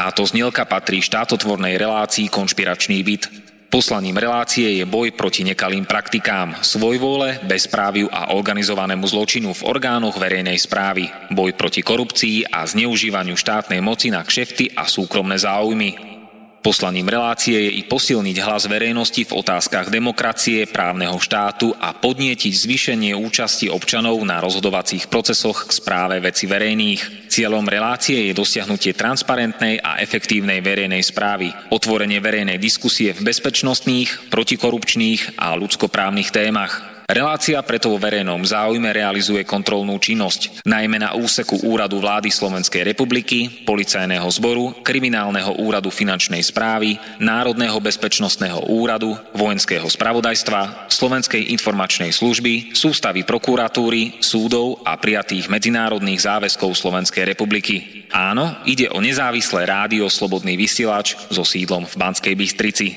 Táto znielka patrí štátotvornej relácii Konšpiračný byt. Poslaním relácie je boj proti nekalým praktikám, svojvôle, bezpráviu a organizovanému zločinu v orgánoch verejnej správy, boj proti korupcii a zneužívaniu štátnej moci na kšefty a súkromné záujmy. Poslaním relácie je i posilniť hlas verejnosti v otázkach demokracie, právneho štátu a podnietiť zvýšenie účasti občanov na rozhodovacích procesoch k správe veci verejných. Cieľom relácie je dosiahnutie transparentnej a efektívnej verejnej správy, otvorenie verejnej diskusie v bezpečnostných, protikorupčných a ľudskoprávnych témach. Relácia preto vo verejnom záujme realizuje kontrolnú činnosť, najmä na úseku Úradu vlády Slovenskej republiky, Policajného zboru, Kriminálneho úradu finančnej správy, Národného bezpečnostného úradu, Vojenského spravodajstva, Slovenskej informačnej služby, sústavy prokuratúry, súdov a prijatých medzinárodných záväzkov Slovenskej republiky. Áno, ide o nezávislé rádio Slobodný vysielač so sídlom v Banskej Bystrici.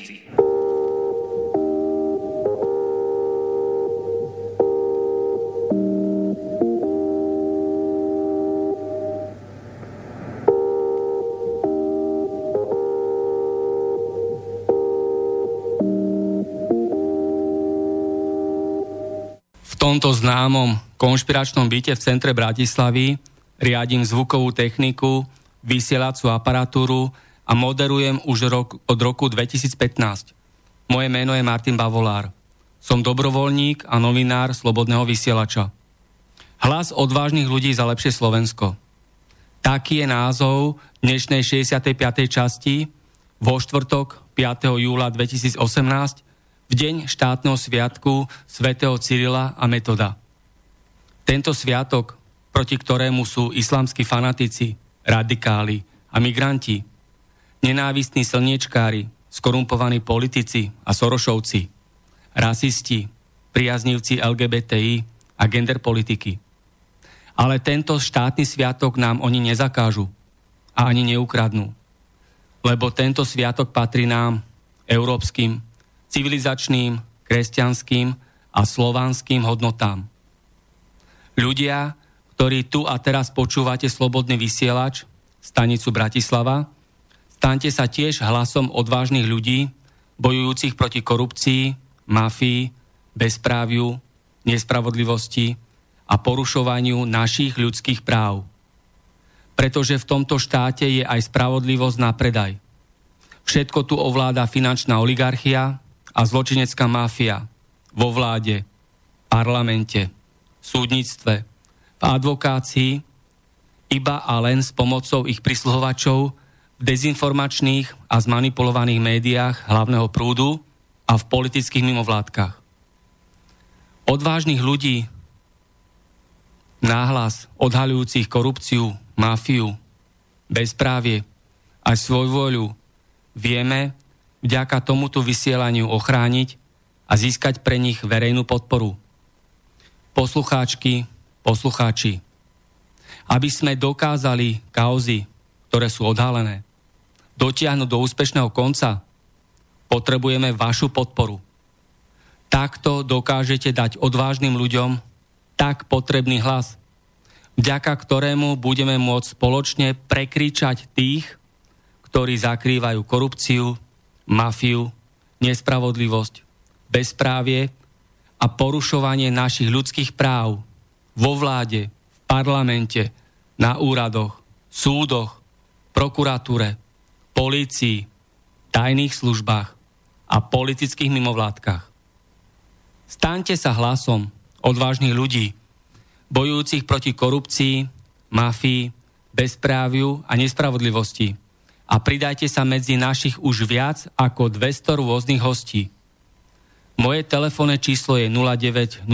V tomto známom konšpiračnom byte v centre Bratislavy riadím zvukovú techniku, vysielacú aparatúru a moderujem už od roku 2015. Moje meno je Martin Bavolár. Som dobrovoľník a novinár Slobodného vysielača. Hlas odvážnych ľudí za lepšie Slovensko. Taký je názov dnešnej 65. časti vo štvrtok 5. júla 2018 v deň štátneho sviatku svätého Cyrila a Metoda. Tento sviatok, proti ktorému sú islamskí fanatici, radikáli a migranti, nenávistní slniečkári, skorumpovaní politici a sorošovci, rasisti, priaznivci LGBTI a gender politiky. Ale tento štátny sviatok nám oni nezakážu a ani neukradnú. Lebo tento sviatok patrí nám, európskym, civilizačným, kresťanským a slovanským hodnotám. Ľudia, ktorí tu a teraz počúvate Slobodný vysielač, stanicu Bratislava, staňte sa tiež hlasom odvážnych ľudí, bojujúcich proti korupcii, mafii, bezpráviu, nespravodlivosti a porušovaniu našich ľudských práv. Pretože v tomto štáte je aj spravodlivosť na predaj. Všetko tu ovláda finančná oligarchia a zločinecká mafia vo vláde, parlamente, súdnictve, v advokácii, iba a len s pomocou ich prisluhovačov v dezinformačných a zmanipulovaných médiách hlavného prúdu a v politických mimovládkach. Odvážnych ľudí, náhlas odhaľujúcich korupciu, mafiu, bezprávie a svojvôľu vieme vďaka tomuto vysielaniu ochrániť a získať pre nich verejnú podporu. Poslucháčky, poslucháči, aby sme dokázali kauzy, ktoré sú odhalené, dotiahnuť do úspešného konca, potrebujeme vašu podporu. Takto dokážete dať odvážnym ľuďom tak potrebný hlas, vďaka ktorému budeme môcť spoločne prekričať tých, ktorí zakrývajú korupciu, mafiu, nespravodlivosť, bezprávie a porušovanie našich ľudských práv vo vláde, v parlamente, na úradoch, súdoch, prokuratúre, polícii, tajných službách a politických mimovládkach. Staňte sa hlasom odvážnych ľudí, bojujúcich proti korupcii, mafii, bezpráviu a nespravodlivosti a pridajte sa medzi našich už viac ako 200 rôznych hostí. Moje telefónne číslo je 0908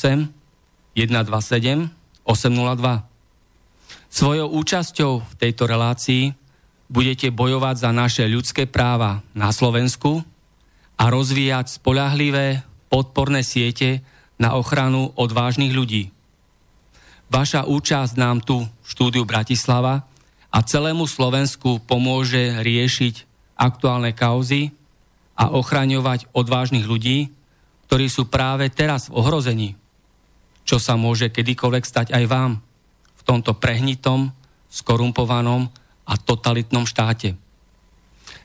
127 802. Svojou účasťou v tejto relácii budete bojovať za naše ľudské práva na Slovensku a rozvíjať spoľahlivé podporné siete na ochranu odvážnych ľudí. Vaša účasť nám tu v štúdiu Bratislava a celému Slovensku pomôže riešiť aktuálne kauzy a ochraňovať odvážnych ľudí, ktorí sú práve teraz v ohrození, čo sa môže kedykoľvek stať aj vám v tomto prehnitom, skorumpovanom a totalitnom štáte.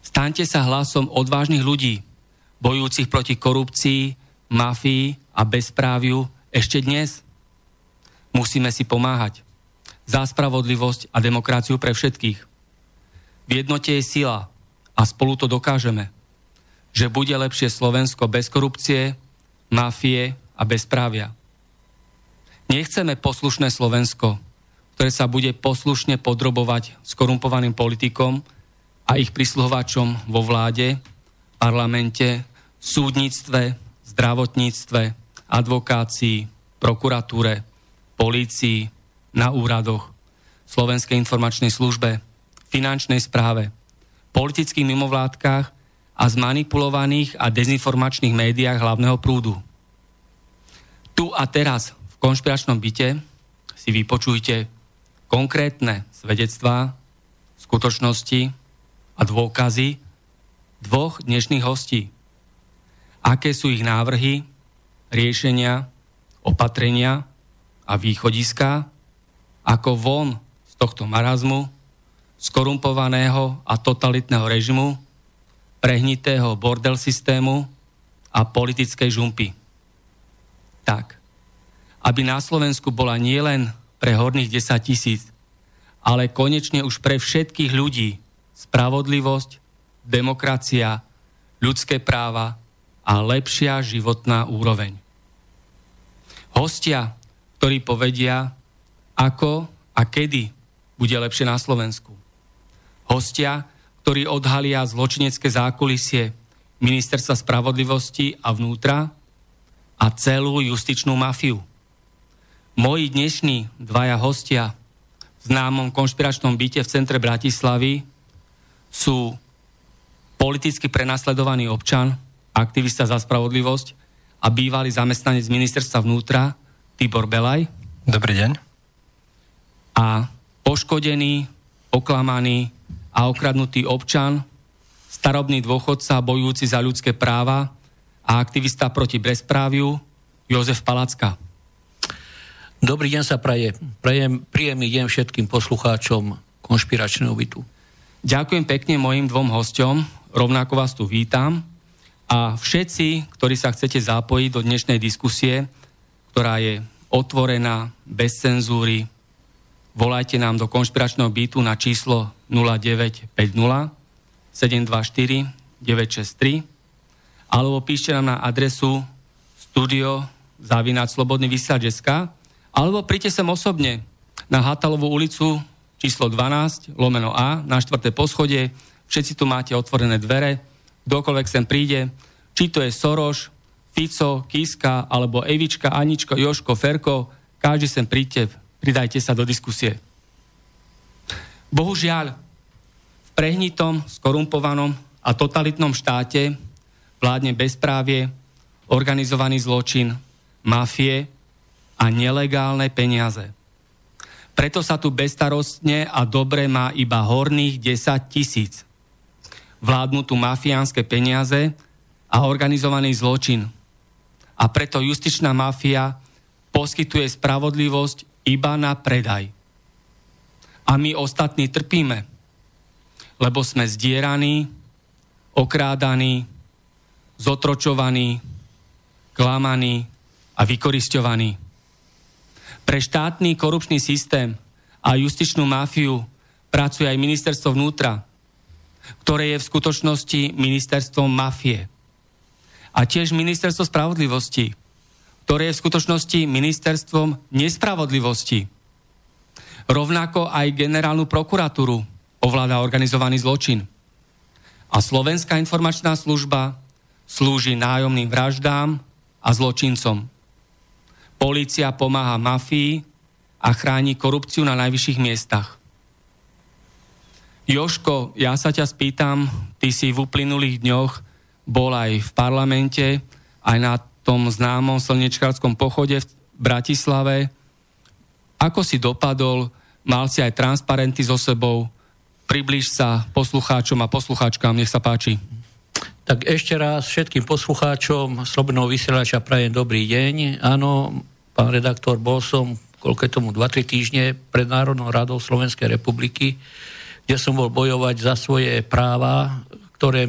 Staňte sa hlasom odvážnych ľudí, bojujúcich proti korupcii, mafii a bezpráviu ešte dnes. Musíme si pomáhať. Za spravodlivosť a demokraciu pre všetkých. V jednote je sila a spolu to dokážeme. Že bude lepšie Slovensko bez korupcie, mafie a bezprávia. Nechceme poslušné Slovensko, ktoré sa bude poslušne podrobovať skorumpovaným politikom a ich prisluhovačom vo vláde, parlamente, súdnictve, zdravotníctve, advokácii, prokuratúre, polícii, na úradoch, Slovenskej informačnej službe, finančnej správe, politických mimovládkach a zmanipulovaných a dezinformačných médiách hlavného prúdu. Tu a teraz v konšpiračnom byte si vypočujte konkrétne svedectvá, skutočnosti a dôkazy dvoch dnešných hostí. Aké sú ich návrhy, riešenia, opatrenia a východiská, ako von z tohto marazmu, skorumpovaného a totalitného režimu, prehnitého bordel systému a politickej žumpy. Tak, aby na Slovensku bola nielen pre horných 10 000, ale konečne už pre všetkých ľudí spravodlivosť, demokracia, ľudské práva a lepšia životná úroveň. Hostia, ktorí povedia, ako a kedy bude lepšie na Slovensku. Hostia, ktorí odhalia zločinecké zákulisie Ministerstva spravodlivosti a vnútra a celú justičnú mafiu. Moji dnešní dvaja hostia v známom konšpiračnom byte v centre Bratislavy sú politicky prenasledovaný občan, aktivista za spravodlivosť a bývalý zamestnanec Ministerstva vnútra Tibor Belaj. Dobrý deň. A poškodený, oklamaný a okradnutý občan, starobný dôchodca bojujúci za ľudské práva a aktivista proti bezpráviu Jozef Palacka. Dobrý deň sa prajem príjemný deň všetkým poslucháčom konšpiračného bytu. Ďakujem pekne mojim dvom hosťom, rovnako vás tu vítam a všetci, ktorí sa chcete zapojiť do dnešnej diskusie, ktorá je otvorená, bez cenzúry, volajte nám do konšpiračného bytu na číslo 0950 724 963 alebo píšte nám na adresu studio@slobodnyvysielac.sk alebo príďte sem osobne na Hatalovú ulicu číslo 12/A na 4. poschodie. Všetci tu máte otvorené dvere. Kdokoľvek sem príde, či to je Soros, Fico, Kiska alebo Evička, Aničko, Jožko, Ferko, každý sem príďte, pridajte sa do diskusie. Bohužiaľ, v prehnitom, skorumpovanom a totalitnom štáte vládne bezprávie, organizovaný zločin, mafie a nelegálne peniaze. Preto sa tu bezstarostne a dobre má iba horných 10 000. Vládnu tu mafiánske peniaze a organizovaný zločin. A preto justičná mafia poskytuje spravodlivosť iba na predaj. A my ostatní trpíme, lebo sme zdieraní, okrádaní, zotročovaní, klamaní a vykorisťovaní. Pre štátny korupčný systém a justičnú mafiu pracuje aj Ministerstvo vnútra, ktoré je v skutočnosti ministerstvom mafie. A tiež Ministerstvo spravodlivosti, ktoré je v skutočnosti ministerstvom nespravodlivosti. Rovnako aj generálnu prokuratúru ovláda organizovaný zločin. A Slovenská informačná služba slúži nájomným vraždám a zločincom. Polícia pomáha mafii a chráni korupciu na najvyšších miestach. Jožko, ja sa ťa spýtam, ty si v uplynulých dňoch bol aj v parlamente, aj na tom známom slnečkárskom pochode v Bratislave. Ako si dopadol? Mal si aj transparenty so sebou? Priblíž sa poslucháčom a poslucháčkám, nech sa páči. Tak ešte raz všetkým poslucháčom Slobodného vysielača prajem dobrý deň. Áno, pán redaktor, bol som koľko tomu 2-3 týždne pred Národnou radou Slovenskej republiky, kde som bol bojovať za svoje práva, ktoré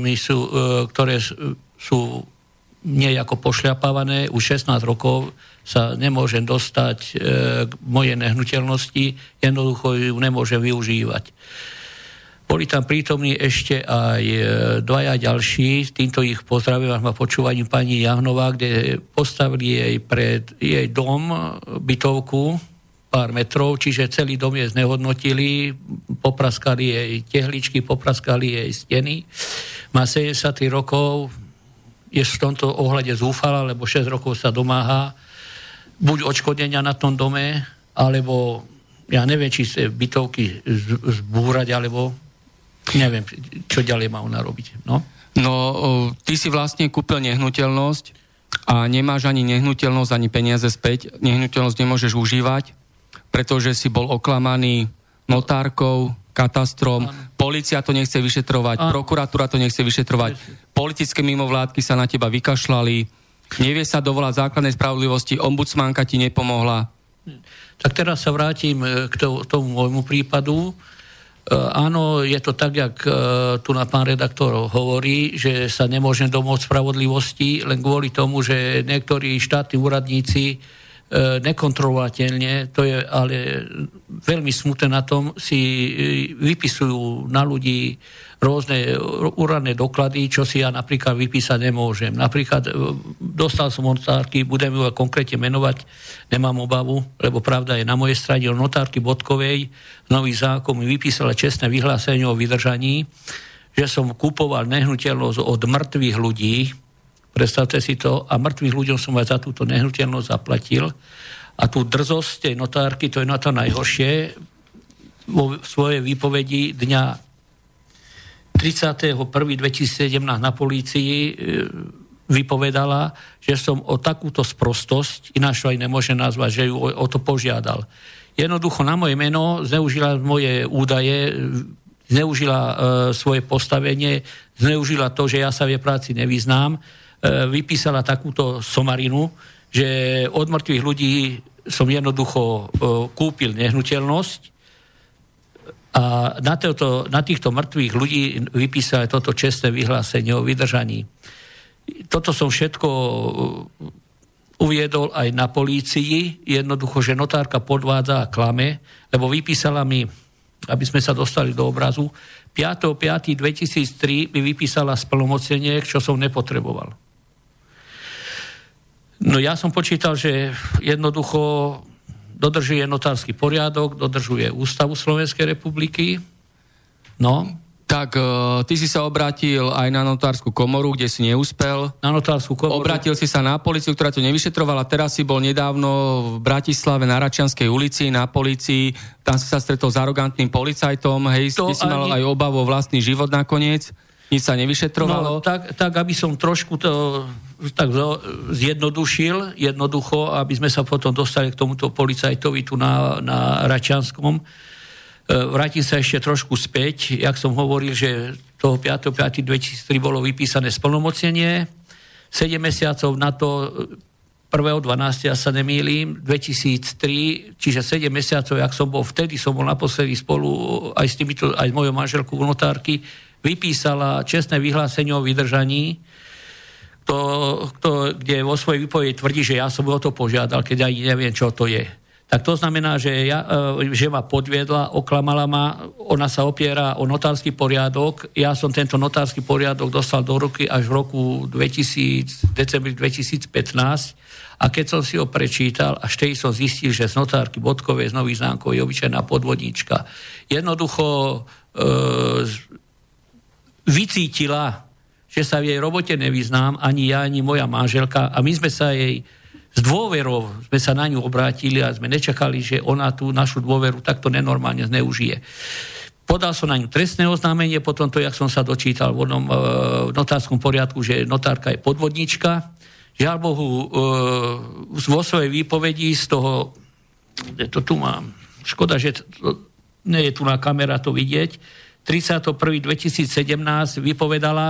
sú nejako pošľapávané. Už 16 rokov sa nemôžem dostať k mojej nehnuteľnosti, jednoducho ju nemôžem využívať. Boli tam prítomní ešte aj dvaja ďalší, týmto ich pozdravím, ma počúvaním pani Jahnová, kde postavili jej pred jej dom bytovku pár metrov, čiže celý dom je znehodnotili, popraskali jej tehličky, popraskali jej steny. Má 70 rokov, je v tomto ohľade zúfala, lebo 6 rokov sa domáha buď odškodnenia na tom dome, alebo ja neviem, či sa bytovky zbúrať, alebo neviem, čo ďalej má ona robiť. No, ty si vlastne kúpil nehnuteľnosť a nemáš ani nehnuteľnosť, ani peniaze späť. Nehnuteľnosť nemôžeš užívať, pretože si bol oklamaný notárkou, katastrom, polícia to nechce vyšetrovať, prokuratúra to nechce vyšetrovať, politické mimovládky sa na teba vykašľali, nevie sa dovolať základnej spravodlivosti, ombudsmanka ti nepomohla. Tak teraz sa vrátim k tomu môjmu prípadu. Áno, je to tak, jak tu na pán redaktor hovorí, že sa nemôžem domôcť spravodlivosti len kvôli tomu, že niektorí štátni úradníci nekontrolovateľne, to je ale veľmi smutné na tom, si vypisujú na ľudí rôzne úradné doklady, čo si ja napríklad vypísať nemôžem. Napríklad dostal som notárky, budem ju konkrétne menovať, nemám obavu, lebo pravda je na mojej strane, od notárky Bodkovej nový zákon mi vypísala čestné vyhlásenie o vydržaní, že som kupoval nehnuteľnosť od mŕtvych ľudí, predstavte si to, a mŕtvych ľuďom som aj za túto nehnuteľnosť zaplatil. A tú drzosť tej notárky, to je na to najhoršie, vo svojej výpovedi dňa 31.2017 na polícii vypovedala, že som o takúto sprostosť, ináč aj nemôžem nazvať, že ju o to požiadal. Jednoducho na moje meno zneužila moje údaje, zneužila svoje postavenie, zneužila to, že ja sa v jej práci nevyznám, vypísala takúto somarinu, že od mŕtvych ľudí som jednoducho kúpil nehnuteľnosť a na týchto mŕtvych ľudí vypísala toto čestné vyhlásenie o vydržaní. Toto som všetko uviedol aj na polícii, jednoducho, že notárka podvádza a klame, lebo vypísala mi, aby sme sa dostali do obrazu, 5.5.2003 mi vypísala splnomocnenie, čo som nepotreboval. No ja som počítal, že jednoducho dodržuje notársky poriadok, dodržuje Ústavu Slovenskej republiky. No. Tak ty si sa obrátil aj na notársku komoru, kde si neúspel. Na notársku komoru. Obrátil si sa na políciu, ktorá to nevyšetrovala. Teraz si bol nedávno v Bratislave na Račianskej ulici, na polícii. Tam si sa stretol s arogantným policajtom. Hej, ty si mal aj obavu o vlastný život nakoniec. Nič sa nevyšetrovalo. No, tak aby som trošku to tak zjednodušil, jednoducho, aby sme sa potom dostali k tomuto policajtovi tu na Račianskom. Vrátim sa ešte trošku späť. Jak som hovoril, že toho 5.5.2003 bolo vypísané splnomocnenie. 7 mesiacov na to 1.12. ja sa nemýlim, 2003, čiže 7 mesiacov, jak som bol vtedy, som bol naposledy spolu aj s týmito, aj s mojou manželkou notárky, vypísala čestné vyhlásenie o vydržaní, kde vo svojej výpovedi tvrdí, že ja som o to požiadal, keď aj neviem, čo to je. Tak to znamená, že ma podviedla, oklamala ma, ona sa opiera o notársky poriadok. Ja som tento notársky poriadok dostal do ruky až v roku decembri 2015 a keď som si ho prečítal, až tej som zistil, že z notárky Bodkovej z Nových Zámkov je obyčajná podvodníčka. Jednoducho vycítila, že sa v jej robote nevyznám, ani ja, ani moja manželka, a my sme sa jej s dôverou sme sa na ňu obrátili a sme nečakali, že ona tú našu dôveru takto nenormálne zneužije. Podal som na ňu trestné oznámenie, potom to, jak som sa dočítal v notárskom poriadku, že notárka je podvodnička. Žiaľ Bohu, vo svojej výpovedi z toho, to tu mám, škoda, že nie je tu na kamera to vidieť, 31.2017 vypovedala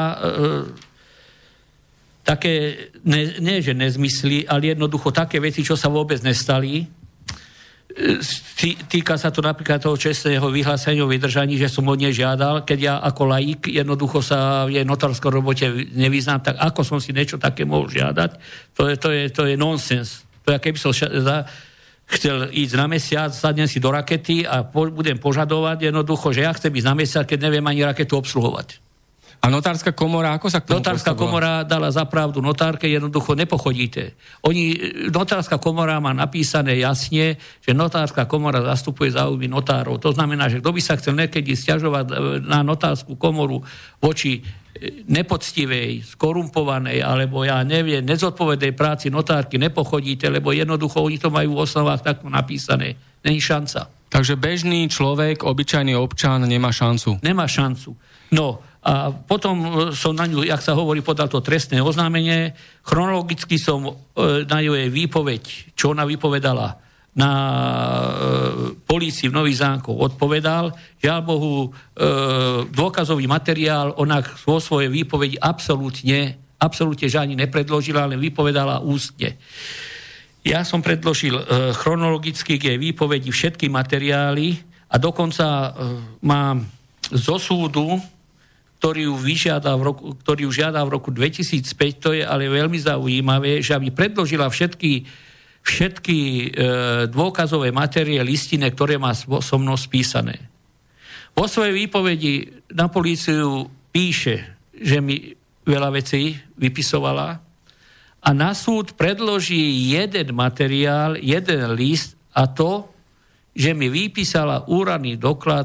také, nie že nezmysly, ale jednoducho také veci, čo sa vôbec nestali. Týka sa to napríklad toho čestného vyhlásenia o vydržaní, že som od nej žiadal, keď ja ako laik jednoducho sa v jej notárskej robote nevyznám, tak ako som si niečo také mohol žiadať, to je nonsens. To je, keby som chcel ísť na mesiac, sadnem si do rakety a budem požadovať jednoducho, že ja chcem ísť na mesiac, keď neviem ani raketu obsluhovať. A notárska komora, ako sa k tomu Notárska komora dala za pravdu notárke, jednoducho nepochodíte. Notárska komora má napísané jasne, že notárska komora zastupuje záujmy notárov. To znamená, že kto by sa chcel niekedy sťažovať na notárskú komoru voči nepoctivej, skorumpovanej, alebo ja neviem, nezodpovednej práci notárky, nepochodíte, lebo jednoducho oni to majú v osnovách takto napísané. Není šanca. Takže bežný človek, obyčajný občan nemá šancu. Nemá šancu. No, a potom som na ňu, jak sa hovorí, podal to trestné oznámenie. Chronologicky som na jej výpoveď, čo ona vypovedala na polícii v Nových Zámkoch, odpovedal. Žiaľ Bohu, dôkazový materiál ona vo svojej výpovedi absolútne žiadne nepredložila, len vypovedala ústne. Ja som predložil chronologicky k jej výpovedi všetky materiály a dokonca mám zo súdu, ktorý ju žiada v roku 2005, to je ale veľmi zaujímavé, že aby predložila všetky dôkazové materiály, listine, ktoré má so mnou spísané. Vo svojej výpovedi na políciu píše, že mi veľa vecí vypisovala a na súd predloží jeden materiál, jeden list a to, že mi vypísala úradný doklad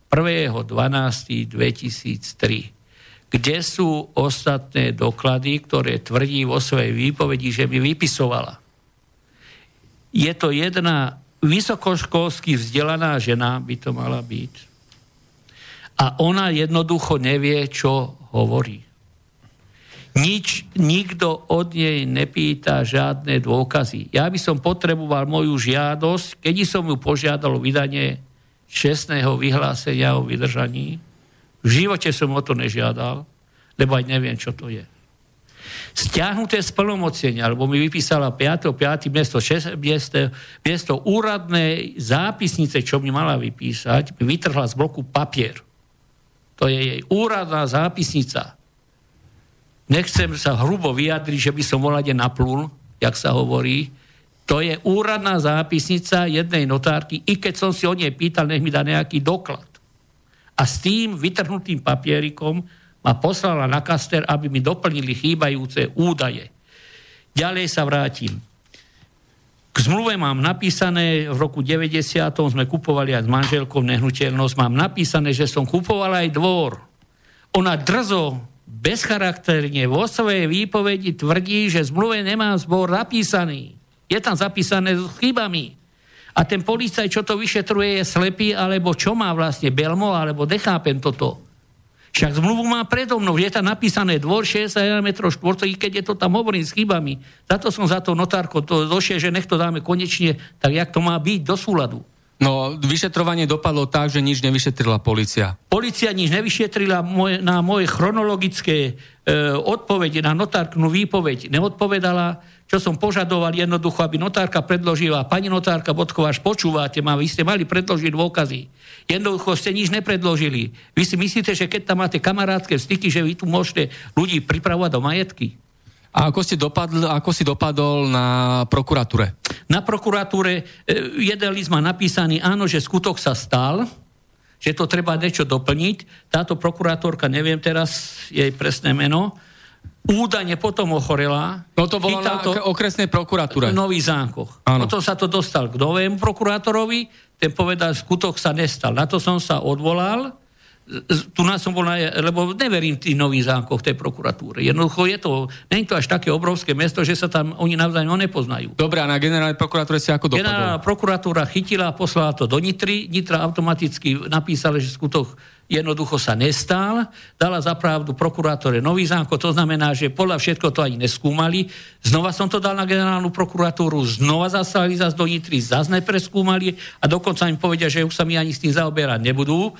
1.12.2003. Kde sú ostatné doklady, ktoré tvrdí vo svojej výpovedi, že mi vypisovala? Je to jedna vysokoškolsky vzdelaná žena, by to mala byť. A ona jednoducho nevie, čo hovorí. Nikto od nej nepýta žiadne dôkazy. Ja by som potreboval moju žiadosť, keď som ju požiadal o vydanie čestného vyhlásenia o vydržaní. V živote som o to nežiadal, lebo aj neviem, čo to je. Stiahnuté splnomocnenia, alebo mi vypísala 5.5. miesto úradnej zápisnice, čo mi mala vypísať, mi vytrhla z bloku papier. To je jej úradná zápisnica. Nechcem sa hrubo vyjadriť, že by som volade naplul, jak sa hovorí. To je úradná zápisnica jednej notárky, i keď som si o nej pýtal, nech mi dá nejaký doklad. A s tým vytrhnutým papierikom ma poslala na kaster, aby mi doplnili chýbajúce údaje. Ďalej sa vrátim. K zmluve mám napísané, v roku 90. sme kupovali aj s manželkou nehnuteľnosť, mám napísané, že som kupoval aj dvor. Ona drzo, bezcharakterne vo svojej výpovedi tvrdí, že v zmluve nemá zbor napísaný. Je tam zapísané s chybami. A ten policajt, čo to vyšetruje, je slepý, alebo čo má vlastne, Belmo, alebo nechápem toto. Však zmluvu má predo mnou, je tam napísané dvor 61 m štvorcových, keď je to tam hovorím s chybami. Za to som za to notárko došiel, že nech to dáme konečne, tak jak to má byť, do súladu. No, vyšetrovanie dopadlo tak, že nič nevyšetrila polícia. Polícia nič nevyšetrila na moje chronologické odpovede, na notárknu výpoveď neodpovedala, čo som požadoval jednoducho, aby notárka predložila. Pani notárka Bodková, až počúvate ma, vy ste mali predložiť dôkazy. Jednoducho ste nič nepredložili. Vy si myslíte, že keď tam máte kamarátske styky, že vy tu môžete ľudí pripravovať do majetky? A ako si dopadol na prokuratúre? Na prokuratúre jeden list má napísaný, áno, že skutok sa stal, že to treba niečo doplniť. Táto prokurátorka, neviem teraz jej presné meno, údajne potom ochorela. No to bolo na okresnej prokuratúre. V Nových Zámkoch. Áno. Potom sa to dostal k novému prokurátorovi, ten povedal, skutok sa nestal. Na to som sa odvolal. Tu nás som bol, lebo neverím tým Novým Zámkoch tej prokuratúre. Jednoducho je to, nie je to až také obrovské mesto, že sa tam oni navzájom nepoznajú. Dobre, a na generálnej prokuratúre si ako dopadol? Generálna prokuratúra chytila a poslala to do Nitry. Nitra automaticky napísala, že skutok jednoducho sa nestal. Dala za pravdu prokurátore Nových Zámkov, to znamená, že podľa všetko to ani neskúmali. Znova som to dal na generálnu prokuratúru, znova zaslali zase do Nitry, zase nepreskúmali a dokonca im povedia, že už sa mi ani s tým zaoberať nebudú.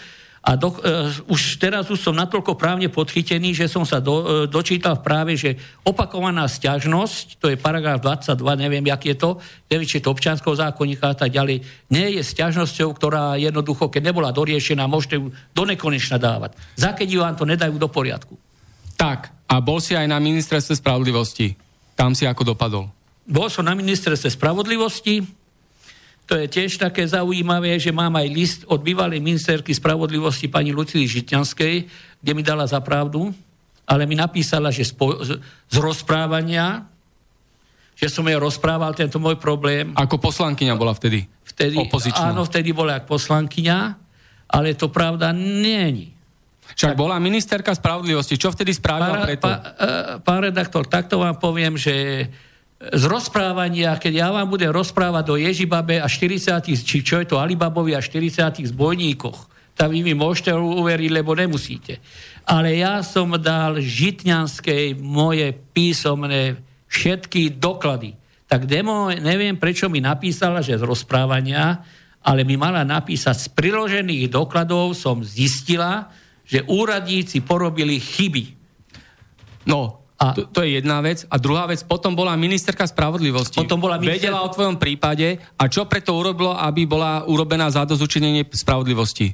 A už teraz som natoľko právne podchytený, že som sa dočítal v práve, že opakovaná sťažnosť, to je paragraf 22, neviem, jak je to, neviem, či je to občianskeho zákonníka a tak ďalej, nie je sťažnosťou, ktorá jednoducho, keď nebola doriešená, môžete ju do nekonečna dávať. Keď vám to nedajú do poriadku. Tak, a bol si aj na ministerstve spravodlivosti. Tam si ako dopadol? Bol som na ministerstve spravodlivosti. To je tiež také zaujímavé, že mám aj list od bývalej ministerky spravodlivosti pani Lucii Žitňanskej, kde mi dala za pravdu, ale mi napísala, že z rozprávania, že som jej rozprával tento môj problém. Ako poslankyňa bola vtedy? Opozičná. Áno, vtedy bola ako poslankyňa, ale to pravda nie je. Však bola ministerka spravodlivosti. Čo vtedy spravila preto? Pán redaktor, takto vám poviem, že z rozprávania, keď ja vám budem rozprávať do Ježibabe a 40, či čo je to Alibabovi a 40 zbojníkoch, tak vy mi môžete uveriť, lebo nemusíte. Ale ja som dal Žitňanskej moje písomné všetky doklady. Tak neviem, prečo mi napísala, že z rozprávania, ale mi mala napísať z priložených dokladov som zistila, že úradníci porobili chyby. No, to je jedna vec. A druhá vec, potom bola ministerka spravodlivosti. Vedela o tvojom prípade a čo preto urobilo, aby bola urobená zadozučinenie spravodlivosti?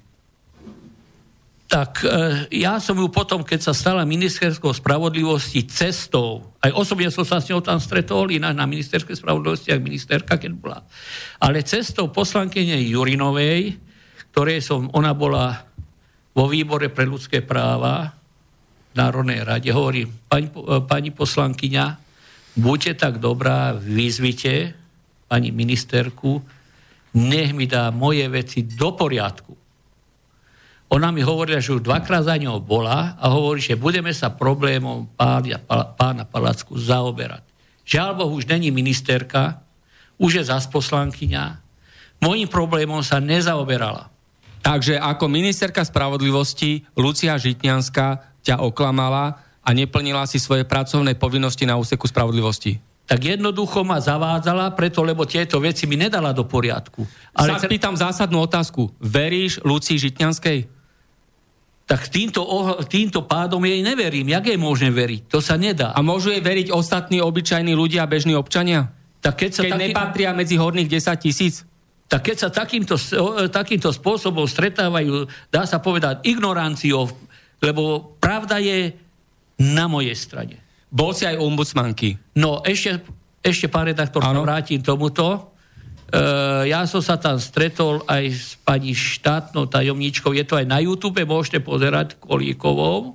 Tak ja som ju potom, keď sa stala ministerskou spravodlivosti cestou, aj osobne som sa s ňou tam stretol, ináč na ministerskej spravodlivosti, ak ministerka, keď bola. Ale cestou poslankyne Jurinovej, ona bola vo výbore pre ľudské práva v Národnej rade, hovorím, pani poslankyňa, buďte tak dobrá, vyzvite pani ministerku, nech mi dá moje veci do poriadku. Ona mi hovorila, že už dvakrát za ňou bola a hovorí, že budeme sa problémom pána Palacku zaoberať. Žiaľ Bohu, už není ministerka, už je zas poslankyňa. Mojím problémom sa nezaoberala. Takže ako ministerka spravodlivosti Lucia Žitňanská ťa oklamala a neplnila si svoje pracovné povinnosti na úseku spravodlivosti. Tak jednoducho ma zavádzala, lebo tieto veci mi nedala do poriadku. Ale sa pýtam zásadnú otázku. Veríš Lucii Žitňanskej? Tak týmto pádom jej neverím. Jak jej môžem veriť? To sa nedá. A môžu jej veriť ostatní obyčajní ľudia, bežní občania? Tak keď nepatria medzi horných 10 000? Tak keď sa takýmto spôsobom stretávajú, dá sa povedať, ignoranciou, lebo pravda je na mojej strane. Bol si aj ombudsmanky. No, ešte pán redaktor, sa vrátim tomuto. Ja som sa tam stretol aj s pani štátnou tajomníčkou, je to aj na YouTube, môžete pozerať, Kolíkovou,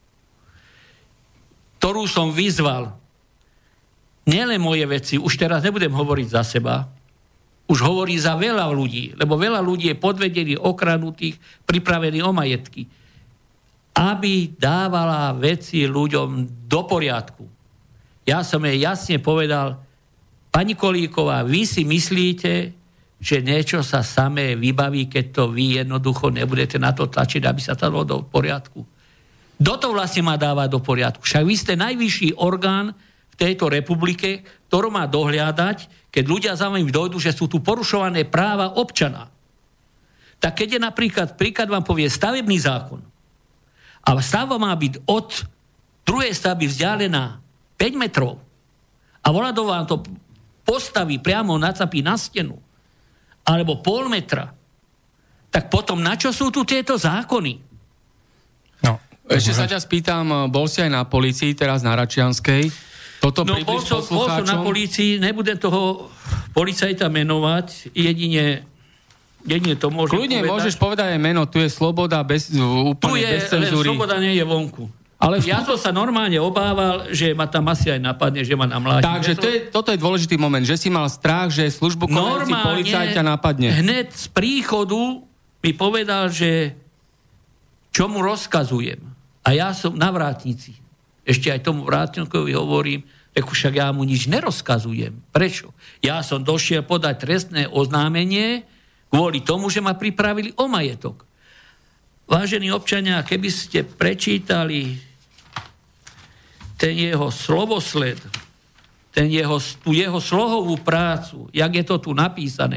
ktorú som vyzval. Nielen moje veci, už teraz nebudem hovoriť za seba, už hovorí za veľa ľudí, lebo veľa ľudí je podvedených, okradnutých, pripravených o majetky, aby dávala veci ľuďom do poriadku. Ja som jej jasne povedal, pani Kolíková, vy si myslíte, že niečo sa samé vybaví, keď to vy jednoducho nebudete na to tlačiť, aby sa to dalo do poriadku. Kto to vlastne má dávať do poriadku? Však vy ste najvyšší orgán v tejto republike, ktorý má dohliadať, keď ľudia za vami dojdu, že sú tu porušované práva občana. Tak keď je príklad vám povie stavebný zákon a stavba má byť od druhej stavby vzdialená 5 metrov a voľadov vám to postaví priamo nacapí na stenu alebo pol metra, tak potom na čo sú tu tieto zákony? No, ešte sa ťa spýtam, bol si aj na polícii, teraz na Račianskej. Bol som na polícii, nebudem toho policajta menovať, jedine to môžem kľudne povedať. Môžeš povedať aj meno, tu je sloboda úplne bez cenzúry. Sloboda nie je vonku. Ale ja som sa normálne obával, že ma tam asi aj napadne, že ma namláti. Takže toto je dôležitý moment, že si mal strach, že službu konajúci policajt ťa napadne. Hneď z príchodu mi povedal, že čo mu rozkazujem. A ja som na vrátnici. Ešte aj tomu vrátnikovi hovorím, však ja mu nič nerozkazujem. Prečo? Ja som došiel podať trestné oznámenie kvôli tomu, že ma pripravili o majetok. Vážení občania, keby ste prečítali ten jeho slovosled, tú jeho slohovú prácu, jak je to tu napísané,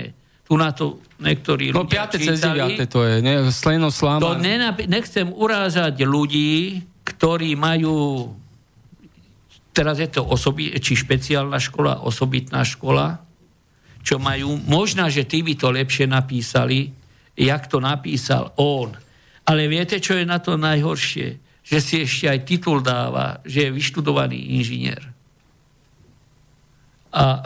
tu na to niektorí ľudia 5. cez 9. to je, Sleno Sláma. To nechcem urážať ľudí, ktorí majú, teraz je to či špeciálna škola, osobitná škola, čo majú, možno, že tí by to lepšie napísali, jak to napísal on. Ale viete, čo je na to najhoršie? Že si ešte aj titul dáva, že je vyštudovaný inžinier. A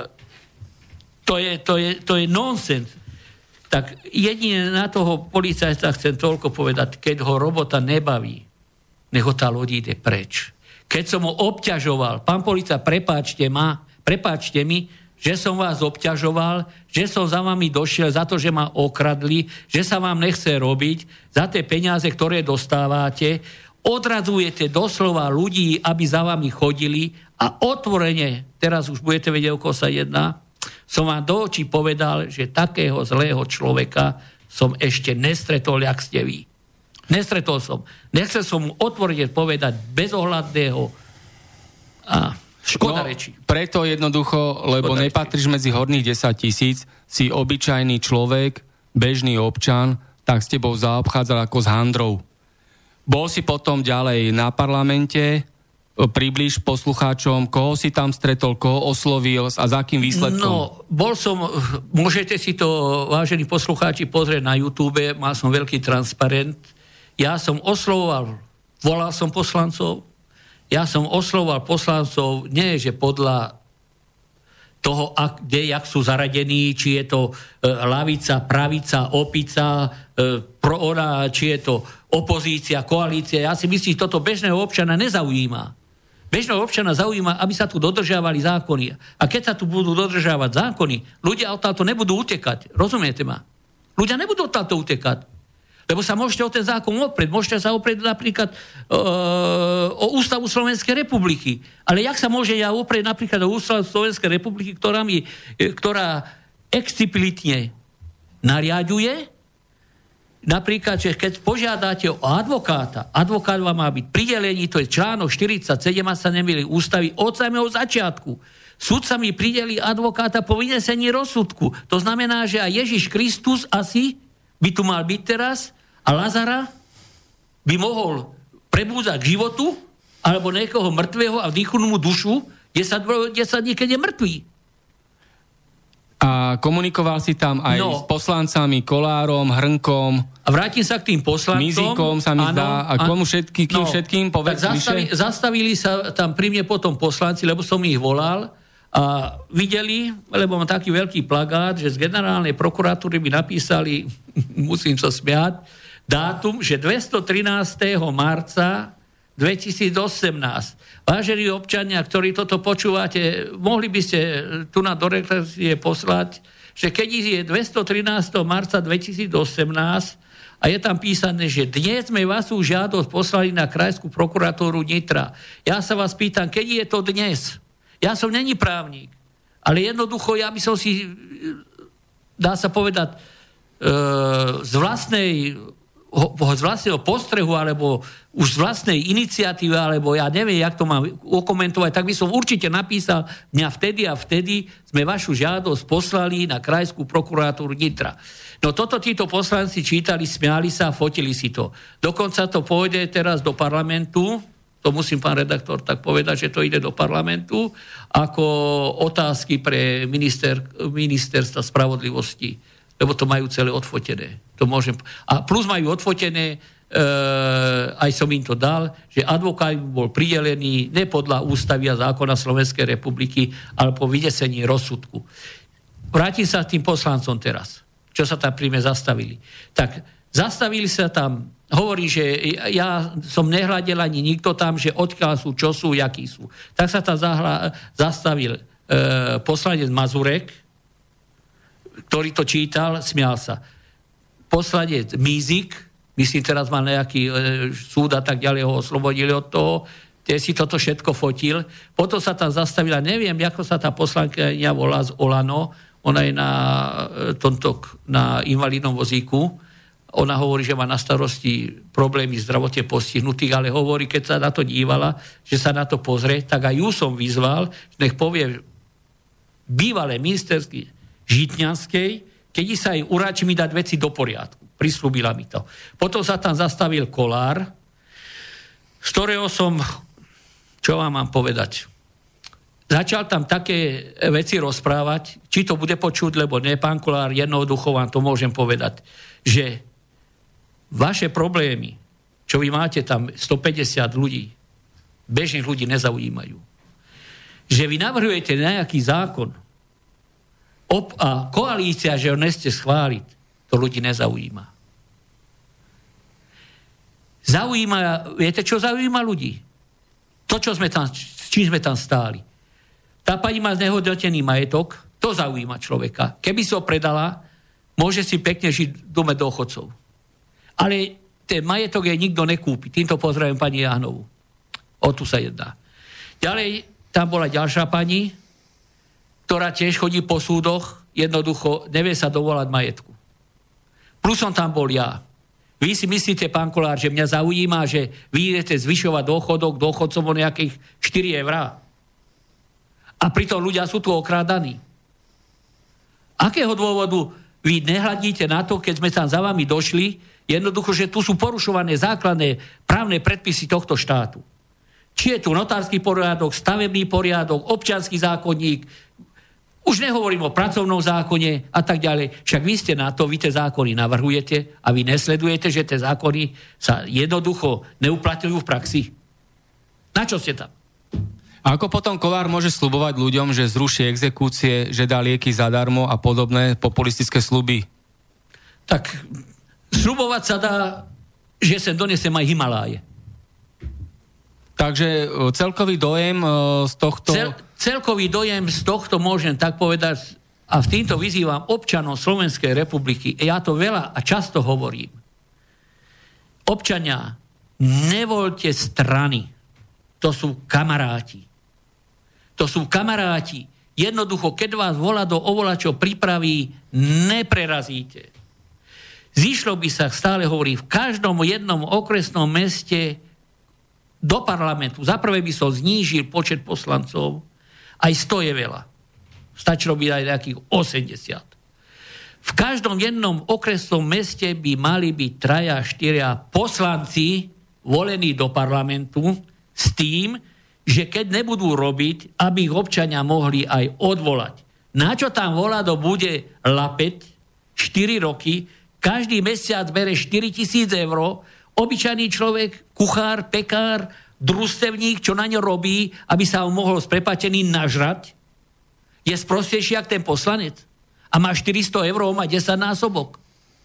to je nonsens. Tak jedine na toho policajta chcem toľko povedať, keď ho robota nebaví, nech ho tá lodi ide preč. Keď som ho obťažoval, pán policajt, prepáčte mi, že som vás obťažoval, že som za vami došiel za to, že ma okradli, že sa vám nechce robiť, za tie peniaze, ktoré dostávate, odradzujete doslova ľudí, aby za vami chodili a otvorene, teraz už budete vedieť, o koho sa jedná, som vám do očí povedal, že takého zlého človeka som ešte nestretol, jak ste vy. Nestretol som. Nechcel som mu otvorene povedať bezohľadného a škoda reči. Preto jednoducho, lebo škoda nepatríš medzi horných 10 000, si obyčajný človek, bežný občan, tak s tebou zaobchádzal ako s handrou. Bol si potom ďalej na parlamente, priblíž poslucháčom, koho si tam stretol, koho oslovil a za akým výsledkom? No, môžete si to, vážení poslucháči, pozrieť na YouTube, mal som veľký transparent. Ja som volal som poslancov, ja som oslovoval poslancov, nie že podľa toho, jak sú zaradení, či je to lavica, pravica, opica, či je to opozícia, koalícia. Ja si myslím, že toto bežného občana nezaujíma. Bežného občana zaujíma, aby sa tu dodržiavali zákony. A keď sa tu budú dodržiavať zákony, ľudia odtiaľto nebudú utekať. Rozumiete ma? Ľudia nebudú odtiaľto utekať. Lebo sa môžete o ten zákon oprieť. Môžete sa oprieť napríklad o Ústavu Slovenskej republiky. Ale jak sa môže ja oprieť napríklad o Ústavu Slovenskej republiky, ktorá explicitne nariaďuje, napríklad, že keď požiadate o advokáta, advokát vám má byť pridelený, to je článok 47, a sa nemýli ústavy od samého začiatku. Sudca mi prideli advokáta po vynesení rozsudku. To znamená, že aj Ježiš Kristus asi by tu mal byť teraz a Lazara by mohol prebúdzať k životu alebo niekoho mŕtvého a vdýchnúť mu dušu 10 dní, keď je mŕtvý. A komunikoval si tam aj s poslancami Kolárom, Hrnkom. A vrátim sa k tým poslancom. Mizíkom sa mi zdá. A komu všetkým povedz bližšie? Zastavili sa tam pri mne potom poslanci, lebo som ich volal a videli, lebo mám taký veľký plagát, že z generálnej prokuratúry mi napísali, musím sa smiať, dátum, že 213. marca 2018. Vážení občania, ktorí toto počúvate, mohli by ste tu na do rekreácie poslať, že keď je 213. marca 2018 a je tam písané, že dnes sme vašu žiadosť poslali na Krajskú prokuratúru Nitra. Ja sa vás pýtam, keď je to dnes? Ja som není právnik, ale jednoducho ja by som si, dá sa povedať, z vlastného postrehu, alebo už z vlastnej iniciatívy, alebo ja neviem, jak to mám okomentovať, tak by som určite napísal, dňa vtedy a vtedy sme vašu žiadosť poslali na Krajskú prokuratúru Nitra. No toto títo poslanci čítali, smiali sa, fotili si to. Dokonca to pôjde teraz do parlamentu, to musím, pán redaktor, tak povedať, že to ide do parlamentu, ako otázky pre ministerstva spravodlivosti, lebo to majú celé odfotené. To môžem. A plus majú odfotené, aj som im to dal, že advokát bol pridelený ne podľa ústavy a zákona Slovenskej republiky, ale po vynesení rozsudku. Vrátim sa k tým poslancom teraz, čo sa tam pri mne zastavili. Tak zastavili sa tam, hovorí, že ja som nehľadel ani nikto tam, že odkiaľ sú, čo sú, jakí sú. Tak sa tam zastavil poslanec Mazurek, ktorý to čítal, smial sa. Poslanec Mízik, myslím, teraz má nejaký súd a tak ďalej, ho oslobodili od toho, tie si toto všetko fotil. Potom sa tam zastavila, neviem, ako sa tá poslankyňa volá z Olano, ona je na invalidnom vozíku. Ona hovorí, že má na starosti problémy zdravotne postihnutých, ale hovorí, keď sa na to dívala, že sa na to pozrie, tak aj ju som vyzval, že nech povie bývalé ministerky Žitňanskej, keď sa jej uráči mi dať veci do poriadku. Prislúbila mi to. Potom sa tam zastavil Kollár, z ktorého som, čo vám mám povedať, začal tam také veci rozprávať, či to bude počuť, lebo nie, pán Kollár, jednoducho vám to môžem povedať, že vaše problémy, čo vy máte tam 150 ľudí, bežných ľudí nezaujímajú. Že vy navrhujete nejaký zákon a koalícia, že ho neste schváliť, to ľudí nezaujíma. Viete, čo zaujíma ľudí? To, čo sme tam, s čím sme tam stáli. Tá pani má znehodnotený majetok, to zaujíma človeka. Keby si ho predala, môže si pekne žiť v dome dôchodcov. Ale ten majetok jej nikto nekúpi. Týmto pozdravím pani Jahnovu. O tu sa jedná. Ďalej, tam bola ďalšia pani, ktorá tiež chodí po súdoch, jednoducho nevie sa dovolať majetku. Plusom tam bol ja. Vy si myslíte, pán Kollár, že mňa zaujíma, že vy idete zvyšovať dôchodok dôchodcom o nejakých 4 eurá. A pritom ľudia sú tu okrádaní. Akého dôvodu vy nehľadíte na to, keď sme tam za vami došli, jednoducho, že tu sú porušované základné právne predpisy tohto štátu. Či je tu notársky poriadok, stavebný poriadok, občiansky zákonník, už nehovorím o pracovnom zákone a tak ďalej. Však vy ste na to, vy tie zákony navrhujete a vy nesledujete, že tie zákony sa jednoducho neuplatňujú v praxi. Na čo ste tam? A ako potom Kollár môže sľubovať ľuďom, že zruší exekúcie, že dá lieky zadarmo a podobné populistické sľuby? Tak sľubovať sa dá, že sem donesem aj Himaláje. Takže celkový dojem z tohto... Celkový dojem z tohto môžem tak povedať, a v týmto vyzývam občanov Slovenskej republiky, ja to veľa a často hovorím. Občania, nevoľte strany. To sú kamaráti. To sú kamaráti. Jednoducho, keď vás volá do ovolačov pripraví, neprerazíte. Zišlo by sa, stále hovorí, v každom jednom okresnom meste do parlamentu. Za prvé by som znížil počet poslancov, aj 100 je veľa. Stačí robiť aj nejakých 80. V každom jednom okresnom meste by mali byť 3-4 poslanci volení do parlamentu s tým, že keď nebudú robiť, aby ich občania mohli aj odvolať. Na čo tam volado bude lapeť 4 roky, každý mesiac bere 4 000 eur, obyčajný človek, kuchár, pekár, družstevník, čo na ňo robí, aby sa ho mohol s prepáčením nažrať, je sprostejší jak ten poslanec. A má 400 eur, má 10 násobok.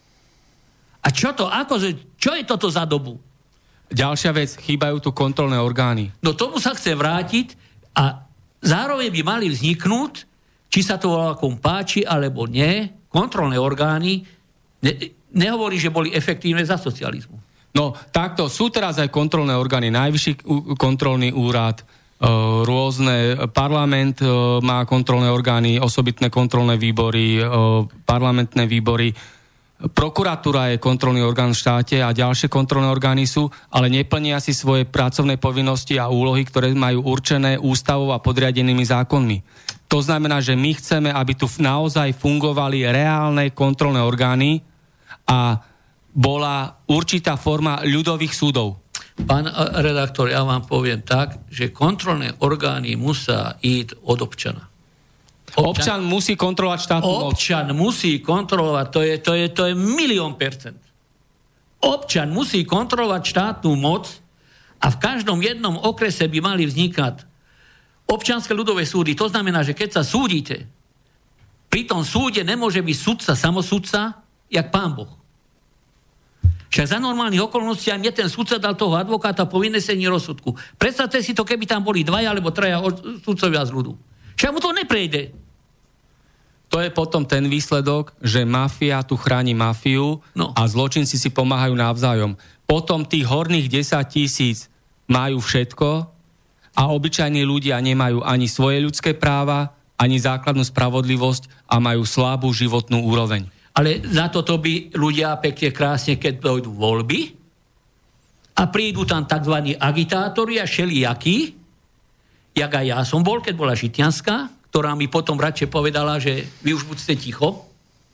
A čo to? Čo je toto za dobu? Ďalšia vec, chýbajú tu kontrolné orgány. No tomu sa chce vrátiť a zároveň by mali vzniknúť, či sa to voľakom páči, alebo nie, kontrolné orgány, nehovorí, že boli efektívne za socializmu. No takto, sú teraz aj kontrolné orgány, najvyšší kontrolný úrad, rôzne, parlament má kontrolné orgány, osobitné kontrolné výbory, parlamentné výbory, prokuratúra je kontrolný orgán v štáte a ďalšie kontrolné orgány sú, ale neplnia si svoje pracovné povinnosti a úlohy, ktoré majú určené ústavou a podriadenými zákonmi. To znamená, že my chceme, aby tu naozaj fungovali reálne kontrolné orgány a bola určitá forma ľudových súdov. Pán redaktor, ja vám poviem tak, že kontrolné orgány musia ísť od občana. Občan musí kontrolovať štátnu moc. Občan musí kontrolovať, to je 1,000,000%. Občan musí kontrolovať štátnu moc a v každom jednom okrese by mali vznikať občianske ľudové súdy. To znamená, že keď sa súdite, pri tom súde nemôže byť sudca, samosudca, jak pán Boh. Však za normálnych okolností aj mne ten sudca dal toho advokáta po vynesení rozsudku. Predstavte si to, keby tam boli 2 alebo 3 sudcovia z ľudu. Však mu to neprejde. To je potom ten výsledok, že mafia tu chráni mafiu a zločinci si pomáhajú navzájom. Potom tých horných 10 000 majú všetko a obyčajní ľudia nemajú ani svoje ľudské práva, ani základnú spravodlivosť a majú slabú životnú úroveň. Ale za toto by ľudia pekne krásne, keď dojdú voľby a prídu tam tzv. Agitátori a šelijakí, jak aj ja som bol, keď bola Žitňanská, ktorá mi potom radšej povedala, že vy už buďte ticho,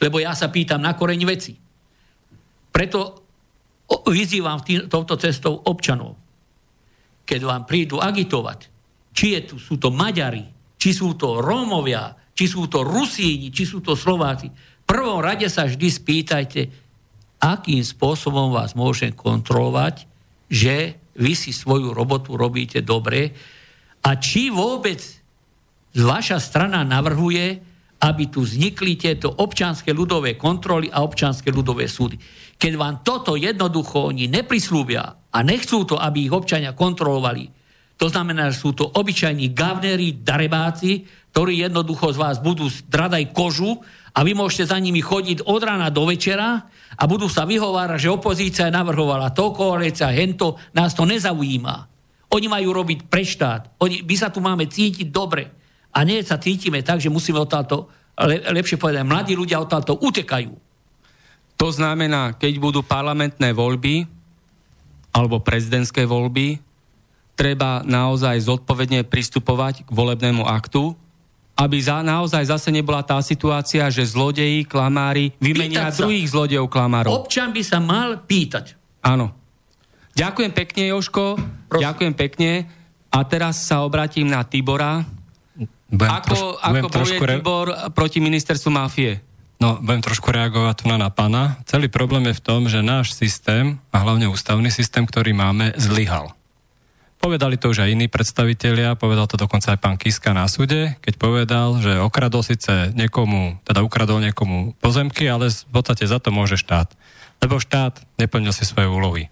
Lebo ja sa pýtam na koreň veci. Preto vyzývam touto cestou občanov. Keď vám prídu agitovať, či sú to Maďari, či sú to Rómovia, či sú to Rusíni, či sú to Slováci, v prvom rade sa vždy spýtajte, akým spôsobom vás môžem kontrolovať, že vy si svoju robotu robíte dobre a či vôbec vaša strana navrhuje, aby tu vznikli tieto občianske ľudové kontroly a občianske ľudové súdy. Keď vám toto jednoducho oni neprislúbia a nechcú to, aby ich občania kontrolovali, to znamená, že sú to obyčajní gavnéri, darebáci, ktorí jednoducho z vás budú zdradať kožu a vy môžete za nimi chodiť od rána do večera a budú sa vyhovárať, že opozícia navrhovala to, koalícia hento, nás to nezaujíma. Oni majú robiť pre štát. My sa tu máme cítiť dobre. A nie sa cítime tak, že musíme odtiaľto, lepšie povedať, mladí ľudia odtiaľto utekajú. To znamená, keď budú parlamentné voľby alebo prezidentské voľby, treba naozaj zodpovedne pristupovať k volebnému aktu, aby naozaj zase nebola tá situácia, že zlodeji, klamári vymenia druhých zlodejov, klamárov. Občan by sa mal pýtať. Áno. Ďakujem pekne, Jožko. Prosím. Ďakujem pekne. A teraz sa obratím na Tibora. Ako bojuje Tibor proti ministerstvu máfie? No, budem trošku reagovať tu na pána. Celý problém je v tom, že náš systém, a hlavne ústavný systém, ktorý máme, zlyhal. Povedali to už aj iní predstavitelia, povedal to dokonca aj pán Kiska na súde, keď povedal, že ukradol niekomu pozemky, ale v podstate za to môže štát. Lebo štát neplnil si svoje úlohy.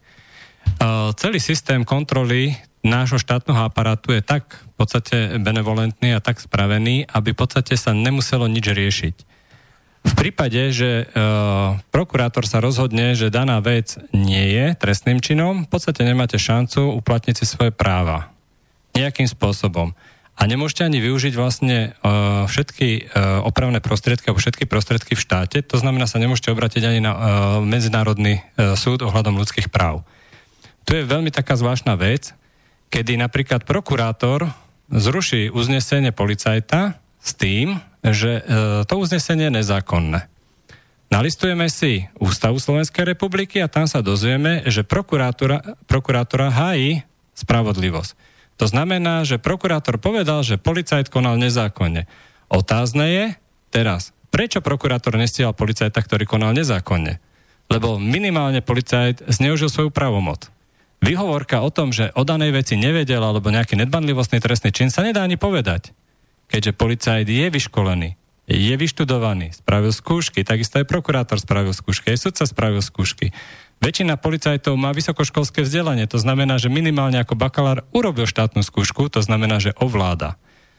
Celý systém kontroly nášho štátneho aparátu je tak v podstate benevolentný a tak spravený, aby v podstate sa nemuselo nič riešiť. V prípade, že prokurátor sa rozhodne, že daná vec nie je trestným činom, v podstate nemáte šancu uplatniť si svoje práva nejakým spôsobom. A nemôžete ani využiť vlastne všetky opravné prostriedky alebo všetky prostriedky v štáte, to znamená, sa nemôžete obrátiť ani na Medzinárodný súd ohľadom ľudských práv. Tu je veľmi taká zvláštna vec, kedy napríklad prokurátor zruší uznesenie policajta s tým, že to uznesenie je nezákonné. Nalistujeme si Ústavu Slovenskej republiky a tam sa dozvieme, že prokurátora hájí spravodlivosť. To znamená, že prokurátor povedal, že policajt konal nezákonne. Otázne je teraz, prečo prokurátor nestíhal policajta, ktorý konal nezákonne? Lebo minimálne policajt zneužil svoju pravomoc. Výhovorka o tom, že o danej veci nevedel alebo nejaký nedbanlivostný trestný čin sa nedá ani povedať. Keďže policajt je vyškolený, je vyštudovaný, spravil skúšky, takisto aj prokurátor spravil skúšky, aj sudca spravil skúšky. Väčšina policajtov má vysokoškolské vzdelanie, to znamená, že minimálne ako bakalár urobil štátnu skúšku, to znamená, že ovláda.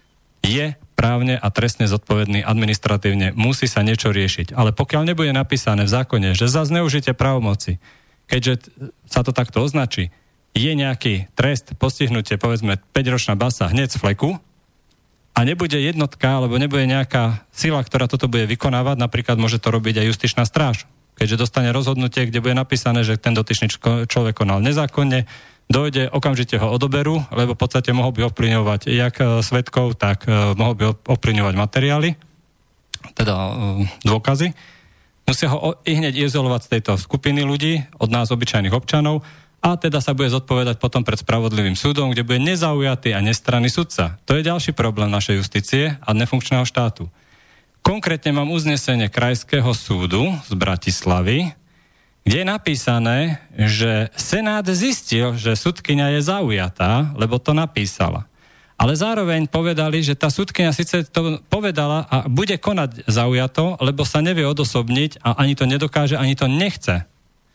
Je právne a trestne zodpovedný administratívne, musí sa niečo riešiť. Ale pokiaľ nebude napísané v zákone, že za zneužitie právomoci, keďže sa to takto označí, je nejaký trest, postihnutie, povedzme 5-ročná basa hneď z fleku, a nebude jednotka, alebo nebude nejaká sila, ktorá toto bude vykonávať, napríklad môže to robiť aj justičná stráž. Keďže dostane rozhodnutie, kde bude napísané, že ten dotyčný človek konal nezákonne, dojde, okamžite ho odoberú, lebo v podstate mohol by ovplyvňovať jak svedkov, tak mohol by ovplyvňovať materiály, teda dôkazy. Musia ho hneď izolovať z tejto skupiny ľudí, od nás obyčajných občanov, a teda sa bude zodpovedať potom pred spravodlivým súdom, kde bude nezaujatý a nestranný sudca. To je ďalší problém našej justície a nefunkčného štátu. Konkrétne mám uznesenie Krajského súdu z Bratislavy, kde je napísané, že Senát zistil, že sudkyňa je zaujatá, lebo to napísala. Ale zároveň povedali, že tá sudkyňa síce to povedala a bude konať zaujato, lebo sa nevie odosobniť a ani to nedokáže, ani to nechce,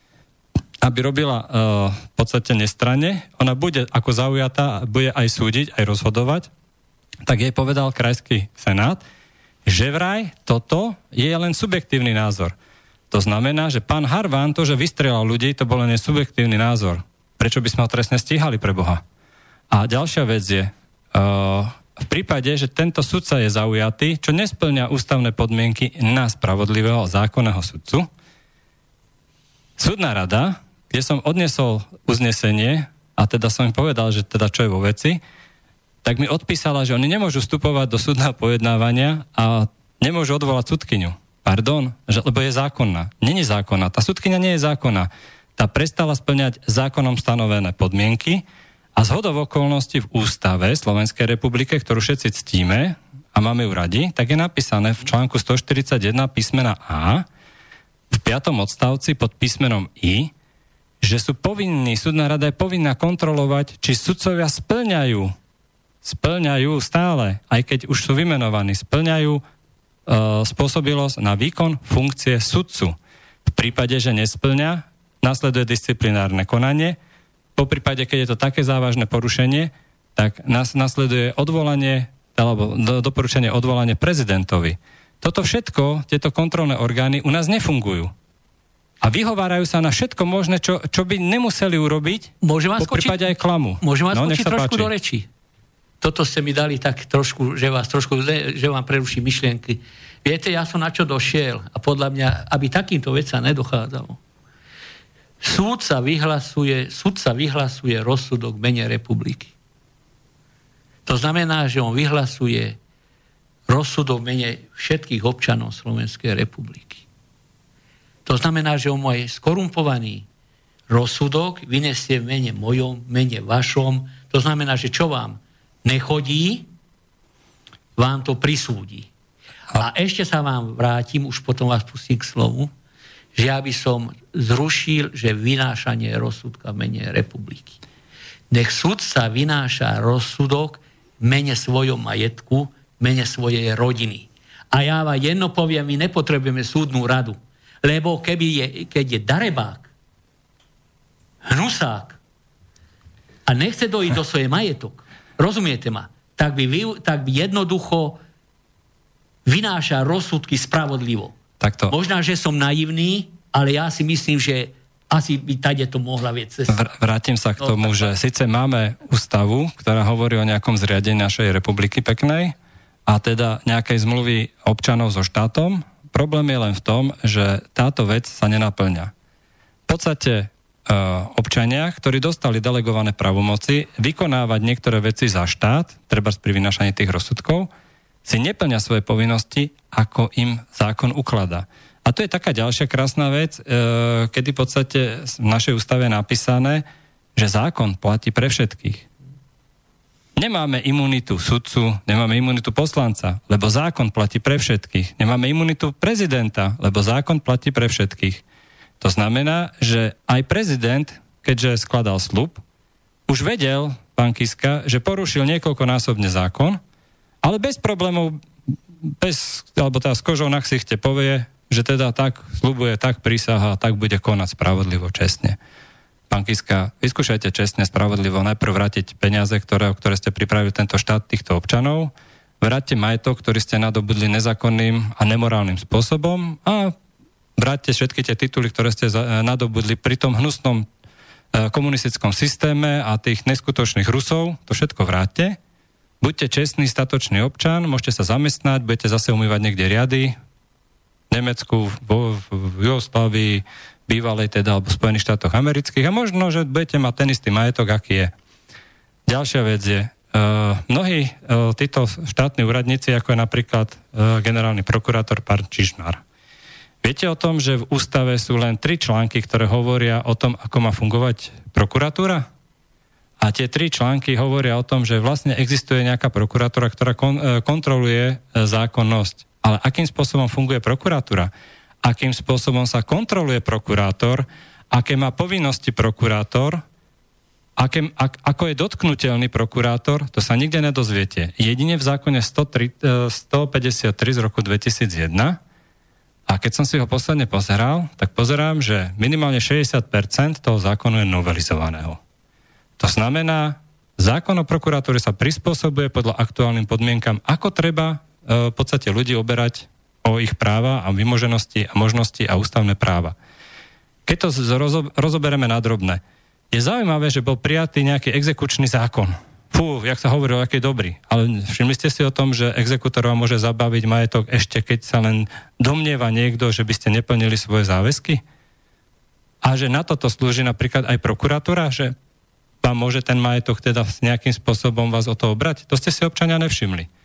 aby robila v podstate nestranne. Ona bude ako zaujatá, bude aj súdiť, aj rozhodovať. Tak jej povedal Krajský senát, že vraj toto je len subjektívny názor. To znamená, že pán Harvan, to, že vystrelal ľudí, to bol len subjektívny názor. Prečo by sme ho trestne stíhali, pre Boha? A ďalšia vec je, v prípade, že tento sudca je zaujatý, čo nespĺňa ústavné podmienky na spravodlivého zákonného sudcu, súdna rada, kde som odnesol uznesenie a teda som im povedal, že teda čo je vo veci, tak mi odpísala, že oni nemôžu vstupovať do súdneho pojednávania a nemôžu odvolať sudkyňu. Pardon, lebo je zákonná. Není zákonná. Tá sudkyňa nie je zákonná. Tá prestala spĺňať zákonom stanovené podmienky a zhodou okolností v ústave Slovenskej republiky, ktorú všetci ctíme a máme ju radi, tak je napísané v článku 141 písmena A v 5. odstavci pod písmenom I, že sú povinní, súdna rada je povinná kontrolovať, či sudcovia splňajú stále, aj keď už sú vymenovaní, splňajú spôsobilosť na výkon funkcie sudcu. V prípade, že nesplňa, nasleduje disciplinárne konanie. Po prípade, keď je to také závažné porušenie, tak nasleduje odvolanie alebo doporučenie odvolanie prezidentovi. Toto všetko, tieto kontrolné orgány u nás nefungujú. A vyhovárajú sa na všetko možné, čo by nemuseli urobiť, po prípade aj klamu. Môžem vás skočiť trošku do reči. Toto ste mi dali tak trošku, že vám preruší myšlienky. Viete, ja som na čo došiel a podľa mňa, aby takýmto vecam nedochádzalo. Sudca vyhlasuje rozsudok v mene republiky. To znamená, že on vyhlasuje rozsudok v mene všetkých občanov Slovenskej republiky. To znamená, že on môj skorumpovaný rozsudok vyniesie v mene mojom, mene vašom. To znamená, že čo vám nechodí, vám to prisúdi. A ešte sa vám vrátim, už potom vás pustím k slovu, že ja by som zrušil, že vynášanie rozsudka v mene republiky. Nech sudca vynáša rozsudok v mene svojom majetku, v mene svojej rodiny. A ja vám jedno poviem, my nepotrebujeme súdnu radu. Lebo keď je darebák, hnusák a nechce dojít do svojej majetok, rozumiete ma, tak by jednoducho vynáša rozsudky spravodlivo. Takto. Možná, že som naivný, ale ja si myslím, že asi by tady to mohla vec. Vrátim sa k tomu, že síce máme ústavu, ktorá hovorí o nejakom zriadení našej republiky peknej a teda nejakej zmluvy občanov so štátom. Problém je len v tom, že táto vec sa nenaplňa. V podstate občania, ktorí dostali delegované pravomoci vykonávať niektoré veci za štát, treba pri vynášaní tých rozsudkov, si neplňa svoje povinnosti, ako im zákon ukladá. A to je taká ďalšia krásna vec, kedy v podstate v našej ústave je napísané, že zákon platí pre všetkých. Nemáme imunitu sudcu, nemáme imunitu poslanca, lebo zákon platí pre všetkých. Nemáme imunitu prezidenta, lebo zákon platí pre všetkých. To znamená, že aj prezident, keďže skladal sľub, už vedel, pán Kiska, že porušil niekoľkonásobne zákon, ale bez problémov, alebo teda s kožou na ksichte povie, že teda tak sľubuje, tak prísaha, tak bude konať spravodlivo, čestne. Pán Kiska, vyskúšajte čestne, spravodlivo najprv vrátiť peniaze, ktoré ste pripravili tento štát týchto občanov, vráťte majetok, ktorý ste nadobudli nezákonným a nemorálnym spôsobom a vráťte všetky tie tituly, ktoré ste nadobudli pri tom hnusnom komunistickom systéme a tých neskutočných Rusov, to všetko vráťte. Buďte čestný, statočný občan, môžete sa zamestnať, budete zase umývať niekde riady, v Nemecku, v Jugoslávii, bývalej teda, alebo v Spojených štátoch amerických a možno, že budete mať ten istý majetok, aký je. Ďalšia vec je, mnohí títo štátni úradníci, ako je napríklad generálny prokurátor pán Čižmar. Viete o tom, že v ústave sú len 3 články, ktoré hovoria o tom, ako má fungovať prokuratúra? A tie 3 články hovoria o tom, že vlastne existuje nejaká prokuratúra, ktorá kontroluje zákonnosť. Ale akým spôsobom funguje prokuratúra? Akým spôsobom sa kontroluje prokurátor, aké má povinnosti prokurátor, ako je dotknutelný prokurátor, to sa nikde nedozviete. Jedine v zákone 153 z roku 2001. A keď som si ho posledne pozeral, tak pozerám, že minimálne 60% toho zákonu je novelizovaného. To znamená, zákon o prokuratúre sa prispôsobuje podľa aktuálnym podmienkam, ako treba v podstate ľudí oberať o ich práva a vymoženosti a možnosti a ústavné práva. Keď to rozoberieme na drobné, je zaujímavé, že bol prijatý nejaký exekučný zákon. Fú, jak sa hovorilo, aký dobrý. Ale všimli ste si o tom, že exekutor vám môže zabaviť majetok ešte keď sa len domnieva niekto, že by ste neplnili svoje záväzky? A že na toto slúži napríklad aj prokuratúra, že vám môže ten majetok teda nejakým spôsobom vás o to obrať? To ste si občania nevšimli.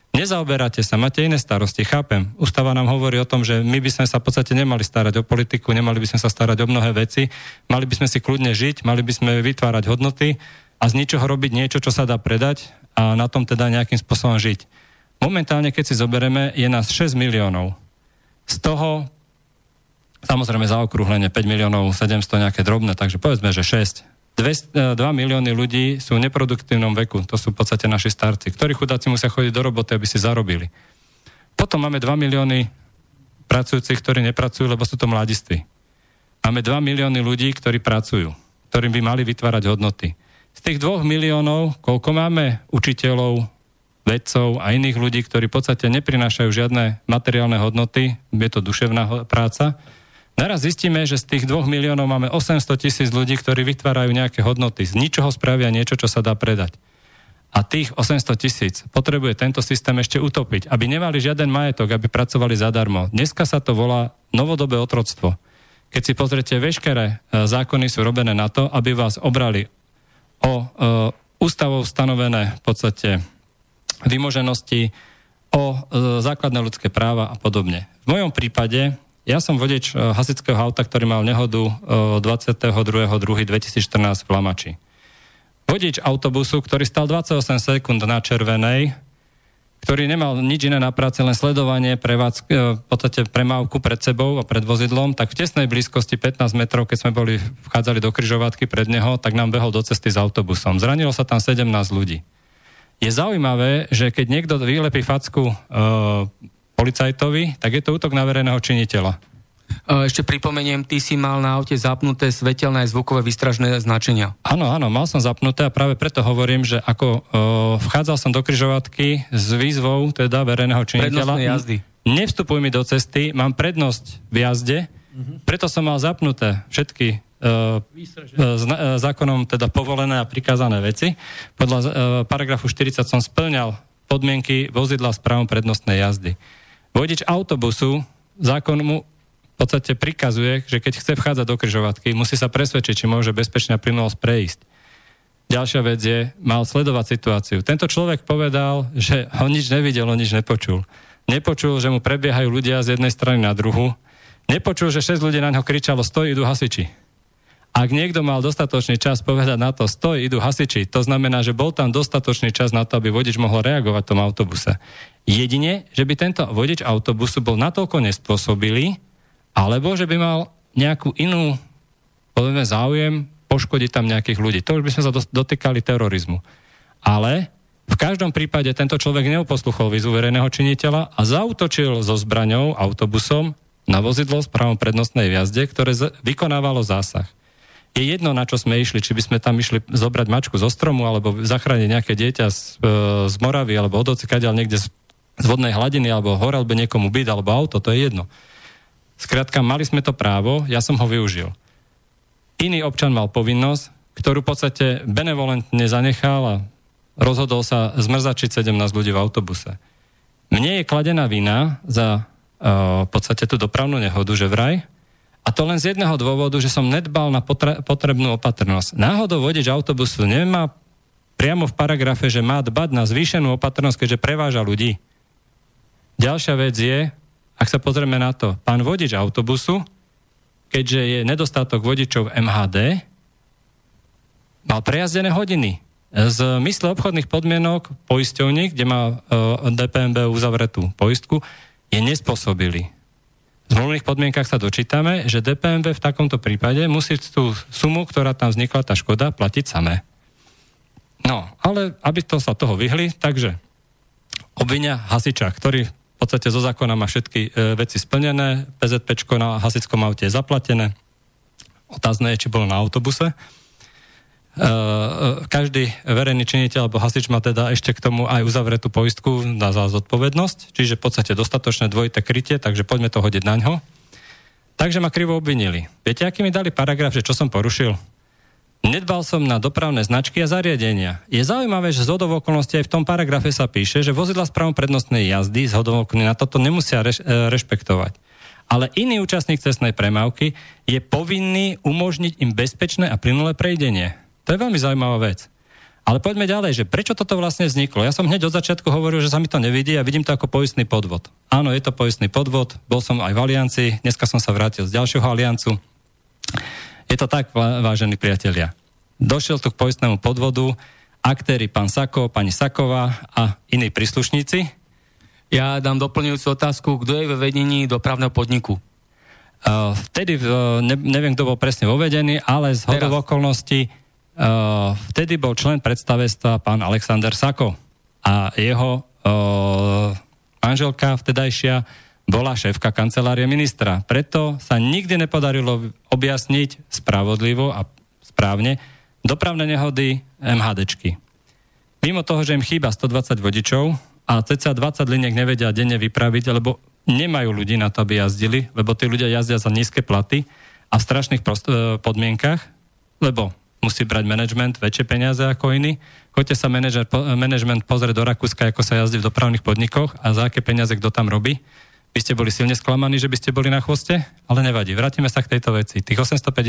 Nezaoberáte sa, máte iné starosti, chápem. Ústava nám hovorí o tom, že my by sme sa v podstate nemali starať o politiku, nemali by sme sa starať o mnohé veci, mali by sme si kľudne žiť, mali by sme vytvárať hodnoty a z ničoho robiť niečo, čo sa dá predať a na tom teda nejakým spôsobom žiť. Momentálne, keď si zoberieme, je nás 6 miliónov. Z toho, samozrejme zaokrúhlenie 5 miliónov 700 nejaké drobné, takže povedzme, že 6. 2 milióny ľudí sú v neproduktívnom veku. To sú v podstate naši starci, ktorí chudáci musia chodiť do roboty, aby si zarobili. Potom máme 2 milióny pracujúcich, ktorí nepracujú, lebo sú to mladiství. Máme 2 milióny ľudí, ktorí pracujú, ktorým by mali vytvárať hodnoty. Z tých 2 miliónov, koľko máme učiteľov, vedcov a iných ľudí, ktorí v podstate neprinášajú žiadne materiálne hodnoty, je to duševná práca. Naraz zistíme, že z tých 2 miliónov máme 800 000 ľudí, ktorí vytvárajú nejaké hodnoty. Z ničoho spravia niečo, čo sa dá predať. A tých 800 000 potrebuje tento systém ešte utopiť, aby nemali žiaden majetok, aby pracovali zadarmo. Dneska sa to volá novodobé otroctvo. Keď si pozriete, veškeré zákony sú robené na to, aby vás obrali o ústavou stanovené v podstate vymoženosti, o základné ľudské práva a podobne. V mojom prípade ja som vodič hasičského auta, ktorý mal nehodu 22.2.2014 v Lamači. Vodič autobusu, ktorý stal 28 sekúnd na červenej, ktorý nemal nič iné na práci, len sledovanie v podstate premávku pred sebou a pred vozidlom, tak v tesnej blízkosti 15 metrov, keď sme vchádzali do križovatky pred neho, tak nám behol do cesty s autobusom. Zranilo sa tam 17 ľudí. Je zaujímavé, že keď niekto vylepí facku policajtovi, tak je to útok na verejného činiteľa. Ešte pripomeniem, ty si mal na aute zapnuté svetelné zvukové výstražné značenia. Áno, mal som zapnuté a práve preto hovorím, že ako vchádzal som do križovatky s výzvou teda verejného činiteľa. Prednostnej jazdy. Nevstupuj mi do cesty, mám prednosť v jazde, preto som mal zapnuté všetky zákonom teda povolené a prikázané veci. Podľa paragrafu 40 som spĺňal podmienky vozidla s právom prednostnej jazdy. Vodič autobusu, zákon mu v podstate prikazuje, že keď chce vchádzať do križovatky, musí sa presvedčiť, či môže bezpečne a plynulo prejsť. Ďalšia vec je, mal sledovať situáciu. Tento človek povedal, že ho nič nevidel, nič nepočul. Nepočul, že mu prebiehajú ľudia z jednej strany na druhu. Nepočul, že 6 ľudí na ňo kričalo, stoj, idú hasiči. Ak niekto mal dostatočný čas povedať na to, stoj, idú hasiči, to znamená, že bol tam dostatočný čas na to, aby vodič mohol reagovať v tom autobuse. Jedine, že by tento vodič autobusu bol natoľko nespôsobilý, alebo že by mal nejakú inú, povedzme, záujem poškodiť tam nejakých ľudí. To už by sme sa dotýkali terorizmu. Ale v každom prípade tento človek neuposluchol výzvu verejného činiteľa a zaútočil so zbraňou autobusom na vozidlo s právom prednostnej jazde, ktoré vykonávalo zásah. Je jedno, na čo sme išli, či by sme tam išli zobrať mačku zo stromu, alebo zachrániť nejaké dieťa z Moravy, alebo odocikadiaľ niekde z vodnej hladiny, alebo horel by niekomu byt, alebo auto, to je jedno. Skrátka, mali sme to právo, ja som ho využil. Iný občan mal povinnosť, ktorú v podstate benevolentne zanechal a rozhodol sa zmrzačiť 17 ľudí v autobuse. Mne je kladená vina za v podstate tú dopravnú nehodu, že vraj, a to len z jedného dôvodu, že som nedbal na potrebnú opatrnosť. Náhodou vodič autobusu nemá priamo v paragrafe, že má dbať na zvýšenú opatrnosť, keďže preváža ľudí. Ďalšia vec je, ak sa pozrieme na to, pán vodič autobusu, keďže je nedostatok vodičov MHD, mal prejazdené hodiny. Z mysle obchodných podmienok poisťovník, kde má DPMB uzavretú poistku, je nespôsobilý. V zmluvných podmienkach sa dočítame, že DPMB v takomto prípade musí tú sumu, ktorá tam vznikla, tá škoda, platiť samé. No, ale aby to sa toho vyhli, takže obvinia hasiča, ktorý v podstate zo zákona má všetky veci splnené, PZPčko na hasičskom aute je zaplatené, otázne je, či bolo na autobuse. Každý verejný činiteľ alebo hasič má teda ešte k tomu aj uzavretú poistku na zodpovednosť, čiže v podstate dostatočné dvojité krytie, takže poďme to hodiť na ňo. Takže ma krivo obvinili. Viete, aký mi dali paragraf, že čo som porušil? Nedbal som na dopravné značky a zariadenia. Je zaujímavé, že z hodou okolností aj v tom paragrafe sa píše, že vozidlá s právom prednostnej jazdy z hodou okolností na toto nemusia rešpektovať. Ale iný účastník cestnej premávky je povinný umožniť im bezpečné a plynulé prejdenie. To je veľmi zaujímavá vec. Ale poďme ďalej, že prečo toto vlastne vzniklo? Ja som hneď od začiatku hovoril, že sa mi to nevidí a vidím to ako poistný podvod. Áno, je to poistný podvod, bol som aj v Aliancii, dneska som sa vrátil z ďalšieho aliancu. Je to tak, vážení priatelia. Došiel tu k poistnému podvodu aktéri pán Sako, pani Saková a iní príslušníci. Ja dám doplňujúcu otázku, kto je ve vedení dopravného podniku? Vtedy, neviem, kto bol presne vovedený, ale z hodou okolností vtedy bol člen predstavenstva pán Alexander Sako a jeho manželka vtedajšia bola šéfka kancelárie ministra. Preto sa nikdy nepodarilo objasniť spravodlivo a správne dopravné nehody MHDčky. Mimo toho, že im chýba 120 vodičov a cca 20 liniek nevedia denne vypraviť, lebo nemajú ľudí na to, aby jazdili, lebo tí ľudia jazdia za nízke platy a v strašných podmienkach, lebo musí brať management väčšie peniaze ako iní. Choďte sa management pozrieť do Rakúska, ako sa jazdí v dopravných podnikoch a za aké peniaze kto tam robí. Vy ste boli silne sklamaní, že by ste boli na chvoste, ale nevadí. Vrátime sa k tejto veci. Tých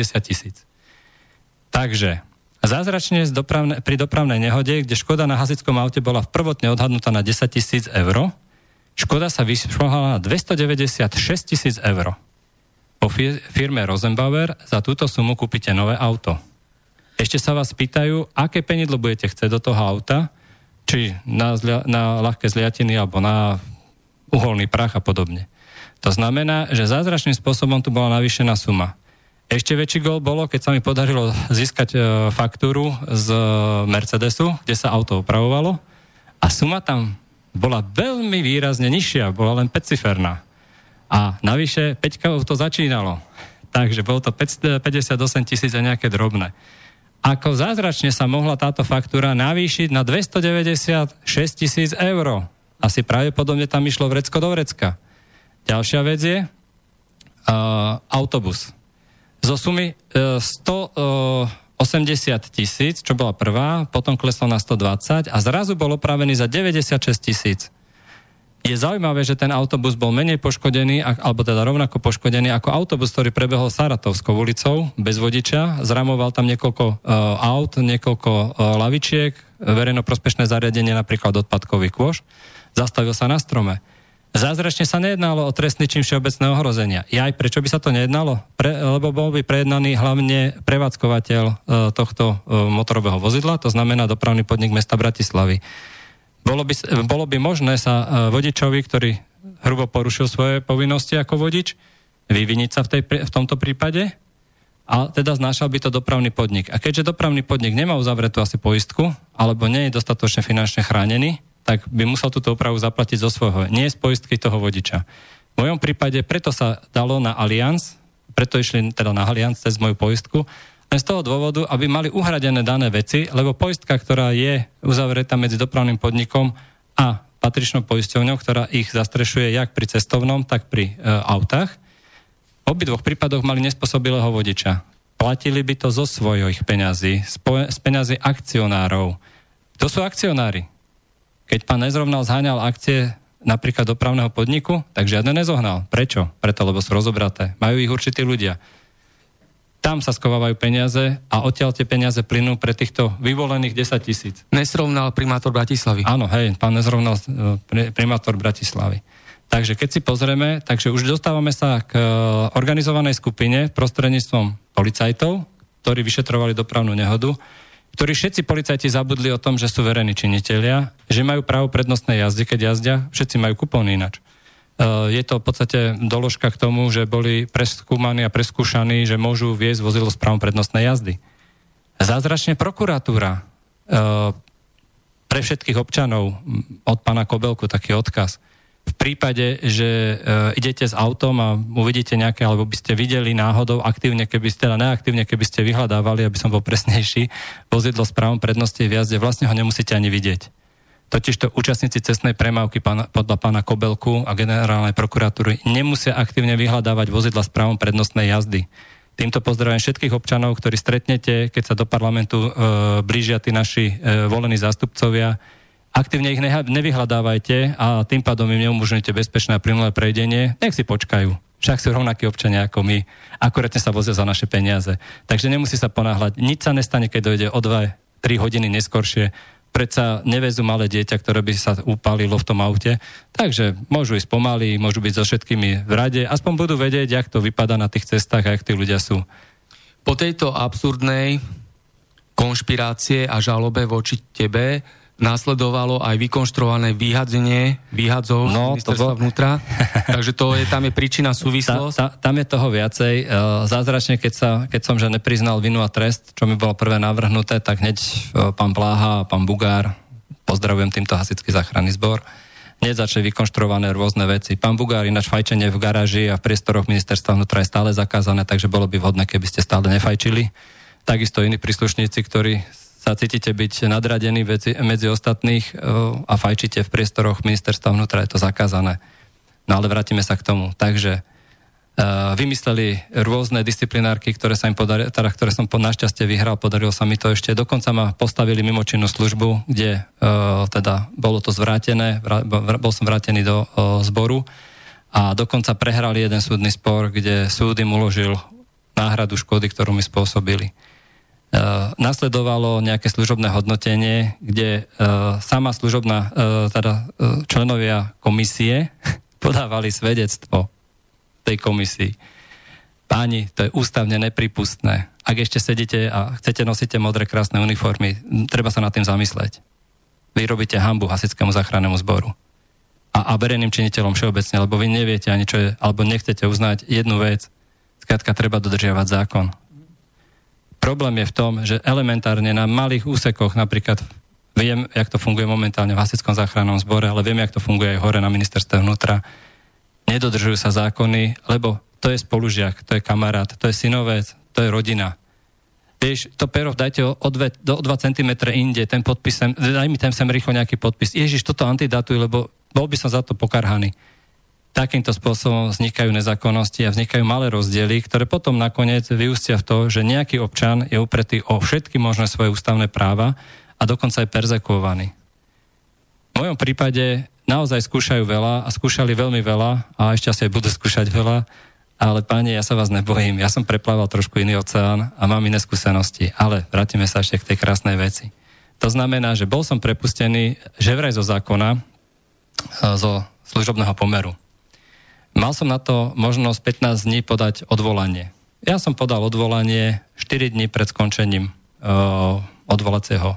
850 000. Takže zázračne pri dopravnej nehode, kde škoda na hasičskom aute bola prvotne odhadnutá na 10 000 eur, škoda sa vyšplhala na 296 000 eur. Po firme Rosenbauer za túto sumu kúpite nové auto. Ešte sa vás pýtajú, aké penidlo budete chcieť do toho auta, či na ľahké zliatiny alebo na uholný prach a podobne. To znamená, že zázračným spôsobom tu bola navýšená suma. Ešte väčší gól bolo, keď sa mi podarilo získať faktúru z Mercedesu, kde sa auto opravovalo a suma tam bola veľmi výrazne nižšia, bola len 5-ciferná. A navyše 5 to začínalo. Takže bolo to 58 000 a nejaké drobné. Ako zázračne sa mohla táto faktúra navýšiť na 296 000 eur. Asi pravdepodobne tam išlo vrecko do vrecka. Ďalšia vec je autobus. Zo sumy 180 000, čo bola prvá, potom kleslo na 120 a zrazu bol opravený za 96 000. Je zaujímavé, že ten autobus bol menej poškodený, alebo teda rovnako poškodený ako autobus, ktorý prebehol Saratovskou ulicou bez vodiča, zramoval tam niekoľko aut, niekoľko lavičiek, verejnoprospešné zariadenie, napríklad odpadkový kôš, zastavil sa na strome. Zázračne sa nejednalo o trestný čin všeobecného ohrozenia. Prečo by sa to nejednalo? Lebo bol by prejednaný hlavne prevádzkovateľ tohto motorového vozidla, to znamená dopravný podnik mesta Bratislavy. Bolo by možné sa vodičovi, ktorý hrubo porušil svoje povinnosti ako vodič, vyviniť sa v tomto prípade a teda znášal by to dopravný podnik. A keďže dopravný podnik nemá uzavretú asi poistku, alebo nie je dostatočne finančne chránený, tak by musel túto opravu zaplatiť zo svojho, nie z poistky toho vodiča. V mojom prípade preto sa dalo na Allianz, preto išli teda na Allianz cez moju poistku, len z toho dôvodu, aby mali uhradené dané veci, lebo poistka, ktorá je uzavretá medzi dopravným podnikom a patričnou poisťovňou, ktorá ich zastrešuje jak pri cestovnom, tak pri autách, v obidvoch prípadoch mali nespôsobilého vodiča. Platili by to zo svojich peňazí, z peňazí akcionárov. Kto sú akcionári? Keď pán Nezrovnal zháňal akcie napríklad dopravného podniku, tak žiadne nezohnal. Prečo? Preto, lebo sú rozobraté. Majú ich určití ľudia. Tam sa schovávajú peniaze a odtiaľ tie peniaze plynú pre týchto vyvolených 10 000. Nezrovnal primátor Bratislavy. Áno, pán Nezrovnal primátor Bratislavy. Takže keď si pozrieme, takže už dostávame sa k organizovanej skupine prostredníctvom policajtov, ktorí vyšetrovali dopravnú nehodu, ktorí všetci policajti zabudli o tom, že sú verejní činitelia, že majú právo prednostnej jazdy, keď jazdia, všetci majú kupóny ináč. Je to v podstate doložka k tomu, že boli preskúmaní a preskúšaní, že môžu viesť vozidlo s právom prednostnej jazdy. Zázračne prokuratúra pre všetkých občanov od pána Kobelku taký odkaz. V prípade, že idete s autom a uvidíte nejaké, alebo by ste videli náhodou aktívne, neaktívne, keby ste vyhľadávali, aby som bol presnejší, vozidlo s právom prednosti v jazde, vlastne ho nemusíte ani vidieť. Totižto účastníci cestnej premávky podľa pána Kobelku a generálnej prokuratúry nemusia aktívne vyhľadávať vozidla s právom prednostnej jazdy. Týmto pozdravujem všetkých občanov, ktorí stretnete, keď sa do parlamentu blížia tí naši volení zástupcovia. Aktívne ich nevyhľadávajte a tým pádom im neumožňujete bezpečné a plynulé prejdenie. Nech si počkajú. Však sú rovnakí občania ako my. Akurátne sa vozia za naše peniaze. Takže nemusí sa ponáhľať. Nič sa nestane, keď dojde o 2 3 hodiny neskoršie. Predsa nevezú malé dieťa, ktoré by sa upálilo v tom aute. Takže môžu ísť pomaly, môžu byť so všetkými v rade. Aspoň budú vedieť, jak to vypadá na tých cestách a jak tí ľudia sú. Po tejto absurdnej konšpirácie a žalobe voči tebe následovalo aj vykonštruované výhadzov ministerstva vnútra. Takže tam je príčina, súvislosť. Tam je toho viacej. Zázračne, keď som že nepriznal vinu a trest, čo mi bolo prvé navrhnuté, tak hneď pán Bláha a pán Bugár, pozdravujem týmto Hasičský záchranný zbor, hneď začali vykonštruované rôzne veci. Pán Bugár, ináč fajčenie v garáži a v priestoroch ministerstva vnútra je stále zakázané, takže bolo by vhodné, keby ste stále nefajčili. Takisto iní príslušníci, ktorí sa cítite byť nadradení medzi ostatných a fajčíte v priestoroch ministerstva vnútra, je to zakázané. No ale vrátime sa k tomu. Takže vymysleli rôzne disciplinárky, ktoré som našťastie vyhral, podarilo sa mi to ešte. Dokonca ma postavili mimočinnú službu, kde teda bolo to zvrátené, bol som vrátený do zboru a dokonca prehrali jeden súdny spor, kde súd im uložil náhradu škody, ktorú mi spôsobili. Nasledovalo nejaké služobné hodnotenie, kde sama služobná, členovia komisie podávali svedectvo tej komisii. Páni, to je ústavne nepripustné. Ak ešte sedíte a nosíte modré krásne uniformy, treba sa nad tým zamysleť. Vy robíte hanbu Hasičskému záchrannému zboru a verejným činiteľom všeobecne, lebo vy neviete ani čo je, alebo nechcete uznať jednu vec. Skrátka, treba dodržiavať zákon. Problém je v tom, že elementárne na malých úsekoch, napríklad viem, jak to funguje momentálne v Hasičskom záchrannom zbore, ale viem, jak to funguje aj hore na ministerstve vnútra, nedodržujú sa zákony, lebo to je spolužiak, to je kamarát, to je synovec, to je rodina. Vieš, to pero dajte o 2 cm inde, ten podpis daj mi tam sem rýchlo nejaký podpis. Ježiš, toto antidatuj, lebo bol by som za to pokarhaný. Takýmto spôsobom vznikajú nezákonnosti a vznikajú malé rozdiely, ktoré potom nakoniec vyústia v to, že nejaký občan je upretý o všetky možné svoje ústavné práva a dokonca aj perzekuovaný. V mojom prípade naozaj skúšajú veľa a skúšali veľmi veľa a ešte asi aj budú skúšať veľa, ale páni, ja sa vás nebojím. Ja som preplával trošku iný oceán a mám iné skúsenosti, ale vrátime sa ešte k tej krásnej veci. To znamená, že bol som prepustený že vraj zo zákona, zo služobného pomeru. Mal som na to možnosť 15 dní podať odvolanie. Ja som podal odvolanie 4 dní pred skončením odvolacieho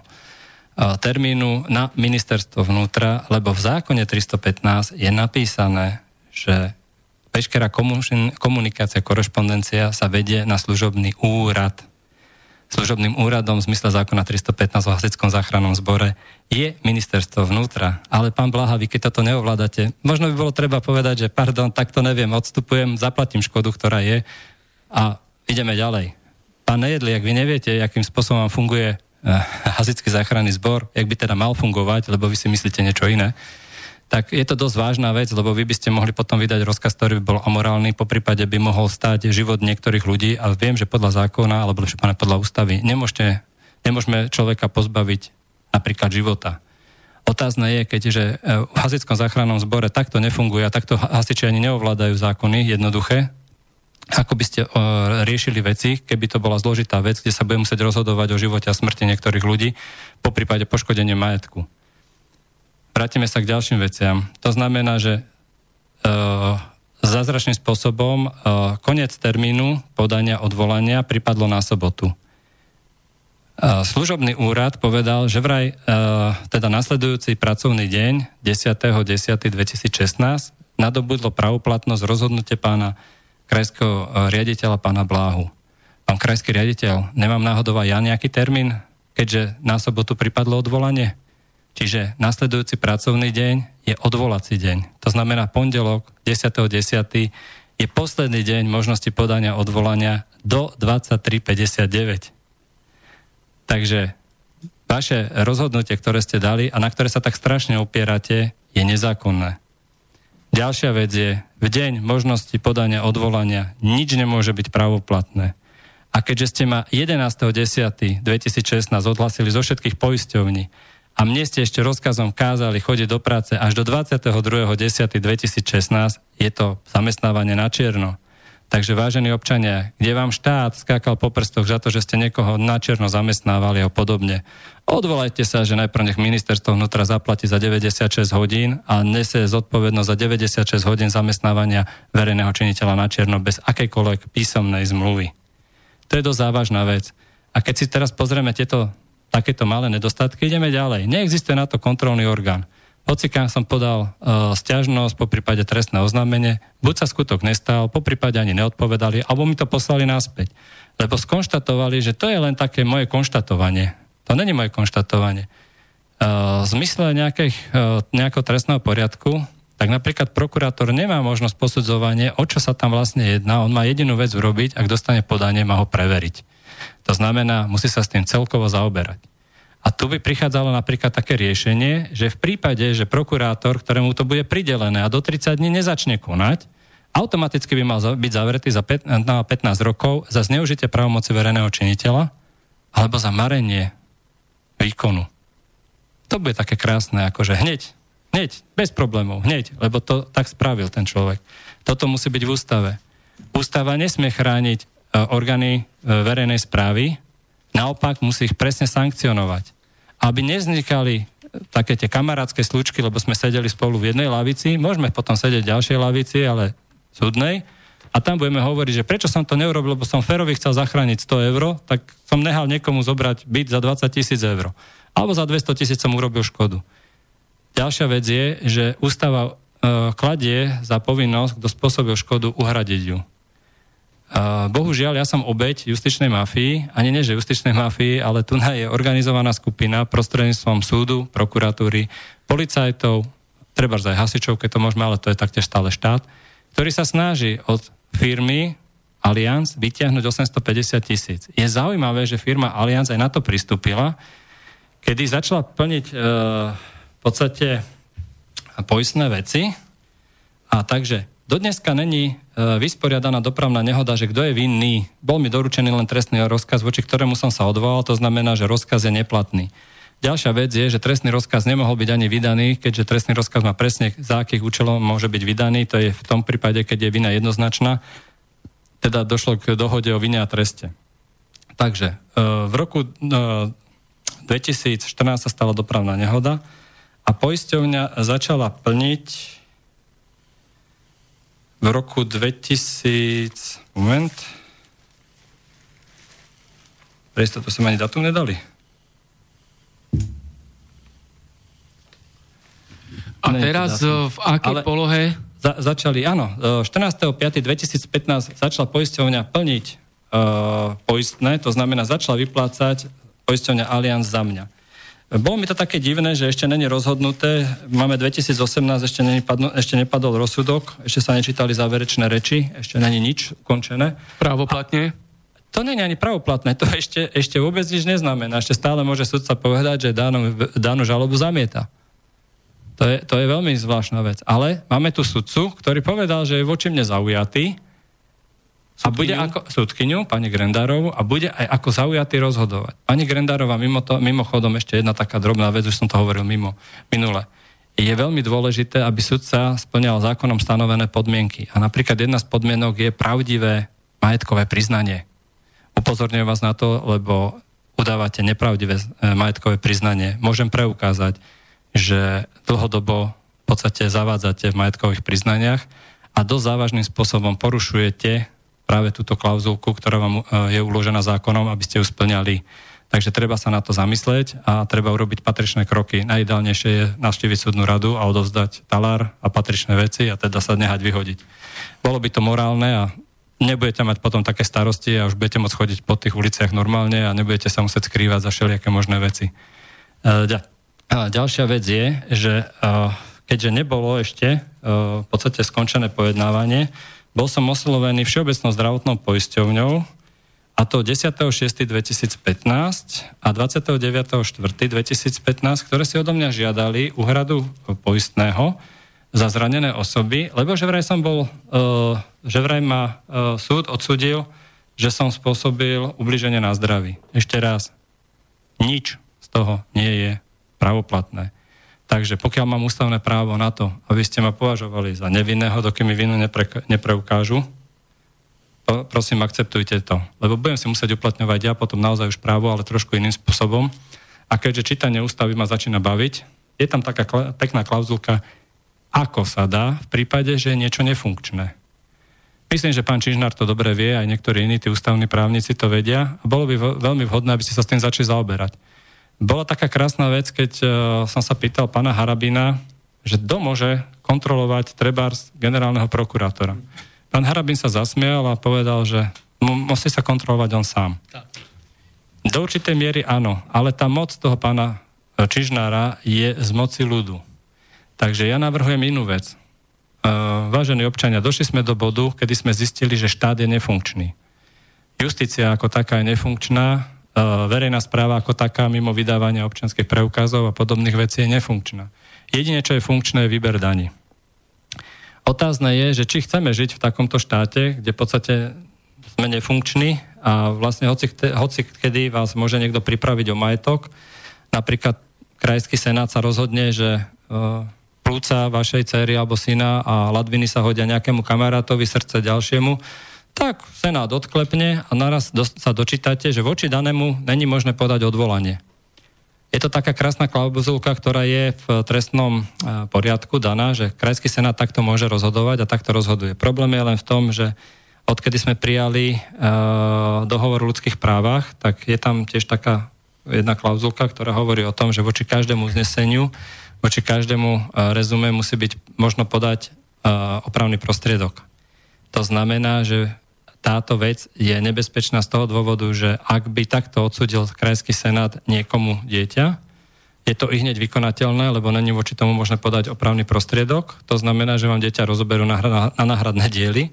termínu na ministerstvo vnútra, lebo v zákone 315 je napísané, že veškerá komunikácia, korešpondencia sa vedie na služobný úrad. Služobným úradom v zmysle zákona 315 o Hasičskom záchrannom zbore je ministerstvo vnútra. Ale pán Bláha, vy keď toto neovládate, možno by bolo treba povedať, že pardon, tak to neviem, odstupujem, zaplatím škodu, ktorá je a ideme ďalej. Pán Nejedliak, vy neviete, akým spôsobom funguje Hasičský záchranný zbor, jak by teda mal fungovať, lebo vy si myslíte niečo iné. Tak je to dosť vážna vec, lebo vy by ste mohli potom vydať rozkaz, ktorý by bol amorálny, poprípade by mohol stáť život niektorých ľudí a viem, že podľa zákona, alebo podľa ústavy, nemôžeme človeka pozbaviť napríklad života. Otázne je, keďže v Hasičskom záchrannom zbore takto nefunguje a takto hasiči ani neovládajú zákony jednoduché, ako by ste riešili veci, keby to bola zložitá vec, kde sa bude musieť rozhodovať o živote a smrti niektorých ľudí, poprípade poškodenie majetku. Vrátime sa k ďalším veciam. To znamená, že zázračným spôsobom koniec termínu podania odvolania pripadlo na sobotu. Služobný úrad povedal, že vraj teda nasledujúci pracovný deň 10.10.2016 nadobudlo pravoplatnosť rozhodnutie pána krajského riaditeľa pána Bláhu. Pán krajský riaditeľ, nemám náhodou aj ja nejaký termín, keďže na sobotu pripadlo odvolanie? Čiže nasledujúci pracovný deň je odvolací deň. To znamená pondelok 10.10. je posledný deň možnosti podania odvolania do 23.59. Takže vaše rozhodnutie, ktoré ste dali a na ktoré sa tak strašne opierate, je nezákonné. Ďalšia vec je, v deň možnosti podania odvolania nič nemôže byť pravoplatné. A keďže ste ma 11.10.2016 odhlasili zo všetkých poisťovní a mne ste ešte rozkazom kázali chodiť do práce až do 22.10.2016, je to zamestnávanie na čierno. Takže vážení občania, kde vám štát skákal po prstoch za to, že ste niekoho načerno zamestnávali a podobne, odvolajte sa, že najprv nech ministerstvo vnútra zaplatí za 96 hodín a nesie zodpovednosť za 96 hodín zamestnávania verejného činiteľa načerno bez akejkoľvek písomnej zmluvy. To je dosť závažná vec. A keď si teraz pozrieme takéto malé nedostatky, ideme ďalej. Neexistuje na to kontrolný orgán. Hocikám som podal sťažnosť, poprípade trestné oznámenie, buď sa skutok nestal, poprípade ani neodpovedali, alebo mi to poslali naspäť. Lebo skonštatovali, že to je len také moje konštatovanie. To není moje konštatovanie. V zmysle nejakého trestného poriadku, tak napríklad prokurátor nemá možnosť posudzovanie, o čo sa tam vlastne jedná. On má jedinú vec urobiť, ak dostane podanie, má ho preveriť. To znamená, musí sa s tým celkovo zaoberať. A tu by prichádzalo napríklad také riešenie, že v prípade, že prokurátor, ktorému to bude pridelené a do 30 dní nezačne konať, automaticky by mal byť zavretý na 15 rokov za zneužitie právomoci verejného činiteľa alebo za marenie výkonu. To bude také krásne, akože hneď, bez problémov, hneď, lebo to tak spravil ten človek. Toto musí byť v ústave. Ústava nesmie chrániť orgány verejnej správy, naopak musí ich presne sankcionovať. Aby nevznikali také tie kamarátske slučky, lebo sme sedeli spolu v jednej lavici, môžeme potom sedieť v ďalšej lavici, ale súdnej, a tam budeme hovoriť, že prečo som to neurobil, lebo som Ferovi chcel zachrániť 100 eur, tak som nehal niekomu zobrať byt za 20 000 eur. Alebo za 200 000 som urobil škodu. Ďalšia vec je, že ústava kladie za povinnosť, kto spôsobil škodu, uhradiť ju. Bohužiaľ, ja som obeť justičnej mafii, ani nie, že justičnej mafii, ale tu je organizovaná skupina prostredníctvom súdu, prokuratúry, policajtov, trebárs aj hasičov, keď to môžeme, ale to je taktiež stále štát, ktorý sa snaží od firmy Allianz vytiahnuť 850 000. Je zaujímavé, že firma Allianz aj na to pristúpila, kedy začala plniť v podstate poistné veci a takže dodneska není vysporiadaná dopravná nehoda, že kto je vinný. Bol mi doručený len trestný rozkaz, voči ktorému som sa odvolal, to znamená, že rozkaz je neplatný. Ďalšia vec je, že trestný rozkaz nemohol byť ani vydaný, keďže trestný rozkaz má presne za akých účelov môže byť vydaný, to je v tom prípade, keď je vina jednoznačná, teda došlo k dohode o vine a treste. Takže v roku 2014 sa stala dopravná nehoda a poisťovňa začala plniť v roku 2000... Moment. Pre istotu som ani datum nedali. A teraz v akej polohe? Začali, áno. 14.5.2015 začala poisťovňa plniť poistné, to znamená začala vyplácať poisťovňa Allianz za mňa. Bolo mi to také divné, že ešte není rozhodnuté. Máme 2018, ešte nepadol rozsudok, ešte sa nečítali záverečné reči, ešte není nič ukončené. Právoplatne? To není ani pravoplatné, to ešte vôbec nič neznamená. Ešte stále môže sudca povedať, že danú žalobu zamieta. To je veľmi zvláštna vec. Ale máme tu sudcu, ktorý povedal, že je voči mne zaujatý a bude ako súdkyňu, pani Grendárovú, a bude aj ako zaujatý rozhodovať. Pani Grendárová, mimochodom ešte jedna taká drobná vec, už som to hovoril minule. Je veľmi dôležité, aby sudca spĺňal zákonom stanovené podmienky. A napríklad jedna z podmienok je pravdivé majetkové priznanie. Upozorňujem vás na to, lebo udávate nepravdivé majetkové priznanie. Môžem preukázať, že dlhodobo v podstate zavádzate v majetkových priznaniach a dosť závažným spôsobom porušujete práve túto klauzulku, ktorá vám je uložená zákonom, aby ste ju splňali. Takže treba sa na to zamyslieť a treba urobiť patričné kroky. Najideálnejšie je navštíviť súdnu radu a odovzdať talár a patričné veci a teda sa nehať vyhodiť. Bolo by to morálne a nebudete mať potom také starosti a už budete môcť chodiť po tých uliciach normálne a nebudete sa musieť skrývať za všelijaké možné veci. Ďalšia vec je, že keďže nebolo ešte v podstate skončené pojednávanie, bol som oslovený Všeobecnou zdravotnou poisťovňou a to 10.6.2015 a 29.4.2015, ktoré si odo mňa žiadali úhradu poistného za zranené osoby, lebo že vraj ma súd odsúdil, že som spôsobil ubliženie na zdraví. Ešte raz, nič z toho nie je pravoplatné. Takže pokiaľ mám ústavné právo na to, aby ste ma považovali za nevinného, dokým mi vinu nepreukážu, prosím, akceptujte to. Lebo budem si musieť uplatňovať ja potom naozaj už právo, ale trošku iným spôsobom. A keďže čítanie ústavy ma začína baviť, je tam taká pekná klauzulka, ako sa dá v prípade, že je niečo nefunkčné. Myslím, že pán Čižnár to dobre vie, aj niektorí iní, tí ústavní právnici to vedia. A bolo by veľmi vhodné, aby ste sa s tým začali zaoberať. Bola taká krásna vec, keď som sa pýtal pána Harabina, že kto môže kontrolovať trebárs generálneho prokurátora. Pán Harabin sa zasmial a povedal, že musí sa kontrolovať on sám. Tak. Do určitej miery áno, ale tá moc toho pána Čižnára je z moci ľudu. Takže ja navrhujem inú vec. Vážení občania, došli sme do bodu, kedy sme zistili, že štát je nefunkčný. Justícia ako taká je nefunkčná, verejná správa ako taká mimo vydávania občianskych preukazov a podobných vecí je nefunkčná. Jedine, čo je funkčné, je výber daní. Otázne je, že či chceme žiť v takomto štáte, kde v podstate sme nefunkční a vlastne hoci kedy vás môže niekto pripraviť o majetok. Napríklad krajský senát sa rozhodne, že plúca vašej dcery alebo syna a ladviny sa hodia nejakému kamarátovi, srdce ďalšiemu, tak senát odklepne a naraz sa dočítate, že voči danému není možné podať odvolanie. Je to taká krásna klauzulka, ktorá je v trestnom poriadku daná, že krajský senát takto môže rozhodovať a takto rozhoduje. Problém je len v tom, že odkedy sme prijali dohovor o ľudských právach, tak je tam tiež taká jedna klauzulka, ktorá hovorí o tom, že voči každému uzneseniu, voči každému rezume musí byť možno podať opravný prostriedok. To znamená, že táto vec je nebezpečná z toho dôvodu, že ak by takto odsúdil krajský senát niekomu dieťa, je to ihneď vykonateľné, lebo není voči tomu možné podať opravný prostriedok. To znamená, že vám dieťa rozoberú na náhradné diely.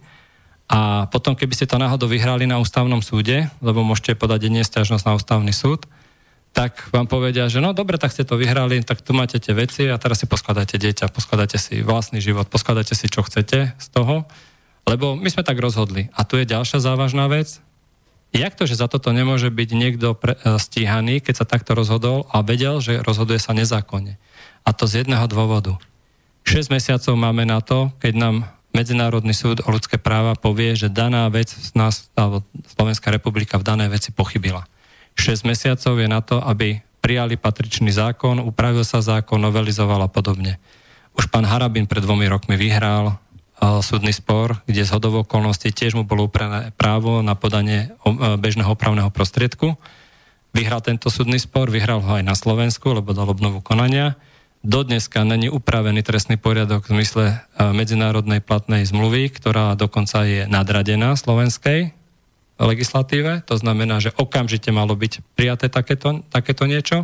A potom, keby ste to náhodou vyhrali na ústavnom súde, lebo môžete podať sťažnosť na ústavný súd, tak vám povedia, že no dobre, tak ste to vyhrali, tak tu máte tie veci a teraz si poskladajte dieťa, poskladajte si vlastný život, poskladajte si, čo chcete z toho, lebo my sme tak rozhodli. A tu je ďalšia závažná vec. Jak to, že za toto nemôže byť niekto stíhaný, keď sa takto rozhodol a vedel, že rozhoduje sa nezákonne? A to z jedného dôvodu. 6 mesiacov máme na to, keď nám Medzinárodný súd o ľudské práva povie, že daná vec Slovenská republika v danej veci pochybila. 6 mesiacov je na to, aby prijali patričný zákon, upravil sa zákon, novelizoval a podobne. Už pán Harabin pred 2 rokmi vyhral súdny spor, kde z hodou okolností tiež mu bolo upravené právo na podanie bežného opravného prostriedku. Vyhral tento súdny spor, vyhral ho aj na Slovensku, lebo dal obnovu konania. Dodneska není upravený trestný poriadok v zmysle medzinárodnej platnej zmluvy, ktorá dokonca je nadradená slovenskej legislatíve. To znamená, že okamžite malo byť prijaté takéto niečo.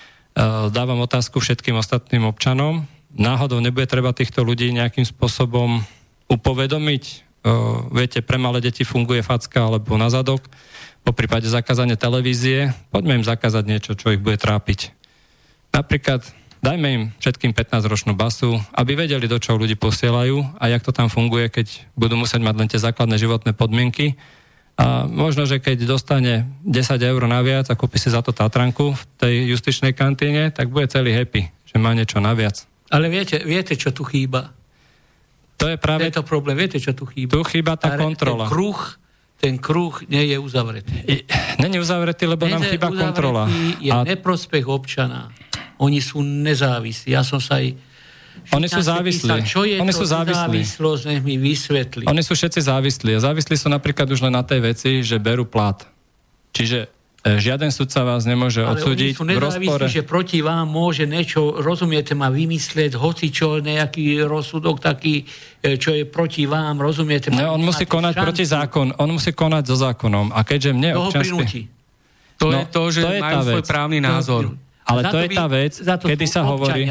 Dávam otázku všetkým ostatným občanom. Náhodou nebude treba týchto ľudí nejakým spôsobom upovedomiť? Viete, pre malé deti funguje facka alebo na zadok. Po prípade zakázania televízie, poďme im zakázať niečo, čo ich bude trápiť. Napríklad dajme im všetkým 15-ročnú basu, aby vedeli, do čoho ľudí posielajú a jak to tam funguje, keď budú musieť mať len tie základné životné podmienky. A možno, že keď dostane 10 eur naviac a kúpi si za to Tatranku v tej justičnej kantíne, tak bude celý happy, že má niečo naviac. Ale viete, čo tu chýba? To je práve... To problém, viete, čo tu chýba? Tu chýba tá kontrola. Ten kruh nie je uzavretý. Není uzavretý, lebo nám chýba kontrola. Je neprospech občana. Oni sú nezávislí. Ja som sa aj... Oni sú závislí. Čo je to závislosť, nech mi vysvetlí. Oni sú všetci závislí. A závislí sú napríklad už len na tej veci, že berú plat. Čiže žiaden sudca vás nemôže odsúdiť v rozpore. Ale oni sú nezávislí, že proti vám môže niečo, rozumiete ma, vymyslieť hocičo, nejaký rozsudok taký, čo je proti vám, rozumiete ma. No, on musí konať proti zákon. On musí konať so zákonom. A keďže mne občiansky... To je to, že majú svoj právny názor. Ale to je tá vec, kedy sa hovorí...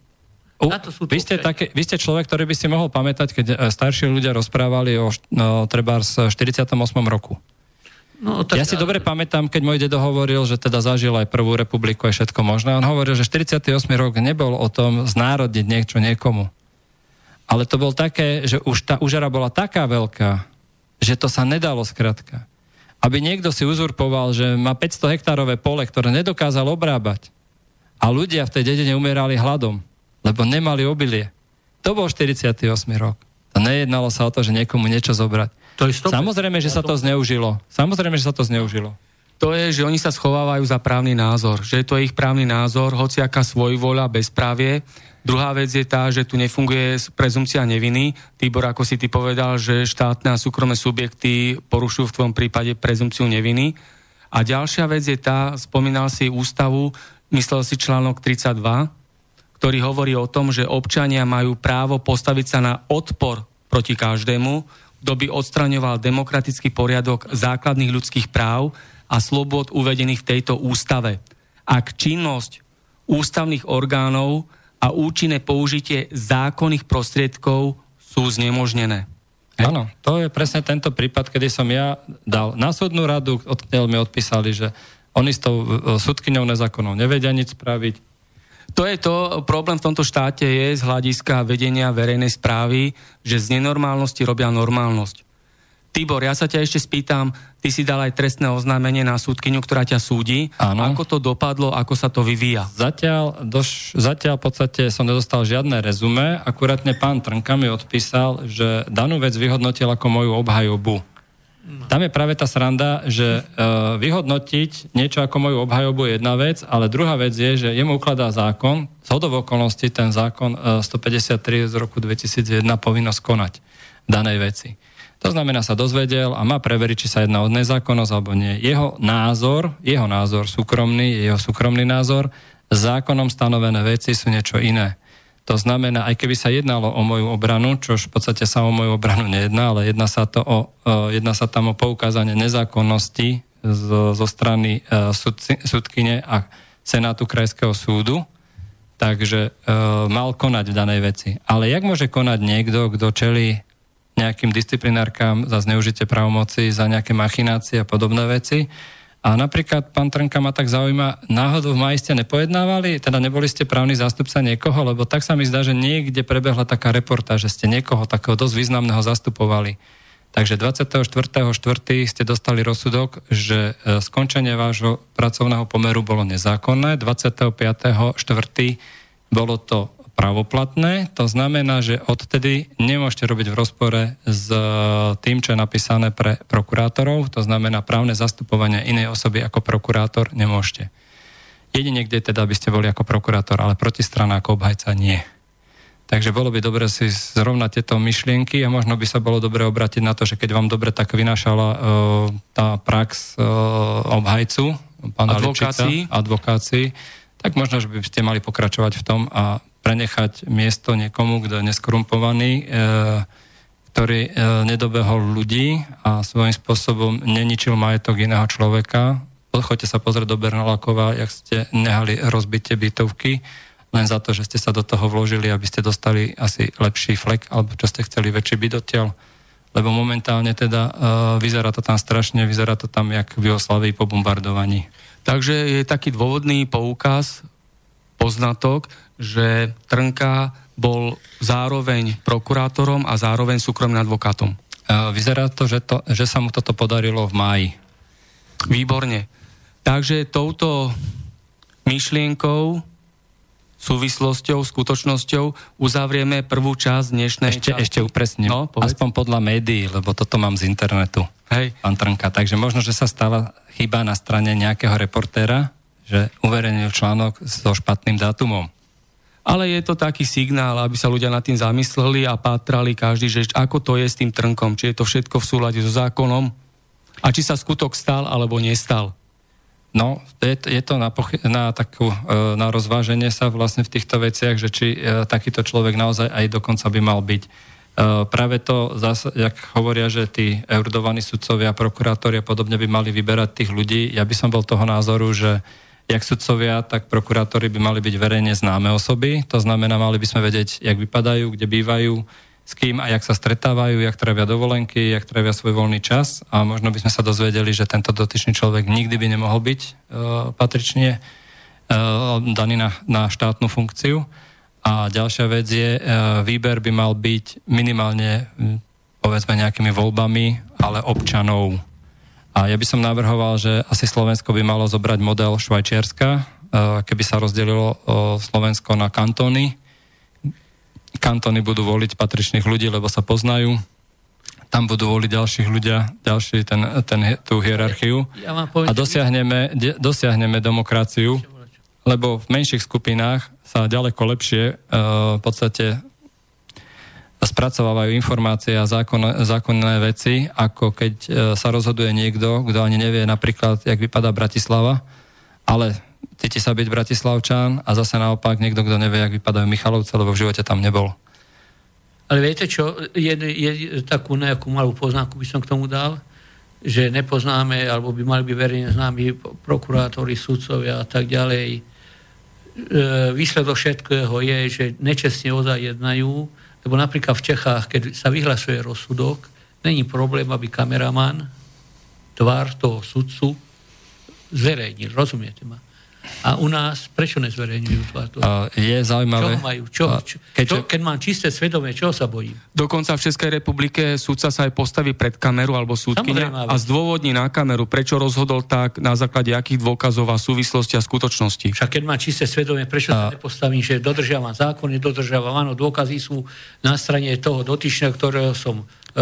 Vy ste človek, ktorý by si mohol pamätať, keď starší ľudia rozprávali o trebárs 48. roku. No, ja si dobre pamätám, keď môj dedo hovoril, že teda zažil aj prvú republiku, aj všetko možné. On hovoril, že 48. rok nebol o tom znárodniť niečo niekomu. Ale to bol také, že už tá úžara bola taká veľká, že to sa nedalo skrátka. Aby niekto si uzurpoval, že má 500 hektárové pole, ktoré nedokázal obrábať. A ľudia v tej dedine umierali hladom, lebo nemali obilie. To bol 48. rok. To nejednalo sa o to, že niekomu niečo zobrať. Samozrejme, že sa to zneužilo. To je, že oni sa schovávajú za právny názor. Že to je ich právny názor, hociaká svojvoľa, bezprávie. Druhá vec je tá, že tu nefunguje prezumpcia neviny. Tibor, ako si ty povedal, že štátne a súkromné subjekty porušujú v tvojom prípade prezumpciu neviny. A ďalšia vec je tá, spomínal si ústavu, myslel si článok 32, ktorý hovorí o tom, že občania majú právo postaviť sa na odpor proti každému, kto by odstraňoval demokratický poriadok základných ľudských práv a slobod uvedených v tejto ústave. Ak činnosť ústavných orgánov a účinné použitie zákonných prostriedkov sú znemožnené. Áno, to je presne tento prípad, kedy som ja dal na súdnu radu, odtiaľ mi odpísali, že oni s tou súdkyňou nezákonnou nevedia nič spraviť. To je to, problém v tomto štáte je z hľadiska vedenia verejnej správy, že z nenormálnosti robia normálnosť. Tibor, ja sa ťa ešte spýtam, ty si dal aj trestné oznámenie na súdkyňu, ktorá ťa súdi. Áno. Ako to dopadlo, ako sa to vyvíja? Zatiaľ v podstate som nedostal žiadne rezume, akurátne pán Trnka mi odpísal, že danú vec vyhodnotil ako moju obhajobu. Tam je práve tá sranda, že vyhodnotiť niečo ako moju obhajobu je jedna vec, ale druhá vec je, že jemu ukladá zákon, zhodou okolností ten zákon 153 z roku 2001 povinnosť konať danej veci. To znamená, sa dozvedel a má preveriť, či sa jedná o nezákonnosť alebo nie. Jeho názor súkromný, jeho súkromný názor, zákonom stanovené veci sú niečo iné. To znamená, aj keby sa jednalo o moju obranu, čož v podstate sa o moju obranu nejedná, ale jedná sa tam o poukázanie nezákonnosti zo strany sudkyne a Senátu Krajského súdu, takže mal konať v danej veci. Ale jak môže konať niekto, kto čelí nejakým disciplinárkám za zneužitie právomoci, za nejaké machinácie a podobné veci? A napríklad, pán Trnka, ma tak zaujíma, náhodou v máji ste nepojednávali, teda neboli ste právny zástupca niekoho, lebo tak sa mi zdá, že niekde prebehla taká reportáž, že ste niekoho takého dosť významného zastupovali. Takže 24.4. ste dostali rozsudok, že skončenie vášho pracovného pomeru bolo nezákonné, 25.4. bolo to pravoplatné, to znamená, že odtedy nemôžete robiť v rozpore s tým, čo je napísané pre prokurátorov, to znamená právne zastupovanie inej osoby ako prokurátor nemôžete. Jedine kde teda by ste boli ako prokurátor, ale protistrana ako obhajca nie. Takže bolo by dobre si zrovnať tieto myšlienky a možno by sa bolo dobre obrátiť na to, že keď vám dobre tak vynášala tá prax obhajcu, pána Lipšica, advokácii, tak možno, že by ste mali pokračovať v tom a prenechať miesto niekomu, kto je neskorumpovaný, ktorý nedobehol ľudí a svojím spôsobom neničil majetok iného človeka. Choďte sa pozrieť do Bernalákova, jak ste nehali rozbiť tie bytovky, len za to, že ste sa do toho vložili, aby ste dostali asi lepší flek, alebo čo ste chceli, väčší byt odtiaľ. Lebo momentálne teda vyzerá to tam strašne, vyzerá to tam jak v Juhoslavii po bombardovaní. Takže je taký dôvodný poukaz, poznatok, že Trnka bol zároveň prokurátorom a zároveň súkromným advokátom. Vyzerá to, že sa mu toto podarilo v máji. Výborne. Takže touto myšlienkou, súvislosťou, skutočnosťou uzavrieme prvú časť dnešnej časti. Ešte upresním. No, aspoň podľa médií, lebo toto mám z internetu. Hej. Pán Trnka. Takže možno, že sa stala chyba na strane nejakého reportéra, že uverejnil článok so špatným dátumom. Ale je to taký signál, aby sa ľudia nad tým zamysleli a pátrali každý, že ako to je s tým Trnkom, či je to všetko v súlade so zákonom a či sa skutok stal alebo nestal. No, je to na rozváženie sa vlastne v týchto veciach, že či takýto človek naozaj aj dokonca by mal byť. Práve to, jak hovoria, že tí erudovaní sudcovia, prokurátori a podobne by mali vyberať tých ľudí. Ja by som bol toho názoru, že jak sudcovia, tak prokurátori by mali byť verejne známe osoby. To znamená, mali by sme vedieť, jak vypadajú, kde bývajú, s kým a jak sa stretávajú, jak trávia dovolenky, jak trávia svoj voľný čas a možno by sme sa dozvedeli, že tento dotyčný človek nikdy by nemohol byť patrične daný na štátnu funkciu. A ďalšia vec je, výber by mal byť minimálne, povedzme, nejakými voľbami, ale občanov. A ja by som navrhoval, že asi Slovensko by malo zobrať model Švajčiarska, keby sa rozdelilo Slovensko na kantóny, kantóny budú voliť patričných ľudí, lebo sa poznajú. Tam budú voliť ďalších ľudia, tú hierarchiu. A dosiahneme demokraciu, lebo v menších skupinách sa ďaleko lepšie v podstate spracovávajú informácie a zákonné veci, ako keď sa rozhoduje niekto, kto ani nevie napríklad, jak vypadá Bratislava, ale cíti sa byť Bratislavčan a zase naopak niekto, kto nevie, jak vypadajú Michalovce, lebo v živote tam nebol. Ale viete čo, je takú nejakú malú poznámku by som k tomu dal, že nepoznáme, alebo by mali byť verejne známi prokurátori, sudcovia a tak ďalej. Výsledok všetkého je, že nečestne ozaj jednajú, lebo napríklad v Čechách, keď sa vyhlasuje rozsudok, není problém, aby kameraman tvár toho sudcu zverejnil, rozumiete ma? A u nás, prečo nezverejňujú tvár toho? Je zaujímavé. Čo majú? Keď mám čisté svedomie, čoho sa bojím? Dokonca v Českej republike sudca sa aj postaví pred kameru alebo súdkyňa a zdôvodní na kameru, prečo rozhodol tak, na základe akých dôkazov a súvislosti a skutočnosti. Však keď mám čisté svedomie, prečo sa nepostavím, že dodržiavam zákony, áno, dôkazy sú na strane toho dotyčného, ktorého som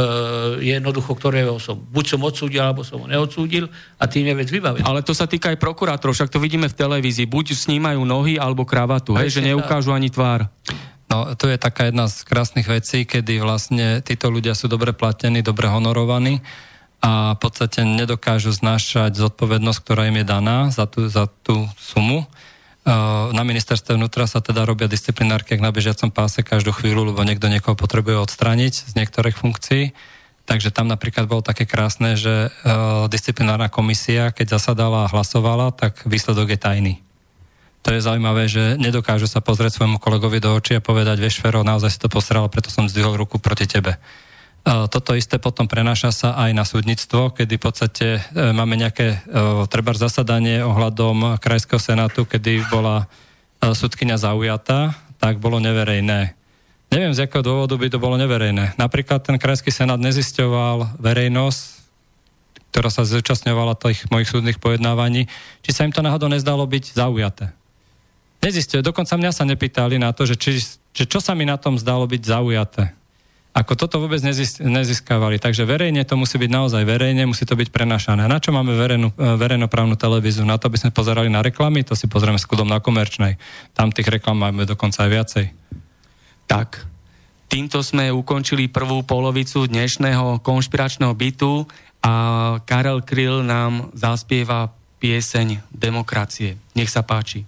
ktorého buď som odsúdil, alebo som ho neodsúdil a tým je vec vybavená. Ale to sa týka aj prokurátorov, však to vidíme v televízii, buď snímajú nohy alebo kravatu, že neukážu ani tvár. No, to je taká jedna z krásnych vecí, kedy vlastne títo ľudia sú dobre platení, dobre honorovaní a v podstate nedokážu znášať zodpovednosť, ktorá im je daná za tú sumu. Na ministerstve vnútra sa teda robia disciplinárky jak na bežiacom páse každú chvíľu, lebo niekto niekoho potrebuje odstrániť z niektorých funkcií. Takže tam napríklad bolo také krásne, že disciplinárna komisia, keď zasadala a hlasovala, tak výsledok je tajný. To je zaujímavé, že nedokážu sa pozrieť svojmu kolegovi do očí a povedať, vieš, Fero, naozaj si to postaral, preto som zdvihol ruku proti tebe. Toto isté potom prenáša sa aj na súdnictvo, kedy v podstate máme nejaké trebárs zasadanie ohľadom Krajského senátu, kedy bola sudkyňa zaujatá, tak bolo neverejné. Neviem, z akého dôvodu by to bolo neverejné. Napríklad ten Krajský senát nezisťoval verejnosť, ktorá sa zúčastňovala tých mojich súdnych pojednávaní, či sa im to náhodou nezdalo byť zaujaté. Nezisťujú, dokonca mňa sa nepýtali na to, že čo sa mi na tom zdalo byť zaujaté. Ako toto vôbec nezískavali. Takže verejne to musí byť naozaj verejne, musí to byť prenášané. Na čo máme verejnoprávnu televíziu? Na to by sme pozerali na reklamy, to si pozrieme s kľudom na Komerčnej. Tam tých reklam máme dokonca aj viacej. Tak, týmto sme ukončili prvú polovicu dnešného konšpiračného bytu a Karel Kryl nám zaspieva pieseň Demokracie. Nech sa páči.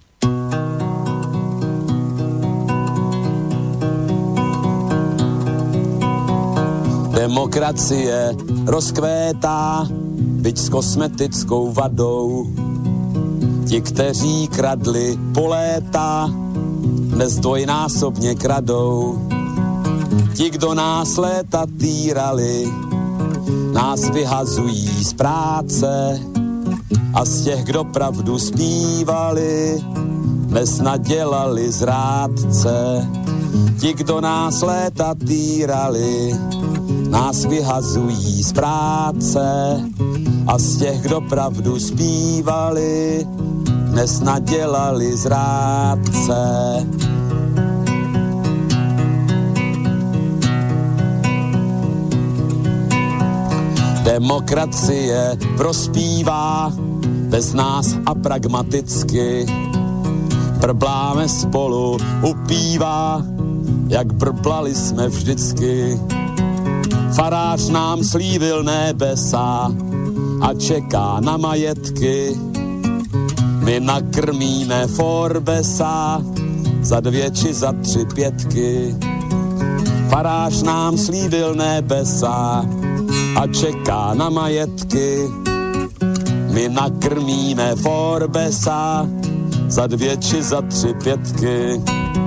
Demokracie rozkvétá, byť s kosmetickou vadou. Ti, kteří kradli po léta, dnes dvojnásobně kradou. Ti, kdo nás léta týrali, nás vyhazují z práce a z těch, kdo pravdu zpívali, dnes nadělali zrádce. Ti, kdo nás léta týrali, nás vyhazují z práce a z těch, kdo pravdu zpívali, dnes nadělali zrádce. Demokracie prospívá bez nás a pragmaticky. Brbláme spolu u píva, jak brblali jsme vždycky. Farář nám slíbil nebesa a čeká na majetky. My nakrmíme Forbesa za 2 či za 3 pětky. Farář nám slíbil nebesa a čeká na majetky. My nakrmíme Forbesa za 2 či za 3 pětky.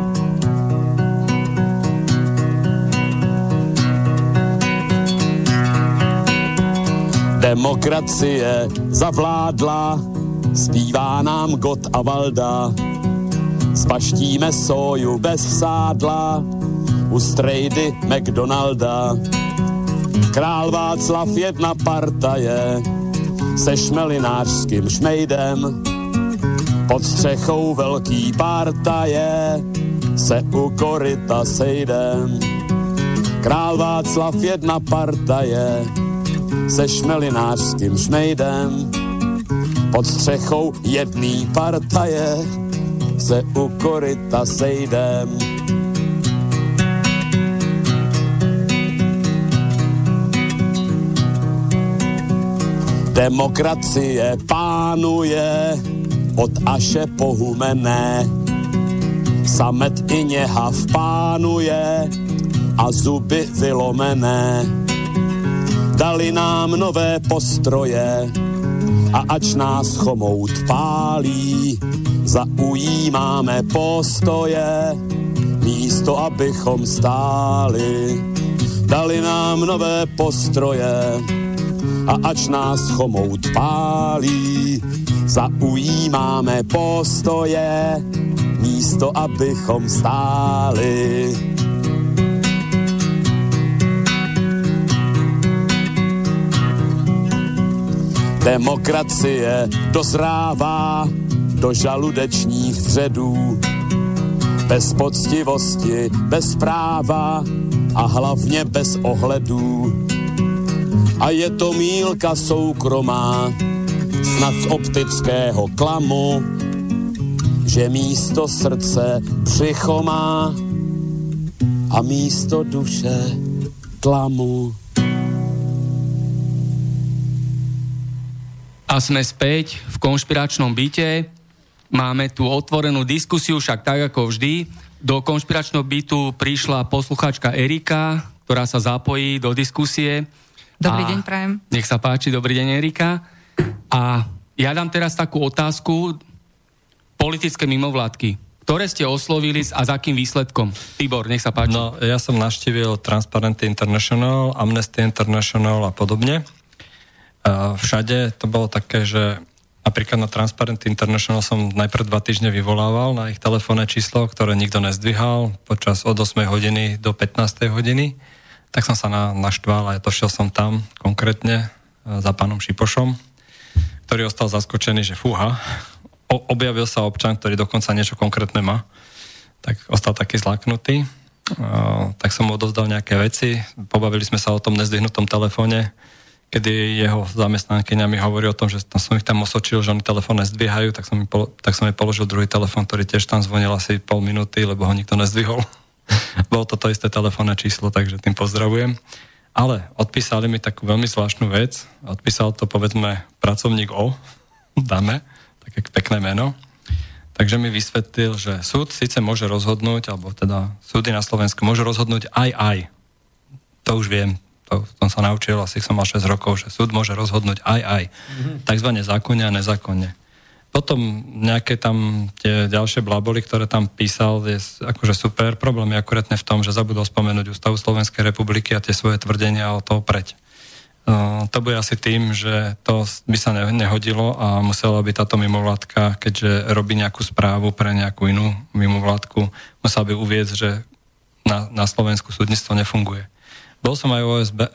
Demokracie zavládla, zpívá nám Gott a Valda. Spaštíme soju bez sádla u strejdy McDonalda. Král Václav jedna partaje se šmelinářským šmejdem. Pod střechou velký partaje se u koryta sejdem. Král Václav jedna partaje se šmelinářským šmejdem. Pod střechou jedný partaje se u koryta sejdem. Demokracie pánuje od Aše po Humenné. Samet i Něhav pánuje a zuby vylomené. Dali nám nové postroje a ač nás chomout pálí, zaujímáme postoje, místo abychom stáli. Dali nám nové postroje a ač nás chomout pálí, zaujímáme postoje, místo abychom stáli. Demokracie dozrává do žaludečních vředů, bez poctivosti, bez práva a hlavně bez ohledů. A je to mýlka soukromá, snad z optického klamu, že místo srdce břicho má a místo duše tlamu. A sme späť v konšpiračnom byte. Máme tu otvorenú diskusiu, však tak ako vždy. Do konšpiračného bytu prišla posluchačka Erika, ktorá sa zapojí do diskusie. Dobrý deň, prajem. Nech sa páči, dobrý deň, Erika. A ja dám teraz takú otázku. Politické mimovládky, ktoré ste oslovili a s akým výsledkom? Tibor, nech sa páči. No, ja som navštívil Transparency International, Amnesty International a podobne. Všade to bolo také, že napríklad na Transparency International som najprv 2 týždne vyvolával na ich telefónne číslo, ktoré nikto nezdvihal počas od 8 hodiny do 15 hodiny. Tak som sa naštval a došiel som tam konkrétne za pánom Šipošom, ktorý ostal zaskočený, že fúha. Objavil sa občan, ktorý dokonca niečo konkrétne má. Tak ostal taký zláknutý. Tak som mu odovzdal nejaké veci. Pobavili sme sa o tom nezdvihnutom telefóne, kedy jeho zamestnankyňa mi hovorí o tom, že som ich tam osočil, že oni telefón nezdvíhajú, tak som mi položil druhý telefón, ktorý tiež tam zvonil asi pol minúty, lebo ho nikto nezdvihol. Bolo to isté telefónne číslo, takže tým pozdravujem. Ale odpísali mi takú veľmi zvláštnu vec. Odpísal to, povedzme, pracovník O, dáme, také pekné meno. Takže mi vysvetlil, že súd síce môže rozhodnúť, alebo teda súdy na Slovensku môžu rozhodnúť aj. To už viem. To som sa naučil, asi som mal 6 rokov, že súd môže rozhodnúť aj. Takzvané zákonne a nezákonne. Potom nejaké tam tie ďalšie bláboli, ktoré tam písal, je akože super. Problém je akurátne v tom, že zabudol spomenúť Ústavu Slovenskej republiky a tie svoje tvrdenia o to opreť. To bude asi tým, že to by sa nehodilo a musela by táto mimovládka, keďže robí nejakú správu pre nejakú inú mimovládku, musela by uviesť, že na Slovensku súdnictvo nefunguje. Bol som aj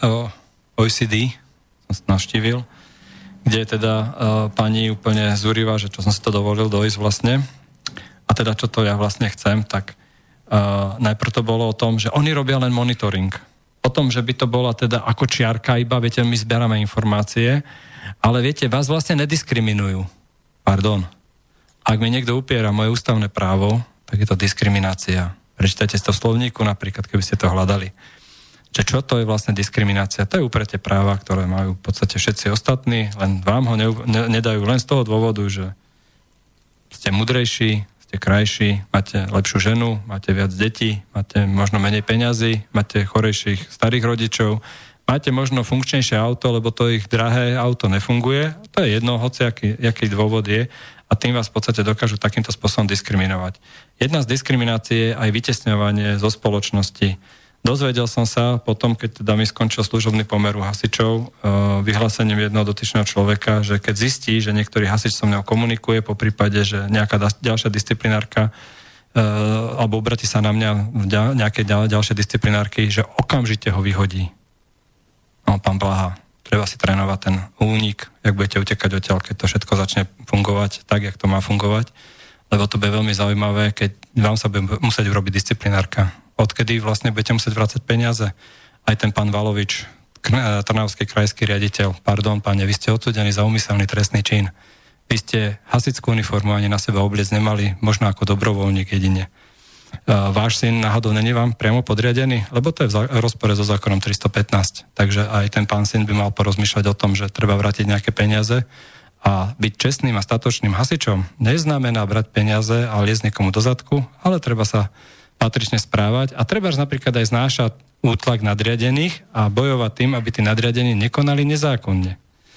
OECD, som navštívil, kde je teda pani úplne zúrivá, že čo som si to dovolil dojsť vlastne. A teda čo to ja vlastne chcem, tak najprv to bolo o tom, že oni robia len monitoring. O tom, že by to bola teda ako čiarka iba, viete, my zberáme informácie, ale viete, vás vlastne nediskriminujú. Pardon. Ak mi niekto upiera moje ústavné právo, tak je to diskriminácia. Prečítajte si to v slovníku napríklad, keby ste to hľadali. Čo to je vlastne diskriminácia? To je upretie práva, ktoré majú v podstate všetci ostatní, len vám ho nedajú len z toho dôvodu, že ste mudrejší, ste krajší, máte lepšiu ženu, máte viac detí, máte možno menej peňazí, máte chorejších starých rodičov, máte možno funkčnejšie auto, lebo to ich drahé auto nefunguje. To je jedno, hoci aký dôvod je, a tým vás v podstate dokážu takýmto spôsobom diskriminovať. Jedna z diskriminácií je aj vytesňovanie zo spoločnosti. Dozvedel som sa potom, keď teda mi skončil služobný pomer u hasičov, vyhlásením jedného dotyčného človeka, že keď zistí, že niektorý hasič so mnou komunikuje, po prípade, že nejaká ďalšia disciplinárka alebo obratí sa na mňa v nejakej ďalšej disciplinárky, že okamžite ho vyhodí. No, pán Blaha, treba si trénovať ten únik, jak budete utekať odtiaľ, keď to všetko začne fungovať tak, jak to má fungovať. lebo to bude veľmi zaujímavé, keď vám sa bude musieť urobiť disciplinárka. Odkedy vlastne budete musieť vrácať peniaze. Aj ten pán Valovič, trnavský krajský riaditeľ, pardon, páne, vy ste odsúdení za úmyselný trestný čin. Vy ste hasičskú uniformu ani na seba obliec nemali, možno ako dobrovoľník jedine. Váš syn náhodou není vám priamo podriadený? Lebo to je v rozpore so zákonom 315. Takže aj ten pán syn by mal porozmýšľať o tom, že treba vrátiť nejaké peniaze a byť čestným a statočným hasičom neznamená brať peniaze a liesť niekomu do zadku, ale treba sa patrične správať a treba napríklad aj znášať útlak nadriadených a bojovať tým, aby tí nadriadení nekonali nezákonne.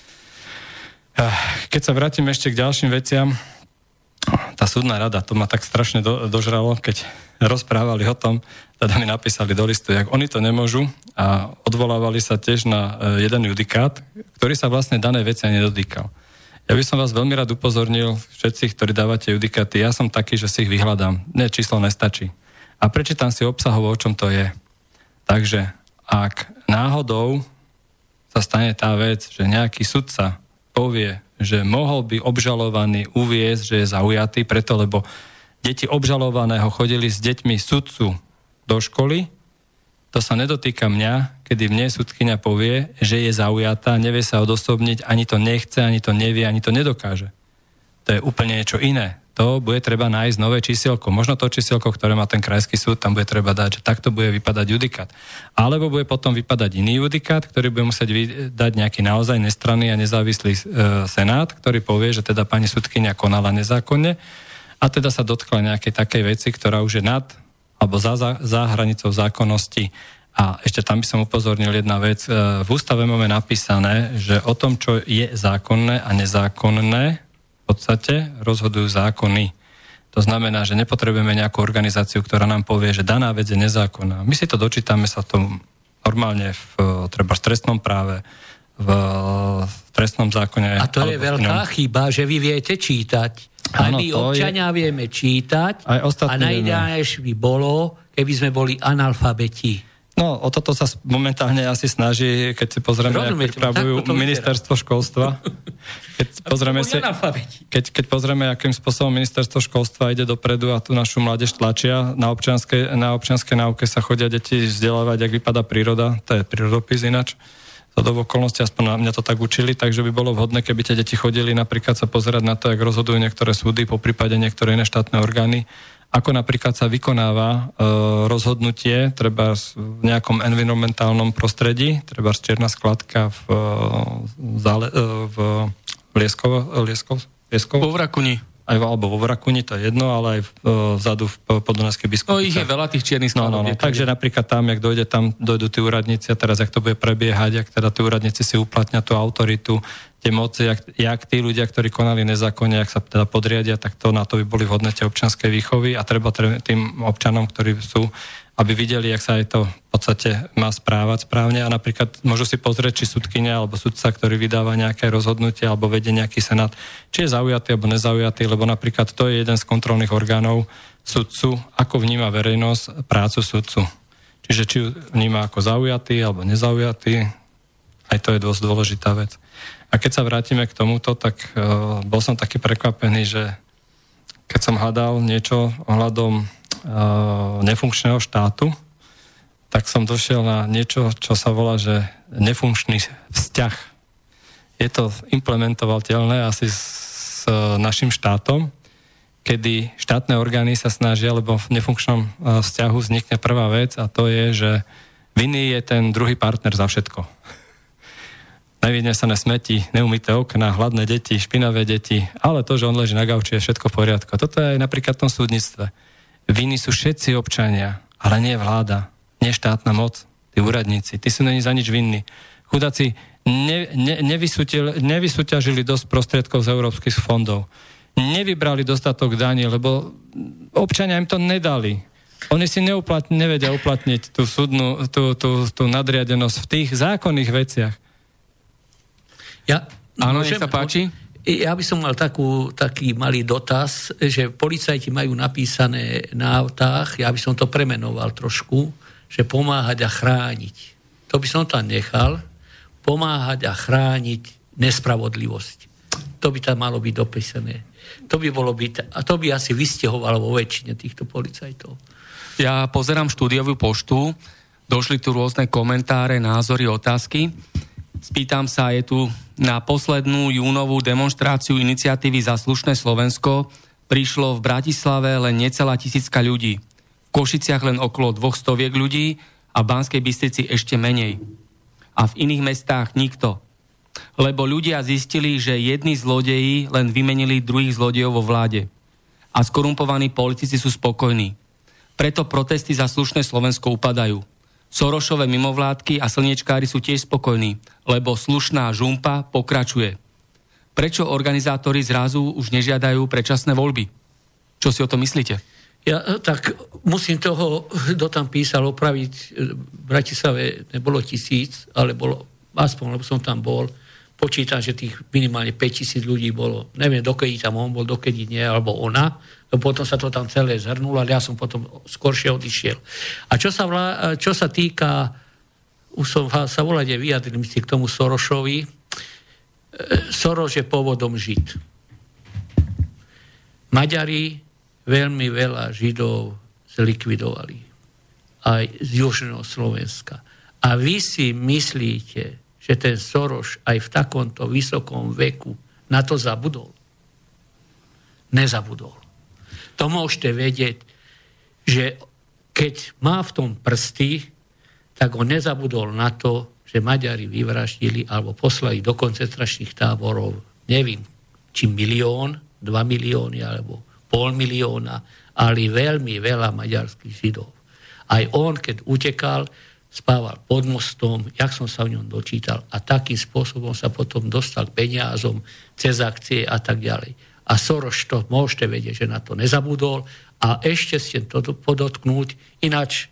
Keď sa vrátim ešte k ďalším veciam, tá súdna rada, to ma tak strašne dožralo, keď rozprávali o tom, teda mi napísali do listu, jak oni to nemôžu a odvolávali sa tiež na jeden judikát, ktorý sa vlastne danej veci ani nedotýkal. Ja by som vás veľmi rád upozornil, všetci, ktorí dávate judikáty, ja som taký, že si ich vyhľadám. Ne, číslo nestačí. A prečítam si obsahovo, o čom to je. Takže, ak náhodou sa stane tá vec, že nejaký sudca povie, že mohol by obžalovaný uviesť, že je zaujatý, preto lebo deti obžalovaného chodili s deťmi sudcu do školy, to sa nedotýka mňa, kedy mne sudkyňa povie, že je zaujatá, nevie sa odosobniť, ani to nechce, ani to nevie, ani to nedokáže. To je úplne niečo iné. To bude treba nájsť nové čísielko. Možno to čísielko, ktoré má ten krajský súd, tam bude treba dať, že takto bude vypadať judikát. Alebo bude potom vypadať iný judikát, ktorý bude musieť dať nejaký naozaj nestranný a nezávislý senát, ktorý povie, že teda pani sudkyňa konala nezákonne a teda sa dotkla nejakej takej veci, ktorá už je nad alebo za hranicou zákonnosti. A ešte tam by som upozornil jedna vec. V ústave máme napísané, že o tom, čo je zákonné a nezákonné, v podstate rozhodujú zákony. To znamená, že nepotrebujeme nejakú organizáciu, ktorá nám povie, že daná vec je nezákonná. My si to dočítame sa to normálne v trestnom práve, v trestnom zákone. A to je veľká chyba, že vy viete čítať. Aj my občania vieme čítať a najďalejšie by bolo, keby sme boli analfabeti. No, o toto sa momentálne asi snaží, keď si pozrieme, ako pripravujú ministerstvo školstva. Keď pozrieme, akým spôsobom ministerstvo školstva ide dopredu a tu našu mládež tlačia, na občianskej náuke sa chodia deti vzdelávať, jak vypadá príroda, to je prírodopis ináč. To do okolnosti, aspoň na mňa to tak učili, takže by bolo vhodné, keby tie deti chodili napríklad sa pozerať na to, jak rozhodujú niektoré súdy, poprípade niektoré iné štátne orgány, ako napríklad sa vykonáva rozhodnutie, treba v nejakom environmentálnom prostredí, treba čierna skladka v Lieskov? Vo Vrakuni. Alebo vo Vrakuni, to je jedno, ale aj vzadu v Podunajskej Biskupice. No ich je veľa tých čiernych skladov. No. Takže napríklad tam, jak dojdú tí úradníci a teraz, jak to bude prebiehať, jak teda tí úradníci si uplatnia tú autoritu, tie moci, jak tí ľudia, ktorí konali nezákonne, jak sa teda podriadia, tak to na to by boli vhodné tie občianske výchovy a treba tým občanom, ktorí sú, aby videli, jak sa aj to v podstate má správať správne a napríklad môžu si pozrieť, či sudkyňa alebo sudca, ktorý vydáva nejaké rozhodnutie alebo vedie nejaký senát, či je zaujatý alebo nezaujatý, lebo napríklad to je jeden z kontrolných orgánov sudcu, ako vníma verejnosť prácu sudcu. Čiže či ju vníma ako zaujatý alebo nezaujatý, aj to je dosť dôležitá vec. A keď sa vrátime k tomuto, tak bol som taký prekvapený, že keď som hľadal niečo ohľadom nefunkčného štátu, tak som došiel na niečo, čo sa volá, že nefunkčný vzťah. Je to implementovateľné asi s našim štátom, kedy štátne orgány sa snažia, lebo v nefunkčnom vzťahu vznikne prvá vec a to je, že vinný je ten druhý partner za všetko. Nevynesené smeti, neumyté okná, hladné deti, špinavé deti, ale to, že on leží na gauči, je všetko v poriadku. A toto je aj napríklad v tom súdnictve. Vinní sú všetci občania, ale nie vláda, nie štátna moc, tí úradníci, tí sú není za nič vinní. Chudáci nevysúťažili dosť prostriedkov z európskych fondov. Nevybrali dostatok daní, lebo občania im to nedali. Oni si nevedia uplatniť tú súdnu, tú nadriadenosť v tých zákonných veciach. Áno, nech sa páči. Ja by som mal taký malý dotaz, že policajti majú napísané na autách, ja by som to premenoval trošku, že pomáhať a chrániť. To by som tam nechal. Pomáhať a chrániť nespravodlivosť. To by tam malo byť dopísané. To by asi vysťahovalo vo väčšine týchto policajtov. Ja pozerám štúdiovú poštu, došli tu rôzne komentáre, názory, otázky. Spýtam sa, je tu na poslednú júnovú demonštráciu iniciatívy Za slušné Slovensko prišlo v Bratislave len necelá 1000 ľudí. V Košiciach len okolo 200 ľudí a v Banskej Bystrici ešte menej. A v iných mestách nikto. Lebo ľudia zistili, že jedni zlodeji len vymenili druhých zlodejov vo vláde. A skorumpovaní politici sú spokojní. Preto protesty Za slušné Slovensko upadajú. Sorošové mimovládky a slniečkári sú tiež spokojní, lebo slušná žumpa pokračuje. Prečo organizátori zrazu už nežiadajú predčasné voľby? Čo si o to myslíte? Ja tak musím toho, kto tam písal, opraviť. V Bratislave nebolo 1000, ale bolo aspoň, lebo som tam bol. Počítam, že tých minimálne 5000 ľudí bolo. Neviem, dokedy tam on bol, dokedy nie, alebo ona. Potom sa to tam celé zhrnulo, ale ja som potom skoršie odišiel. A čo sa týka, už som sa voľade vyjadril si k tomu Sorošovi. Soros je pôvodom Žid. Maďari veľmi veľa Židov zlikvidovali. Aj z južného Slovenska. A vy si myslíte, že ten Soros aj v takomto vysokom veku na to zabudol? Nezabudol. To môžete vedieť, že keď má v tom prsty, tak on nezabudol na to, že Maďari vyvraždili alebo poslali do koncentračných táborov, neviem, či 1 milión, 2 milióny alebo 500 000, ale veľmi veľa maďarských Židov. Aj on, keď utekal, spával pod mostom, jak som sa v ňom dočítal, a takým spôsobom sa potom dostal k peniazom cez akcie a tak ďalej. A Soros to môžete vedieť, že na to nezabudol a ešte ste to podotknúť, ináč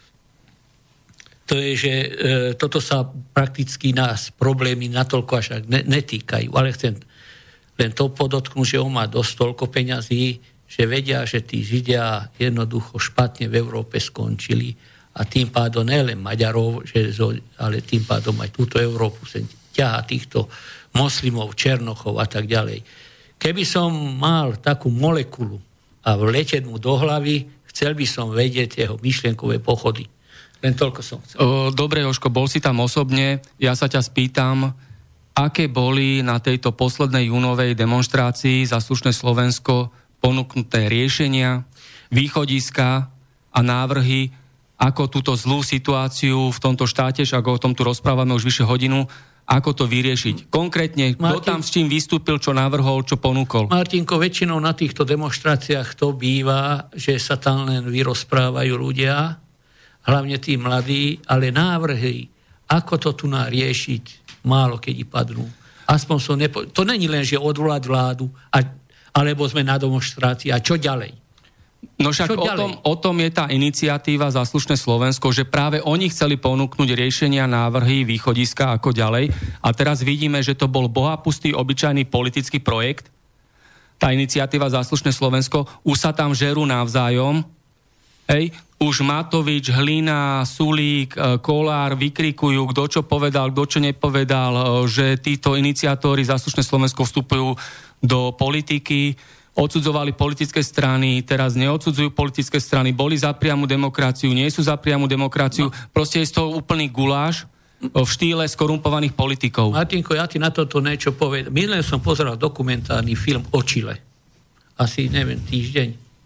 to je, že toto sa prakticky nás problémy natoľko až netýkajú, ale chcem len to podotknúť, že on má dosť toľko peňazí, že vedia, že tí Židia jednoducho špatne v Európe skončili a tým pádom nielen Maďarov, ale tým pádom aj túto Európu sa ťahá týchto moslimov, černochov a tak ďalej. Keby som mal takú molekulu a vletieť mu do hlavy, chcel by som vedieť jeho myšlienkové pochody. Len toľko som chcel. Dobre, Jožko, bol si tam osobne. Ja sa ťa spýtam, aké boli na tejto poslednej júnovej demonštrácii Za slušné Slovensko ponúknuté riešenia, východiska a návrhy, ako túto zlú situáciu v tomto štáte, ako o tom tu rozprávame už vyše hodinu, ako to vyriešiť. Konkrétne, kto tam s čím vystúpil, čo navrhol, čo ponúkol? Martinko, väčšinou na týchto demonštráciách to býva, že sa tam len vyrozprávajú ľudia, hlavne tí mladí, ale návrhy, ako to tu riešiť, málo kedy padnú. Aspoň som to není len, že odvolať vládu, alebo sme na demonštrácii. A čo ďalej? No však o tom je tá iniciatíva Za slušné Slovensko, že práve oni chceli ponúknuť riešenia, návrhy, východiska, ako ďalej. A teraz vidíme, že to bol bohapustý, obyčajný politický projekt. Tá iniciatíva Za slušné Slovensko, už sa tam žerú navzájom. Hej, už Matovič, Hlina, Sulík, Kolár vykrikujú, kto čo povedal, kto čo nepovedal, že títo iniciátori Za slušné Slovensko vstupujú do politiky, odsudzovali politické strany, teraz neodsudzujú politické strany, boli za priamu demokraciu, nie sú za priamu demokraciu. Proste je z toho úplný guláš v štýle skorumpovaných politikov. Martinko, ja ti na toto niečo povedal. Minulé som pozeral dokumentárny film o Čile. Asi, neviem, týždeň.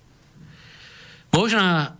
Možná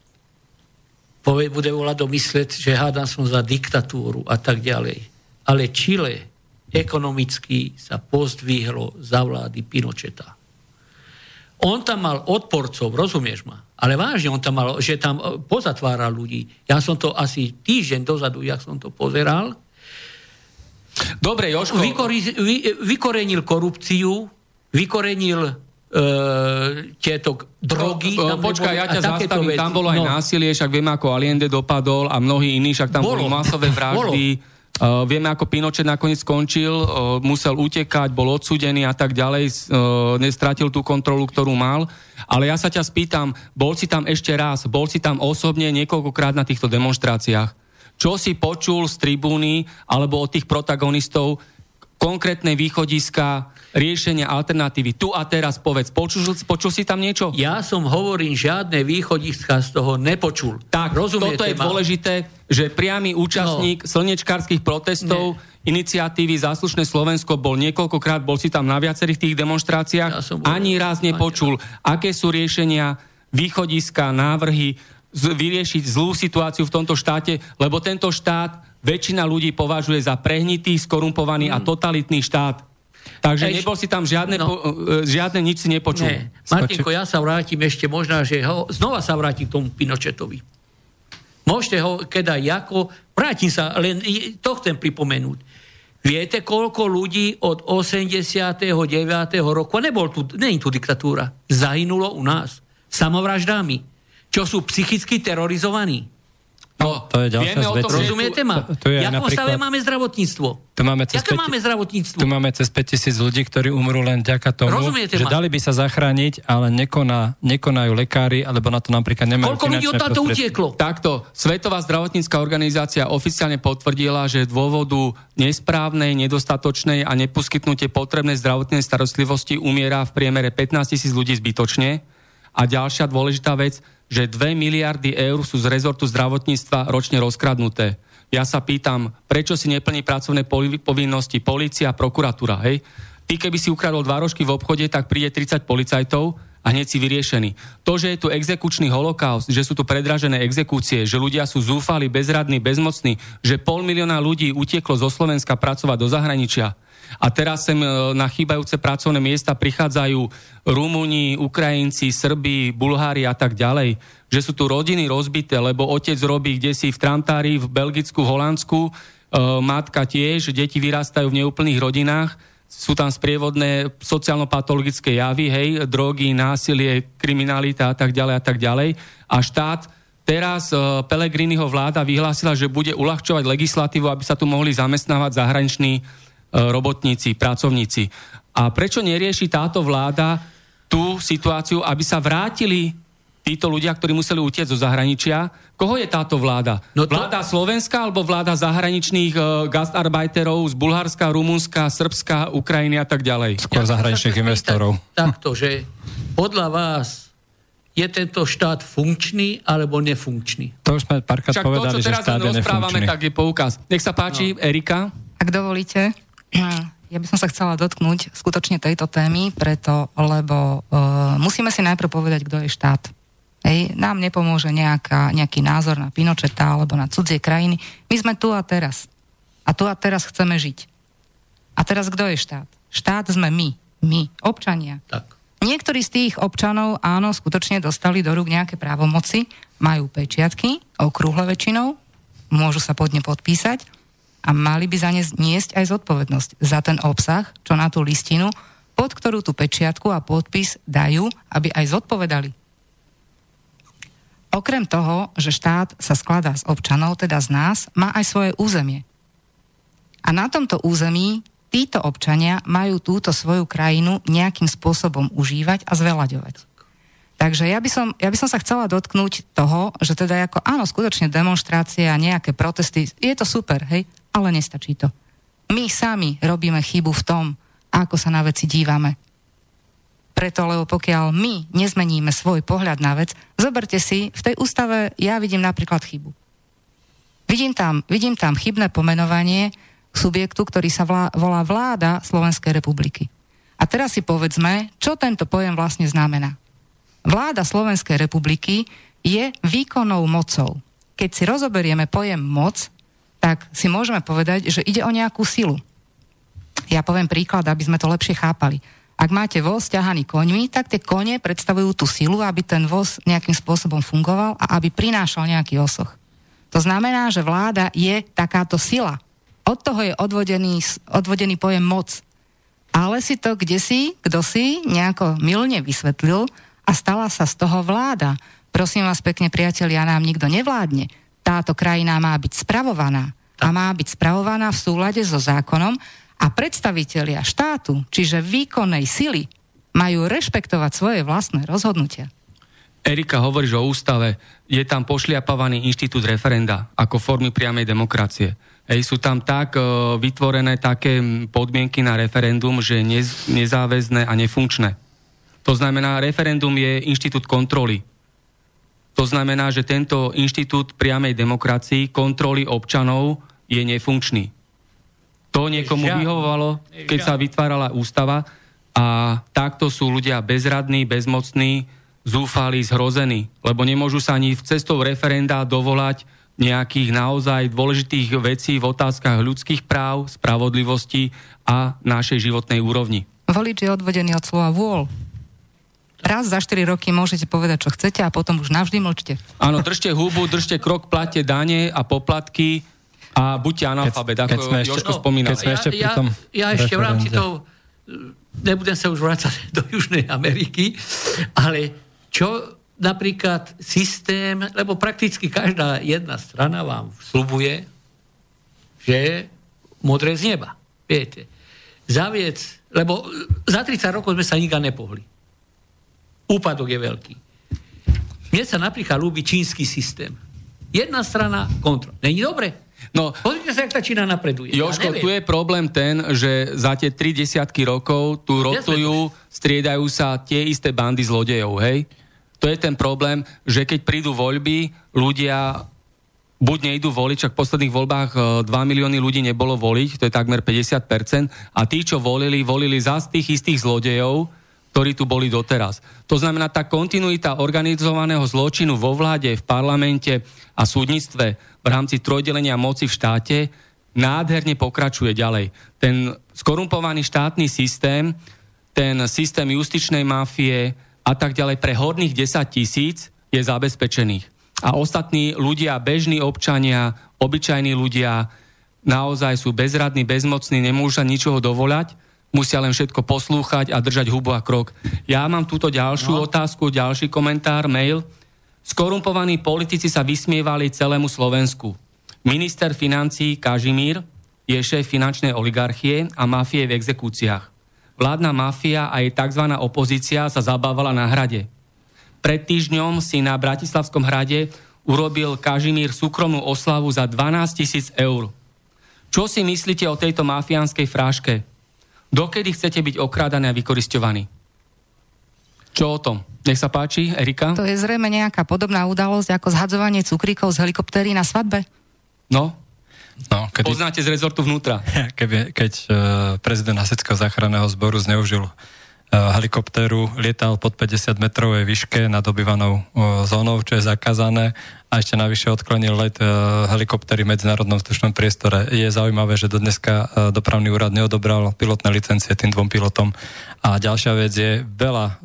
bude volať domysleť, že hádam som za diktatúru a tak ďalej. Ale Čile ekonomicky sa pozdvihlo za vlády Pinocheta. On tam mal odporcov, rozumieš ma? Ale vážne, on tam mal, že tam pozatváral ľudí. Ja som to asi týždeň dozadu, jak som to pozeral. Dobre, Jožko. Vykorenil korupciu, vykorenil tieto drogy. Počkaj, ja ťa zastavím, tam bolo aj násilie, však vieme, ako Allende dopadol a mnohí iní, však tam boli masové vraždy. Vieme, ako Pinochet nakoniec skončil, musel utekať, bol odsúdený a tak ďalej, nestratil tú kontrolu, ktorú mal. Ale ja sa ťa spýtam, bol si tam ešte raz, bol si tam osobne niekoľkokrát na týchto demonštráciách. Čo si počul z tribúny alebo od tých protagonistov konkrétne východiska, riešenia, alternatívy. Tu a teraz povedz. Počul si tam niečo? Ja som hovorím, žiadne východiska z toho nepočul. Tak, rozumiete, toto je dôležité, že priamy účastník slnečkárskych protestov, iniciatívy Záslušné Slovensko bol si tam na viacerých tých demonštráciách, ani raz nepočul, aké sú riešenia, východiska, návrhy, vyriešiť zlú situáciu v tomto štáte, lebo tento štát väčšina ľudí považuje za prehnitý, skorumpovaný a totalitný štát. Takže nebol si tam žiadne nič si nepočul. Nie. Martinko, ja sa vrátim ešte možná, že znova sa vrátim k tomu Pinochetovi. Môžete ho vrátim sa, len to chcem pripomenúť. Viete, koľko ľudí od 89. roku, nie je tu diktatúra, zahynulo u nás samovraždami, čo sú psychicky terorizovaní. No, to je ďalšia vec. Rozumiete ma? Jakom stave máme zdravotníctvo? Máme zdravotníctvo? Tu máme cez 5 000 ľudí, ktorí umrú len vďaka tomu, že dali by sa zachrániť, ale nekonajú lekári, alebo na to napríklad nemajú koľko ľudí odtiaľto utieklo? Takto, Svetová zdravotnícka organizácia oficiálne potvrdila, že dôvodu nesprávnej, nedostatočnej a neposkytnutie potrebnej zdravotnej starostlivosti umiera v priemere 15 000 ľudí zbytočne. A ďalšia dôležitá vec, že 2 miliardy eur sú z rezortu zdravotníctva ročne rozkradnuté. Ja sa pýtam, prečo si neplní pracovné povinnosti polícia a prokuratúra, hej? Ty, keby si ukradol 2 rožky v obchode, tak príde 30 policajtov a hneď si vyriešený. To, že je tu exekučný holokaust, že sú tu predražené exekúcie, že ľudia sú zúfali, bezradní, bezmocní, že 500 000 ľudí utieklo zo Slovenska pracovať do zahraničia. A teraz sem na chýbajúce pracovné miesta prichádzajú Rumúni, Ukrajinci, Srbi, Bulhári a tak ďalej. Že sú tu rodiny rozbité, lebo otec robí kdesi v Tramtári, v Belgicku, Holandsku, matka tiež, deti vyrastajú v neúplných rodinách, sú tam sprievodné sociálno-patologické javy, hej, drogy, násilie, kriminalita a tak ďalej a tak ďalej. A štát teraz Pellegriniho vláda vyhlásila, že bude uľahčovať legislatívu, aby sa tu mohli zamestnávať zahraniční robotníci, pracovníci. A prečo nerieši táto vláda tú situáciu, aby sa vrátili títo ľudia, ktorí museli utiecť zo zahraničia? Koho je táto vláda? Vláda Slovenska alebo vláda zahraničných gastarbeiterov z Bulharska, Rumunska, Srbska, Ukrajiny a tak ďalej? Skôr zahraničných investorov. Takto, že podľa vás je tento štát funkčný alebo nefunkčný? To už sme párkrát povedali, že štát je nefunkčný. Však to, čo teraz rozprávame, tak je poukaz. Nech sa páči, Erika. Ak dovolíte, ja by som sa chcela dotknúť skutočne tejto témy, lebo musíme si najprv povedať, kto je štát. Hej, nám nepomôže nejaký názor na Pinocheta alebo na cudzie krajiny. My sme tu a teraz. A tu a teraz chceme žiť. A teraz kto je štát? Štát sme my, občania. Tak. Niektorí z tých občanov, áno, skutočne dostali do rúk nejaké právomoci, majú pečiatky, okrúhle väčšinou, môžu sa pod ne podpísať, a mali by za ne niesť aj zodpovednosť za ten obsah, čo na tú listinu, pod ktorú tú pečiatku a podpis dajú, aby aj zodpovedali. Okrem toho, že štát sa skladá z občanov, teda z nás, má aj svoje územie. A na tomto území títo občania majú túto svoju krajinu nejakým spôsobom užívať a zveľaďovať. Takže ja by som sa chcela dotknúť toho, že teda ako áno, skutočne demonštrácie a nejaké protesty, je to super, hej, ale nestačí to. My sami robíme chybu v tom, ako sa na veci dívame. Preto, lebo pokiaľ my nezmeníme svoj pohľad na vec, zoberte si, v tej ústave ja vidím napríklad chybu. Vidím tam chybné pomenovanie subjektu, ktorý sa volá vláda Slovenskej republiky. A teraz si povedzme, čo tento pojem vlastne znamená. Vláda Slovenskej republiky je výkonnou mocou. Keď si rozoberieme pojem moc, tak si môžeme povedať, že ide o nejakú silu. Ja poviem príklad, aby sme to lepšie chápali. Ak máte voz ťahaný koňmi, tak tie kone predstavujú tú silu, aby ten voz nejakým spôsobom fungoval a aby prinášal nejaký osoch. To znamená, že vláda je takáto sila. Od toho je odvodený pojem moc. Ale si to kdosi nejako mylne vysvetlil a stala sa z toho vláda. Prosím vás pekne, priatelia, nám nikto nevládne. Táto krajina má byť spravovaná. A má byť spravovaná v súlade so zákonom a predstavitelia štátu, čiže výkonnej sily, majú rešpektovať svoje vlastné rozhodnutia. Erika, hovoríš o ústave, je tam pošliapávaný inštitút referenda ako formy priamej demokracie. Sú tam tak vytvorené také podmienky na referendum, že nezáväzné a nefunkčné. To znamená, referendum je inštitút kontroly. To znamená, že tento inštitút priamej demokracii, kontroly občanov, je nefunkčný. To niekomu vyhovovalo, keď sa vytvárala ústava a takto sú ľudia bezradní, bezmocní, zúfali, zhrození, lebo nemôžu sa ani cestou referenda dovolať nejakých naozaj dôležitých vecí v otázkach ľudských práv, spravodlivosti a našej životnej úrovni. Volič je odvodený od slova vôľ. Raz za 4 roky môžete povedať, čo chcete a potom už navždy mlčte. Áno, držte hubu, držte krok, platte dane a poplatky a buďte analfabet, ako Jožko spomínal. Ja ešte v rámci toho, nebudem sa už vrácať do Južnej Ameriky, ale čo napríklad systém, lebo prakticky každá jedna strana vám sľubuje, že je modré z neba. Viete. Zaviec, lebo za 30 rokov sme sa nikam nepohli. Úpadok je veľký. Mne sa napríklad ľúbi čínsky systém. Jedna strana kontrol. Není dobre? No, pozrite sa, jak tá Čína napreduje. Jožko, tu je problém ten, že za tie 30 rokov tu rotujú, striedajú sa tie isté bandy zlodejov, hej? To je ten problém, že keď prídu voľby, ľudia buď nejdú voliť, však v posledných voľbách 2 milióny ľudí nebolo voliť, to je takmer 50%, a tí, čo volili zás tých istých zlodejov, ktorí tu boli doteraz. To znamená, tá kontinuita organizovaného zločinu vo vláde, v parlamente a súdnictve v rámci trojdelenia moci v štáte nádherne pokračuje ďalej. Ten skorumpovaný štátny systém, ten systém justičnej mafie a tak ďalej pre horných 10 000 je zabezpečených. A ostatní ľudia, bežní občania, obyčajní ľudia naozaj sú bezradní, bezmocní, nemôžu sa ničoho dovoľať, musia len všetko poslúchať a držať hubu a krok. Ja mám túto ďalšiu otázku, ďalší komentár, mail. Skorumpovaní politici sa vysmievali celému Slovensku. Minister financií Kažimír je šéf finančnej oligarchie a mafie v exekúciách. Vládna mafia a jej tzv. Opozícia sa zabávala na hrade. Pred týždňom si na Bratislavskom hrade urobil Kažimír súkromnú oslavu za 12 000 eur. Čo si myslíte o tejto mafiánskej fráške? Dokedy chcete byť okrádaní a vykoristovaní? Čo o tom? Nech sa páči, Erika? To je zrejme nejaká podobná udalosť ako zhadzovanie cukríkov z helikoptéry na svadbe? No, poznáte z rezortu vnútra. Keď prezident Hasičského záchranného zboru zneužil helikoptéru, lietal pod 50 metrovej výške nad obývanou zónou, čo je zakázané, a ešte navyše odklonil let helikoptéry v medzinárodnom vzdušnom priestore. Je zaujímavé, že do dneska dopravný úrad neodobral pilotné licencie tým 2 pilotom. A ďalšia vec je veľa...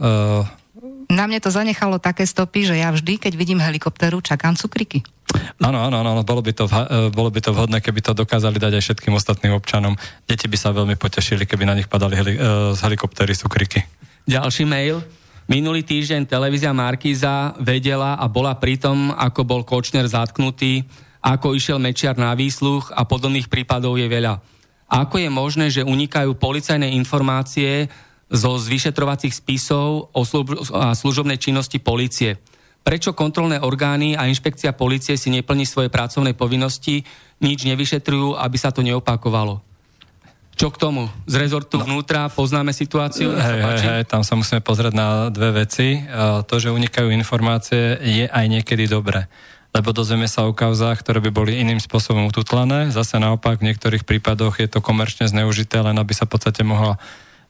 Na mne to zanechalo také stopy, že ja vždy, keď vidím helikoptéru, čakám cukriky. Áno, bolo by to vhodné, keby to dokázali dať aj všetkým ostatným občanom. Deti by sa veľmi potešili, keby na nich padali z helikoptéry cukriky. Ďalší mail. Minulý týždeň televízia Markíza vedela a bola pritom, ako bol Kočner zatknutý, ako išiel Mečiar na výsluch a podobných prípadov je veľa. Ako je možné, že unikajú policajné informácie zo vyšetrovacích spisov o služobnej činnosti polície? Prečo kontrolné orgány a inšpekcia polície si neplní svoje pracovné povinnosti, nič nevyšetrujú, aby sa to neopakovalo? Čo k tomu? Z rezortu vnútra poznáme situáciu? Tam sa musíme pozrieť na dve veci. To, že unikajú informácie, je aj niekedy dobré. Lebo dozvieme sa o kauzách, ktoré by boli iným spôsobom ututlané. Zase naopak, v niektorých prípadoch je to komerčne zneužité, len aby sa v podstate mohla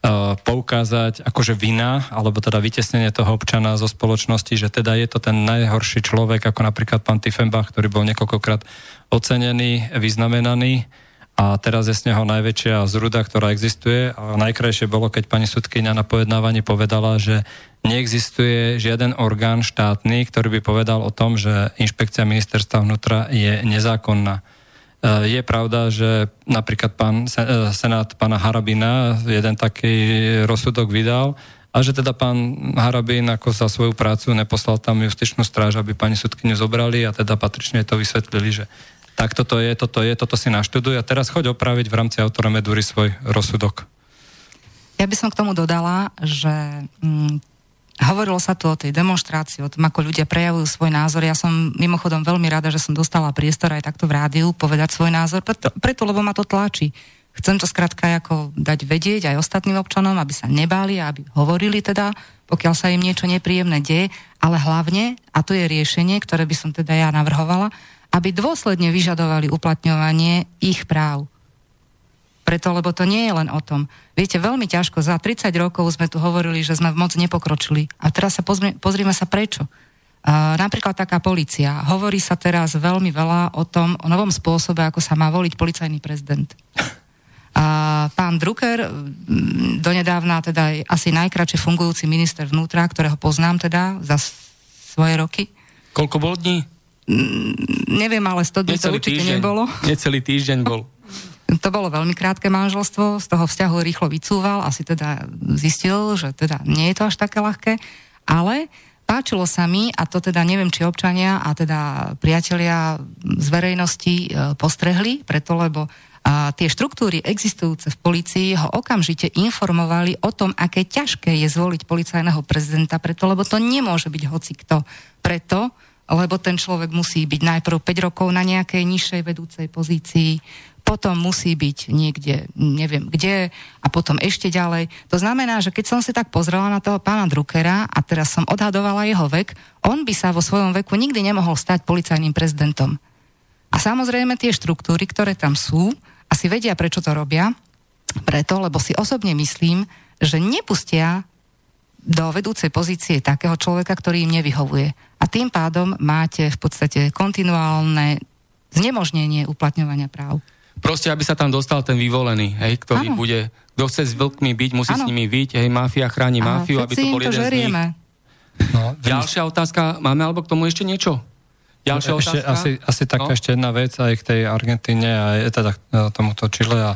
poukázať akože vina, alebo teda vytesnenie toho občana zo spoločnosti, že teda je to ten najhorší človek, ako napríklad pán Tiefenbach, ktorý bol niekoľkokrát ocenený, vyznamenaný, a teraz je z neho najväčšia zruda, ktorá existuje. A najkrajšie bolo, keď pani sudkyňa na pojednávaní povedala, že neexistuje žiaden orgán štátny, ktorý by povedal o tom, že inšpekcia ministerstva vnútra je nezákonná. Je pravda, že napríklad senát pána Harabina jeden taký rozsudok vydal a že teda pán Harabin ako za svoju prácu neposlal tam justičnú stráž, aby pani sudkyňu zobrali, a teda patrične to vysvetlili, že tak toto si naštuduj a teraz choď opraviť v rámci autoremedúry svoj rozsudok. Ja by som k tomu dodala, že Hovorilo sa tu o tej demonštrácii, o tom, ako ľudia prejavujú svoj názor. Ja som mimochodom veľmi rada, že som dostala priestor aj takto v rádiu povedať svoj názor, preto lebo ma to tlačí. Chcem to skrátka ako dať vedieť aj ostatným občanom, aby sa nebáli a aby hovorili teda, pokiaľ sa im niečo nepríjemné deje, ale hlavne, a to je riešenie, ktoré by som teda ja navrhovala, aby dôsledne vyžadovali uplatňovanie ich práv. Preto, lebo to nie je len o tom. Viete, veľmi ťažko, za 30 rokov sme tu hovorili, že sme moc nepokročili. A teraz sa pozrime sa prečo. Napríklad taká polícia. Hovorí sa teraz veľmi veľa o tom, o novom spôsobe, ako sa má voliť policajný prezident. Pán Drucker, donedávna teda asi najkratšie fungujúci minister vnútra, ktorého poznám teda za svoje roky. Koľko bol dní? Neviem, ale 100 dní to určite nebolo. Necelý týždeň bol. To bolo veľmi krátke manželstvo, z toho vzťahu rýchlo vycúval, asi teda zistil, že teda nie je to až také ľahké, ale páčilo sa mi, a to teda neviem, či občania a teda priatelia z verejnosti postrehli, preto lebo tie štruktúry existujúce v polícii ho okamžite informovali o tom, aké ťažké je zvoliť policajného prezidenta, preto lebo to nemôže byť hocikto. Preto, lebo ten človek musí byť najprv 5 rokov na nejakej nižšej vedúcej pozícii, potom musí byť niekde, neviem kde, a potom ešte ďalej. To znamená, že keď som si tak pozrela na toho pána Druckera a teraz som odhadovala jeho vek, on by sa vo svojom veku nikdy nemohol stať policajným prezidentom. A samozrejme tie štruktúry, ktoré tam sú, asi vedia, prečo to robia, preto, lebo si osobne myslím, že nepustia do vedúcej pozície takého človeka, ktorý im nevyhovuje. A tým pádom máte v podstate kontinuálne znemožnenie uplatňovania práv. Proste, aby sa tam dostal ten vyvolený, hej, ktorý bude, kto chce s vlkmi byť, musí s nimi byť, hej, máfia chráni máfiu, aby to bol jeden z nich. No, ďalšia otázka, máme alebo k tomu ešte niečo? Ďalšia otázka? Asi taká ešte jedna vec aj k tej Argentíne a teda tomuto Čile a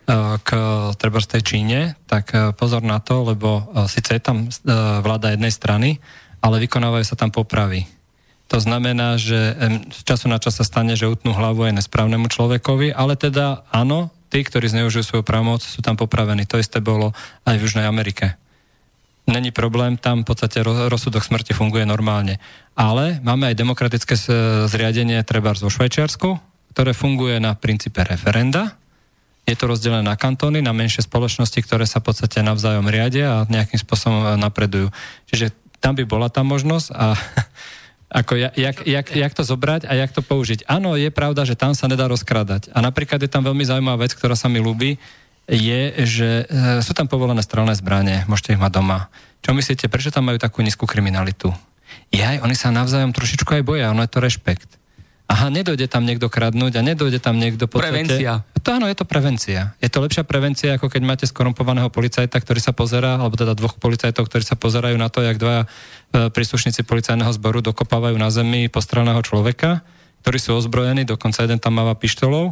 k treba z tej Číne, tak pozor na to, lebo síce je tam vláda jednej strany, ale vykonávajú sa tam popravy. To znamená, že z času na čas sa stane, že utnú hlavu aj nesprávnemu človekovi, ale teda áno, tí, ktorí zneužijú svoju právomoc, sú tam popravení. To isté bolo aj v Južnej Amerike. Není problém, tam v podstate rozsudok smrti funguje normálne. Ale máme aj demokratické zriadenie trebárs vo Švajčiarsku, ktoré funguje na princípe referenda. Je to rozdelené na kantóny, na menšie spoločnosti, ktoré sa v podstate navzájom riadia a nejakým spôsobom napredujú. Čiže tam by bola tá možnosť a ako jak to zobrať a jak to použiť. Áno, je pravda, že tam sa nedá rozkrádať. A napríklad je tam veľmi zaujímavá vec, ktorá sa mi ľúbi, je, že sú tam povolené strelné zbrane, môžete ich mať doma. Čo myslíte, prečo tam majú takú nízku kriminalitu? Oni sa navzájom trošičku aj boja, ono je to rešpekt. Aha, nedojde tam niekto kradnúť a nedojde tam niekto podstate... Prevencia. To áno, je to prevencia. Je to lepšia prevencia, ako keď máte skorumpovaného policajta, ktorý sa pozerá, alebo teda 2 policajtov, ktorí sa pozerajú na to, jak 2 príslušníci policajného zboru dokopávajú na zemi postrelného človeka, ktorí sú ozbrojení, dokonca jeden tam máva pištolov.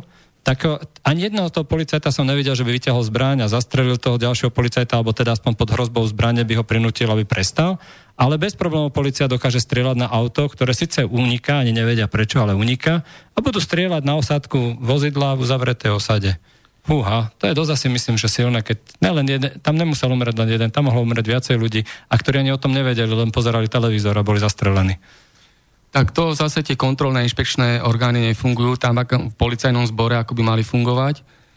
Ani jedného toho policajta som nevidel, že by vyťahol zbraň a zastrelil toho ďalšieho policajta, alebo teda aspoň pod hrozbou zbrane by ho prinútil, aby prestal. Ale bez problémov polícia dokáže strieľať na auto, ktoré síce uniká, ani nevedia prečo, ale uniká, a budú strieľať na osádku vozidla v uzavretej osade. Fúha, to je dosť asi myslím, že silné, keď tam nemusel umrieť len jeden, tam mohlo umrieť viacej ľudí, a ktorí ani o tom nevedeli, len pozerali televízor a boli zastrelení. Tak to zase tie kontrolné inšpekčné orgány nefungujú tam v policajnom zbore, ako by mali fungovať.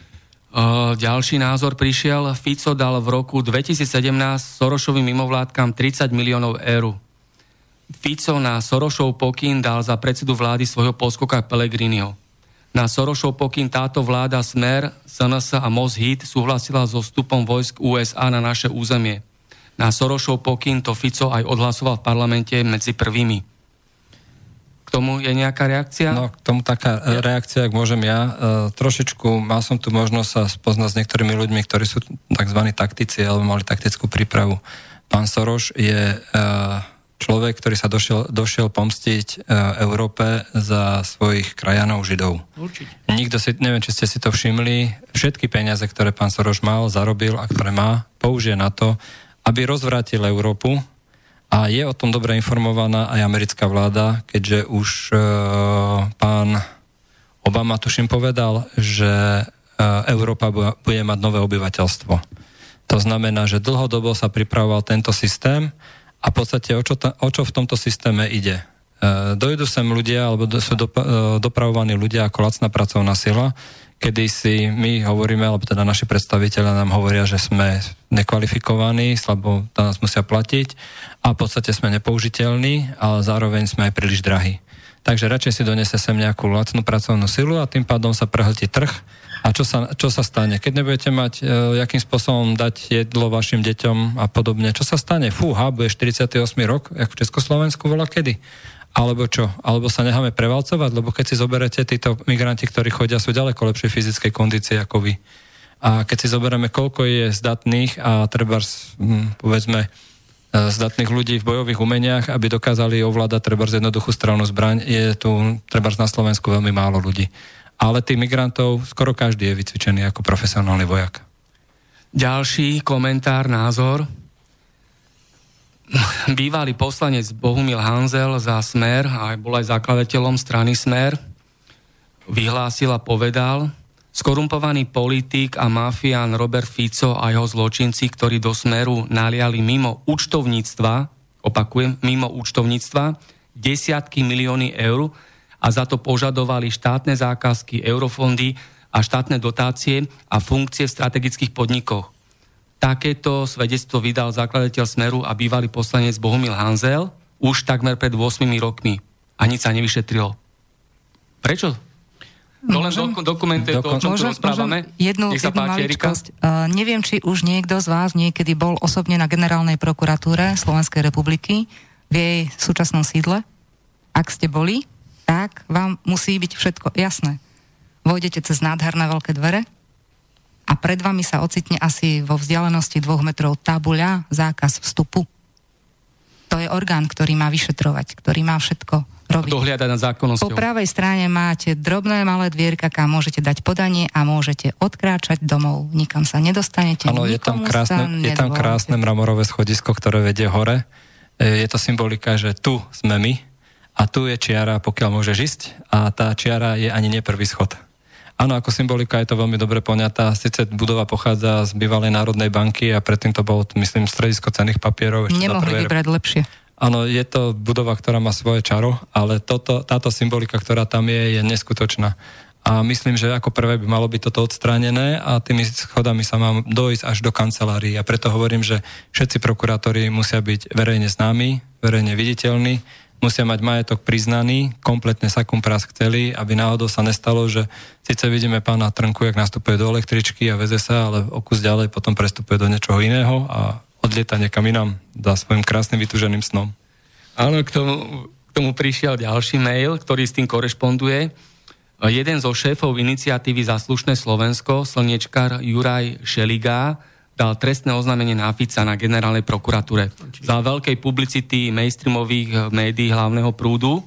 Ďalší názor prišiel. Fico dal v roku 2017 Sorošovým mimovládkam 30 miliónov eur. Fico na Sorošov pokyn dal za predsedu vlády svojho poskoka Pellegriniho. Na Sorošov pokyn táto vláda Smer, SNS a Most Hit súhlasila so vstupom vojsk USA na naše územie. Na Sorošov pokyn to Fico aj odhlasoval v parlamente medzi prvými. K tomu je nejaká reakcia? No, k tomu taká reakcia, ak môžem ja. Trošičku mal som tu možnosť sa spoznať s niektorými ľuďmi, ktorí sú tzv. Taktici, alebo mali taktickú prípravu. Pán Soros je človek, ktorý sa došiel pomstiť Európe za svojich krajanov Židov. Určite. Nikto si, neviem, či ste si to všimli, všetky peniaze, ktoré pán Soros mal, zarobil a ktoré má, použije na to, aby rozvrátil Európu. A je o tom dobre informovaná aj americká vláda, keďže už pán Obama tuším povedal, že Európa bude mať nové obyvateľstvo. To znamená, že dlhodobo sa pripravoval tento systém A v podstate o čo v tomto systéme ide? Dojdu sem ľudia, alebo sú dopravovaní ľudia ako lacná pracovná sila, kedy si my hovoríme, alebo teda naši predstavitelia nám hovoria, že sme nekvalifikovaní, slabo nás musia platiť a v podstate sme nepoužiteľní, ale zároveň sme aj príliš drahí. Takže radšej si donese sem nejakú lacnú pracovnú silu a tým pádom sa prehltí trh. A čo sa stane? Keď nebudete mať, jakým spôsobom dať jedlo vašim deťom a podobne, čo sa stane? Fúha, bude 48. rok, ako v Československu bola kedy? Alebo čo? Alebo sa necháme prevalcovať? Lebo keď si zoberete, títo migranti, ktorí chodia, sú ďaleko lepšej fyzickej kondície ako vy. A keď si zoberieme, koľko je zdatných a trebárs, povedzme, zdatných ľudí v bojových umeniach, aby dokázali ovládať trebárs jednoduchú strelnú zbraň, je tu trebárs na Slovensku veľmi málo ľudí. Ale tých migrantov skoro každý je vycvičený ako profesionálny vojak. Ďalší komentár, názor. Bývalý poslanec Bohumil Hanzel za Smer, a bol aj zakladateľom strany Smer, vyhlásil a povedal: skorumpovaný politik a mafián Robert Fico a jeho zločinci, ktorí do Smeru naliali mimo účtovníctva, opakujem, mimo účtovníctva, desiatky milióny eur a za to požadovali štátne zákazky, eurofondy a štátne dotácie a funkcie v strategických podnikoch. Takéto svedectvo vydal zakladateľ Smeru a bývalý poslanec Bohumil Hanzel už takmer pred 8 rokmi a nič sa nevyšetrilo. Prečo? To len dokumentuje to, o čom tu rozprávame. Jednu maličkosť. Neviem, či už niekto z vás niekedy bol osobne na Generálnej prokuratúre Slovenskej republiky v jej súčasnom sídle. Ak ste boli, tak vám musí byť všetko jasné. Vojdete cez nádherné veľké dvere a pred vami sa ocitne asi vo vzdialenosti 2 metrov tabuľa zákaz vstupu. To je orgán, ktorý má vyšetrovať, ktorý má všetko robiť. Dohliadať nad zákonnosťou. Po pravej strane máte drobné malé dvierka, kam môžete dať podanie a môžete odkráčať domov. Nikam sa nedostanete. Áno, je tam krásne mramorové schodisko, ktoré vedie hore. Je to symbolika, že tu sme my a tu je čiara, pokiaľ môžeš ísť, a tá čiara je ani nie prvý schod. Áno, ako symbolika je to veľmi dobre poňatá. Sice budova pochádza z bývalej Národnej banky a predtým to bolo, myslím, stredisko cenných papierov. Nemohli vybrať lepšie. Áno, je to budova, ktorá má svoje čaro, ale táto symbolika, ktorá tam je neskutočná. A myslím, že ako prvé by malo byť toto odstránené a tými schodami sa má dojsť až do kancelárií. A preto hovorím, že všetci prokurátori musia byť verejne známi, verejne viditeľní, musia mať majetok priznaný, kompletne sakum prask celý, aby náhodou sa nestalo, že síce vidíme pána Trnku, jak nastupuje do električky a veze sa, ale o kus ďalej potom prestupuje do niečoho iného a odlieta niekam inám za svojim krásnym vytúženým snom. Áno, k tomu prišiel ďalší mail, ktorý s tým korešponduje. Jeden zo šéfov iniciatívy Za slušné Slovensko, slniečkar Juraj Šeliga, dal trestné oznámenie na Fica na generálnej prokuratúre za veľkej publicity mainstreamových médií hlavného prúdu.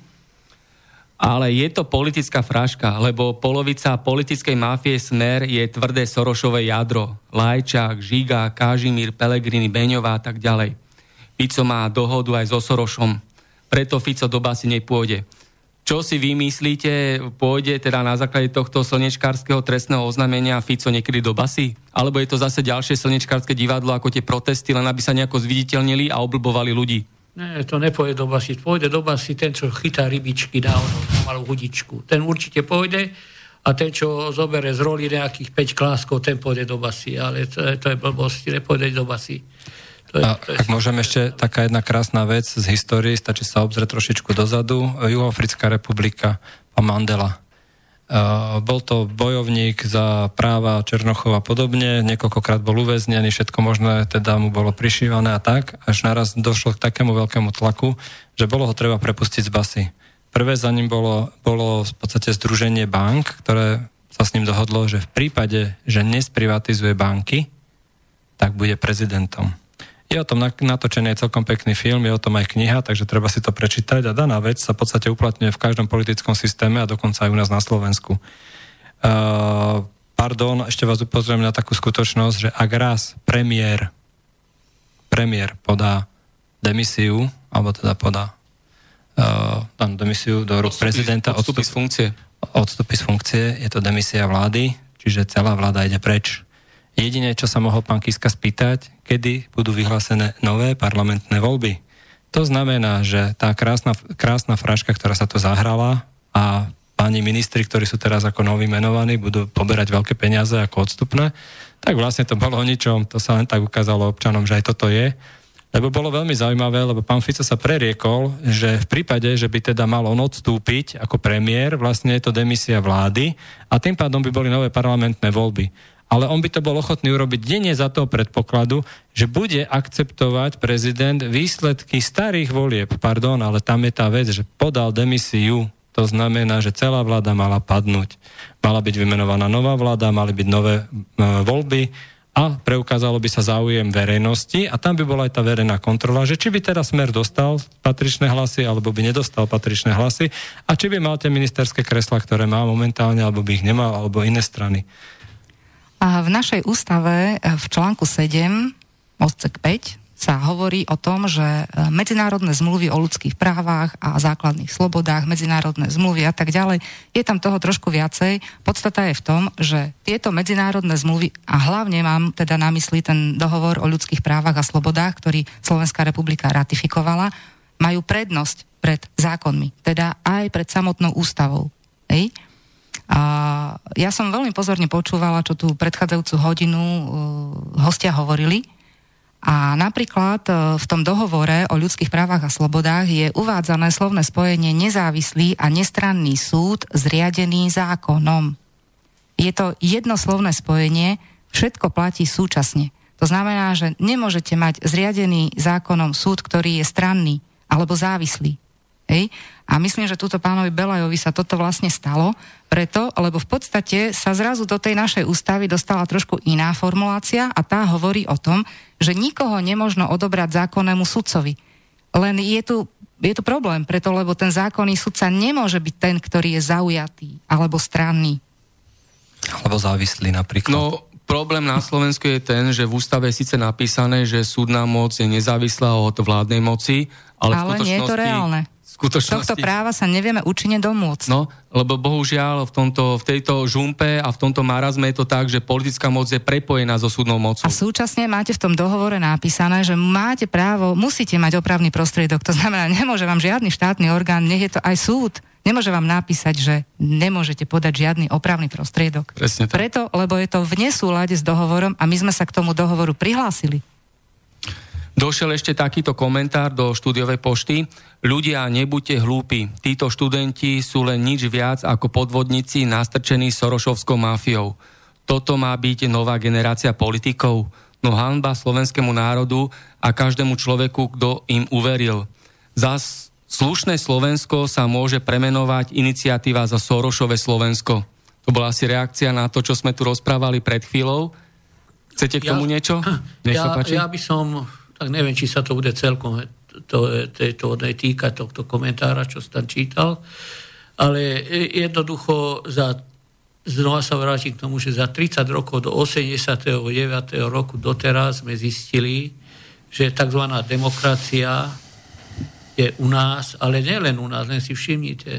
Ale je to politická fraška, lebo polovica politickej mafie Smer je tvrdé Sorošové jadro. Lajčák, Žiga, Kažimír, Pelegrini, Beňová a tak ďalej. Fico má dohodu aj so Sorošom. Preto Fico do basy nepôjde. Čo si vy myslíte, pôjde teda na základe tohto slnečkárskeho trestného oznámenia Fico niekedy do basy? Alebo je to zase ďalšie slnečkárske divadlo ako tie protesty, len aby sa nejako zviditeľnili a oblbovali ľudí? Nie, to nepôjde do basy. Pôjde do basy ten, čo chytá rybičky na malú hudičku. Ten určite pôjde a ten, čo zobere z roli nejakých 5 kláskov, ten pôjde do basy. Ale to je blbosť, nepôjde do basy. Ak môžem ešte, taká jedna krásna vec z histórie, stačí sa obzrieť trošičku dozadu. Juhoafrická republika, pán Mandela. Bol to bojovník za práva Černochov a podobne, niekoľkokrát bol uväznený, všetko možné teda mu bolo prišívané a tak, až naraz došlo k takému veľkému tlaku, že bolo ho treba prepustiť z basy. Prvé za ním bolo v podstate združenie bank, ktoré sa s ním dohodlo, že v prípade, že nesprivatizuje banky, tak bude prezidentom. Je o tom natočený celkom pekný film, je o tom aj kniha, takže treba si to prečítať a daná vec sa v podstate uplatňuje v každom politickom systéme a dokonca aj u nás na Slovensku. Ešte vás upozorím na takú skutočnosť, že ak raz premiér podá demisiu, alebo teda podá demisiu do rúk prezidenta, odstúpi z funkcie, je to demisia vlády, čiže celá vláda ide preč. Jediné, čo sa mohol pán Kiska spýtať, kedy budú vyhlásené nové parlamentné voľby. To znamená, že tá krásna fraška, ktorá sa tu zahrala a páni ministri, ktorí sú teraz ako noví menovaní, budú poberať veľké peniaze ako odstupné, tak vlastne to bolo o ničom. To sa len tak ukázalo občanom, že aj toto je. Lebo bolo veľmi zaujímavé, lebo pán Fico sa preriekol, že v prípade, že by teda mal on odstúpiť ako premiér, vlastne je to demisia vlády a tým pádom by boli nové parlamentné voľby. Ale on by to bol ochotný urobiť denne za toho predpokladu, že bude akceptovať prezident výsledky starých volieb. Pardon, ale tam je tá vec, že podal demisiu. To znamená, že celá vláda mala padnúť. Mala byť vymenovaná nová vláda, mali byť nové voľby a preukázalo by sa záujem verejnosti a tam by bola aj tá verejná kontrola, že či by teda Smer dostal patričné hlasy, alebo by nedostal patričné hlasy a či by mal tie ministerské kreslá, ktoré má momentálne, alebo by ich nemal, alebo iné strany. A v našej ústave v článku 7, odsek 5, sa hovorí o tom, že medzinárodné zmluvy o ľudských právach a základných slobodách, medzinárodné zmluvy a tak ďalej, je tam toho trošku viacej. Podstata je v tom, že tieto medzinárodné zmluvy, a hlavne mám teda na mysli ten dohovor o ľudských právach a slobodách, ktorý Slovenská republika ratifikovala, majú prednosť pred zákonmi, teda aj pred samotnou ústavou. Hej? A ja som veľmi pozorne počúvala, čo tú predchádzajúcu hodinu hostia hovorili. A napríklad v tom dohovore o ľudských právach a slobodách je uvádzané slovné spojenie nezávislý a nestranný súd zriadený zákonom. Je to jednoslovné spojenie, všetko platí súčasne. To znamená, že nemôžete mať zriadený zákonom súd, ktorý je stranný alebo závislý. Hej? A myslím, že túto pánovi Belajovi sa toto vlastne stalo, preto, lebo v podstate sa zrazu do tej našej ústavy dostala trošku iná formulácia a tá hovorí o tom, že nikoho nemožno odobrať zákonnému sudcovi. Len je tu problém, preto, lebo ten zákonný sudca nemôže byť ten, ktorý je zaujatý alebo stranný. Alebo závislý napríklad. No, problém na Slovensku je ten, že v ústave je síce napísané, že súdna moc je nezávislá od vládnej moci, ale v nie je to reálne. Tohto práva sa nevieme účinne domôcť. No, lebo bohužiaľ v tejto žumpe a v tomto marazme je to tak, že politická moc je prepojená so súdnou mocou. A súčasne máte v tom dohovore napísané, že máte právo, musíte mať opravný prostriedok. To znamená, nemôže vám žiadny štátny orgán, nech je to aj súd, nemôže vám napísať, že nemôžete podať žiadny opravný prostriedok. Presne tak. Preto, lebo je to v nesúlade s dohovorom a my sme sa k tomu dohovoru prihlásili. Došiel ešte takýto komentár do štúdiovej pošty. Ľudia, nebuďte hlúpi. Títo študenti sú len nič viac ako podvodníci nastrčení Sorošovskou mafiou. Toto má byť nová generácia politikov. No hanba slovenskému národu a každému človeku, kto im uveril. Za slušné Slovensko sa môže premenovať iniciatíva za Sorošové Slovensko. To bola asi reakcia na to, čo sme tu rozprávali pred chvíľou. Chcete k tomu niečo? Ja by som... tak neviem, či sa to bude celkom týkať tohto komentára, čo som tam čítal, ale jednoducho znova sa vrátim k tomu, že za 30 rokov do 89. roku doteraz sme zistili, že tzv. Demokracia je u nás, ale nielen u nás, len si všimnite,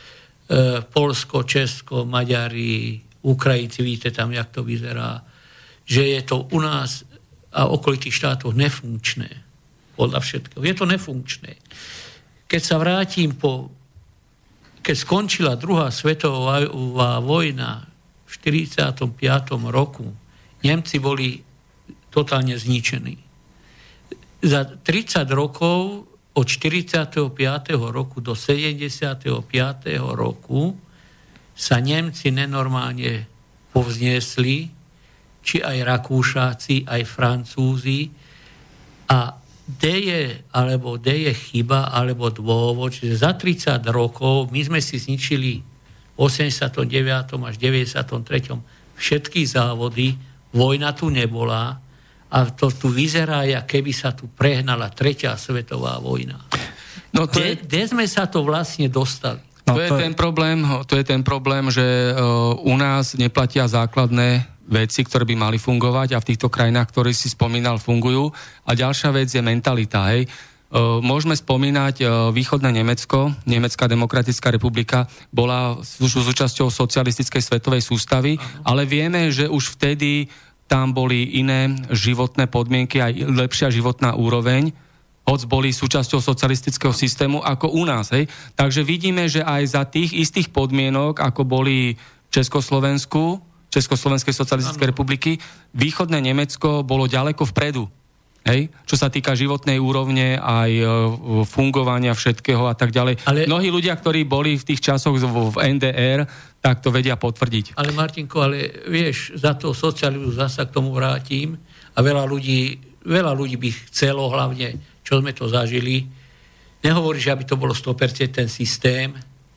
Poľsko, Česko, Maďari, Ukrajinci, vidíte tam, jak to vyzerá, že je to u nás a okolitých štátoch nefunkčné. Podľa všetkého. Je to nefunkčné. Keď sa vrátim keď skončila druhá svetová vojna v 45. roku, Nemci boli totálne zničení. Za 30 rokov od 45. roku do 75. roku sa Nemci nenormálne povzniesli, či aj Rakúšáci, aj Francúzi. A kde je chyba, alebo dôvod, že za 30 rokov my sme si zničili v 89. až 93. všetky závody, vojna tu nebola a to tu vyzerá, keby sa tu prehnala 3. svetová vojna. No kde sme sa to vlastne dostali? To je ten problém, že u nás neplatia základné veci, ktoré by mali fungovať a v týchto krajinách, ktoré si spomínal, fungujú. A ďalšia vec je mentalita. Hej. Môžeme spomínať východné Nemecko, Nemecká demokratická republika, bola súčasťou socialistickej svetovej sústavy, ale vieme, že už vtedy tam boli iné životné podmienky, aj lepšia životná úroveň. hoc boli súčasťou socialistického systému ako u nás. Hej. Takže vidíme, že aj za tých istých podmienok, ako boli v Československej socialistickej republiky, východné Nemecko bolo ďaleko vpredu. Hej? Čo sa týka životnej úrovne, aj fungovania všetkého a tak ďalej. Mnohí ľudia, ktorí boli v tých časoch v NDR, tak to vedia potvrdiť. Ale Martinko, vieš, za to socializmu zasa k tomu vrátim a veľa ľudí by chcelo, hlavne, čo sme to zažili, nehovorí, že aby to bolo 100% ten systém,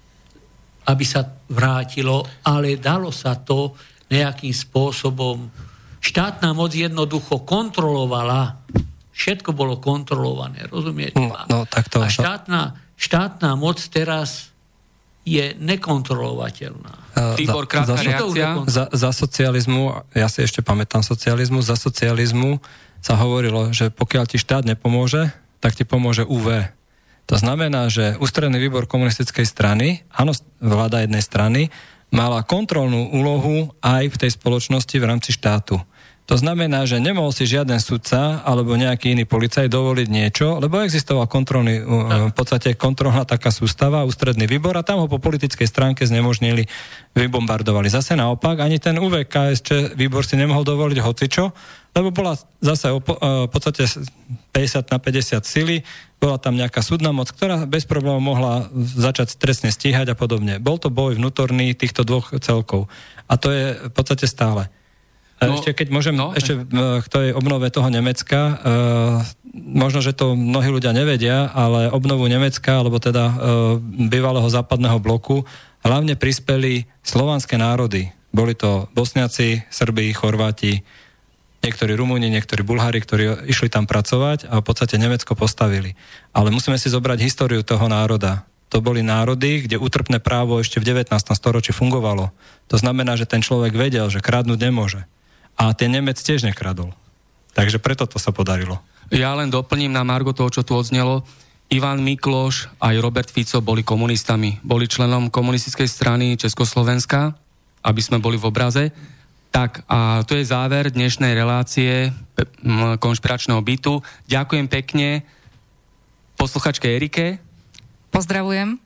aby sa vrátilo, ale dalo sa to nejakým spôsobom. Štátna moc jednoducho kontrolovala, všetko bolo kontrolované, rozumiete? Takto. A štátna moc teraz je nekontrolovateľná. Tibor, krátka reakcia. Za socializmu, ja si ešte pamätám socializmu, za socializmu sa hovorilo, že pokiaľ ti štát nepomôže, tak ti pomôže UV. To znamená, že ústredný výbor komunistickej strany, áno, vláda jednej strany, mala kontrolnú úlohu aj v tej spoločnosti v rámci štátu. To znamená, že nemohol si žiaden sudca alebo nejaký iný policajt dovoliť niečo, lebo existoval v podstate kontrolná taká sústava, ústredný výbor a tam ho po politickej stránke znemožnili, vybombardovali. Zase naopak, ani ten UVKSČ výbor si nemohol dovoliť hocičo, lebo bola zase v podstate 50 na 50 sily, bola tam nejaká súdna moc, ktorá bez problémov mohla začať trestne stíhať a podobne. Bol to boj vnútorný týchto dvoch celkov. A to je v podstate stále. Ešte keď môžem, ešte k tej obnove toho Nemecka, možno, že to mnohí ľudia nevedia, ale obnovu Nemecka, alebo teda bývalého západného bloku, hlavne prispeli slovanské národy. Boli to Bosniaci, Srbi, Chorváti, niektorí Rumúni, niektorí Bulhári, ktorí išli tam pracovať a v podstate Nemecko postavili. Ale musíme si zobrať históriu toho národa. To boli národy, kde útrpné právo ešte v 19. storočí fungovalo. To znamená, že ten človek vedel, že kradnúť nemôže. A ten Nemec tiež nekradol. Takže preto to sa podarilo. Ja len doplním na margo toho, čo tu odznelo. Ivan Mikloš aj Robert Fico boli komunistami. Boli členom komunistickej strany Československa, aby sme boli v obraze. Tak a to je záver dnešnej relácie konšpiračného bytu. Ďakujem pekne posluchačke Erike. Pozdravujem.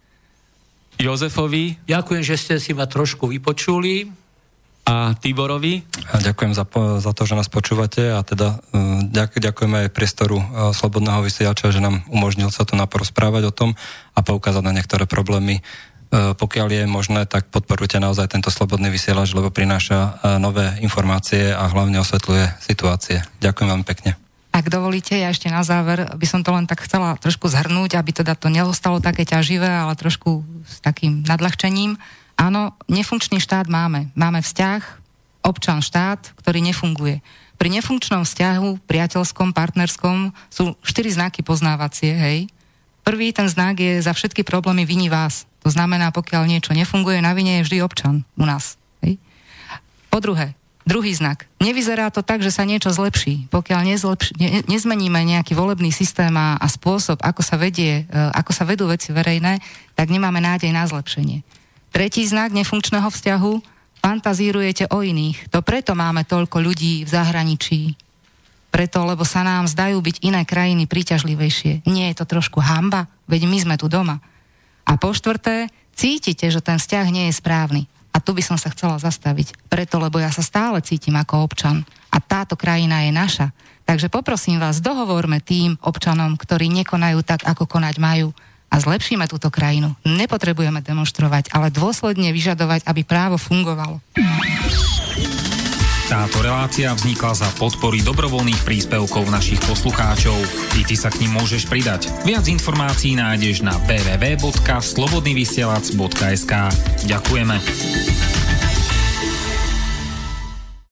Jozefovi. Ďakujem, že ste si ma trošku vypočuli. A Tiborovi. A ďakujem za to, že nás počúvate a teda ďakujeme aj priestoru Slobodného vysielača, že nám umožnil sa tu naporozprávať o tom a poukázať na niektoré problémy. Pokiaľ je možné, tak podporujte naozaj tento Slobodný vysielač, lebo prináša nové informácie a hlavne osvetľuje situácie. Ďakujem vám pekne. Ak dovolíte, ja ešte na záver by som to len tak chcela trošku zhrnúť, aby teda to neostalo také ťaživé, ale trošku s takým nadľahčením. Áno, nefunkčný štát máme. Máme vzťah, občan-štát, ktorý nefunguje. Pri nefunkčnom vzťahu, priateľskom, partnerskom sú 4 znaky poznávacie, hej. Prvý ten znak je za všetky problémy viní vás. To znamená, pokiaľ niečo nefunguje, na vine je vždy občan u nás. Hej. Po druhé, druhý znak. Nevyzerá to tak, že sa niečo zlepší. Pokiaľ nezmeníme nejaký volebný systém a spôsob, ako sa vedú veci verejné, tak nemáme nádej na zlepšenie. Tretí znak nefunkčného vzťahu, fantazírujete o iných. To preto máme toľko ľudí v zahraničí. Preto, lebo sa nám zdajú byť iné krajiny príťažlivejšie. Nie je to trošku hanba? Veď my sme tu doma. A po štvrté, cítite, že ten vzťah nie je správny. A tu by som sa chcela zastaviť. Preto, lebo ja sa stále cítim ako občan. A táto krajina je naša. Takže poprosím vás, dohovorme tým občanom, ktorí nekonajú tak, ako konať majú. A zlepšíme túto krajinu. Nepotrebujeme demonštrovať, ale dôsledne vyžadovať, aby právo fungovalo. Táto relácia vznikla za podpory dobrovoľných príspevkov našich poslucháčov. I ty sa k nim môžeš pridať. Viac informácií nájdeš na www.slobodnyvysielac.sk. Ďakujeme.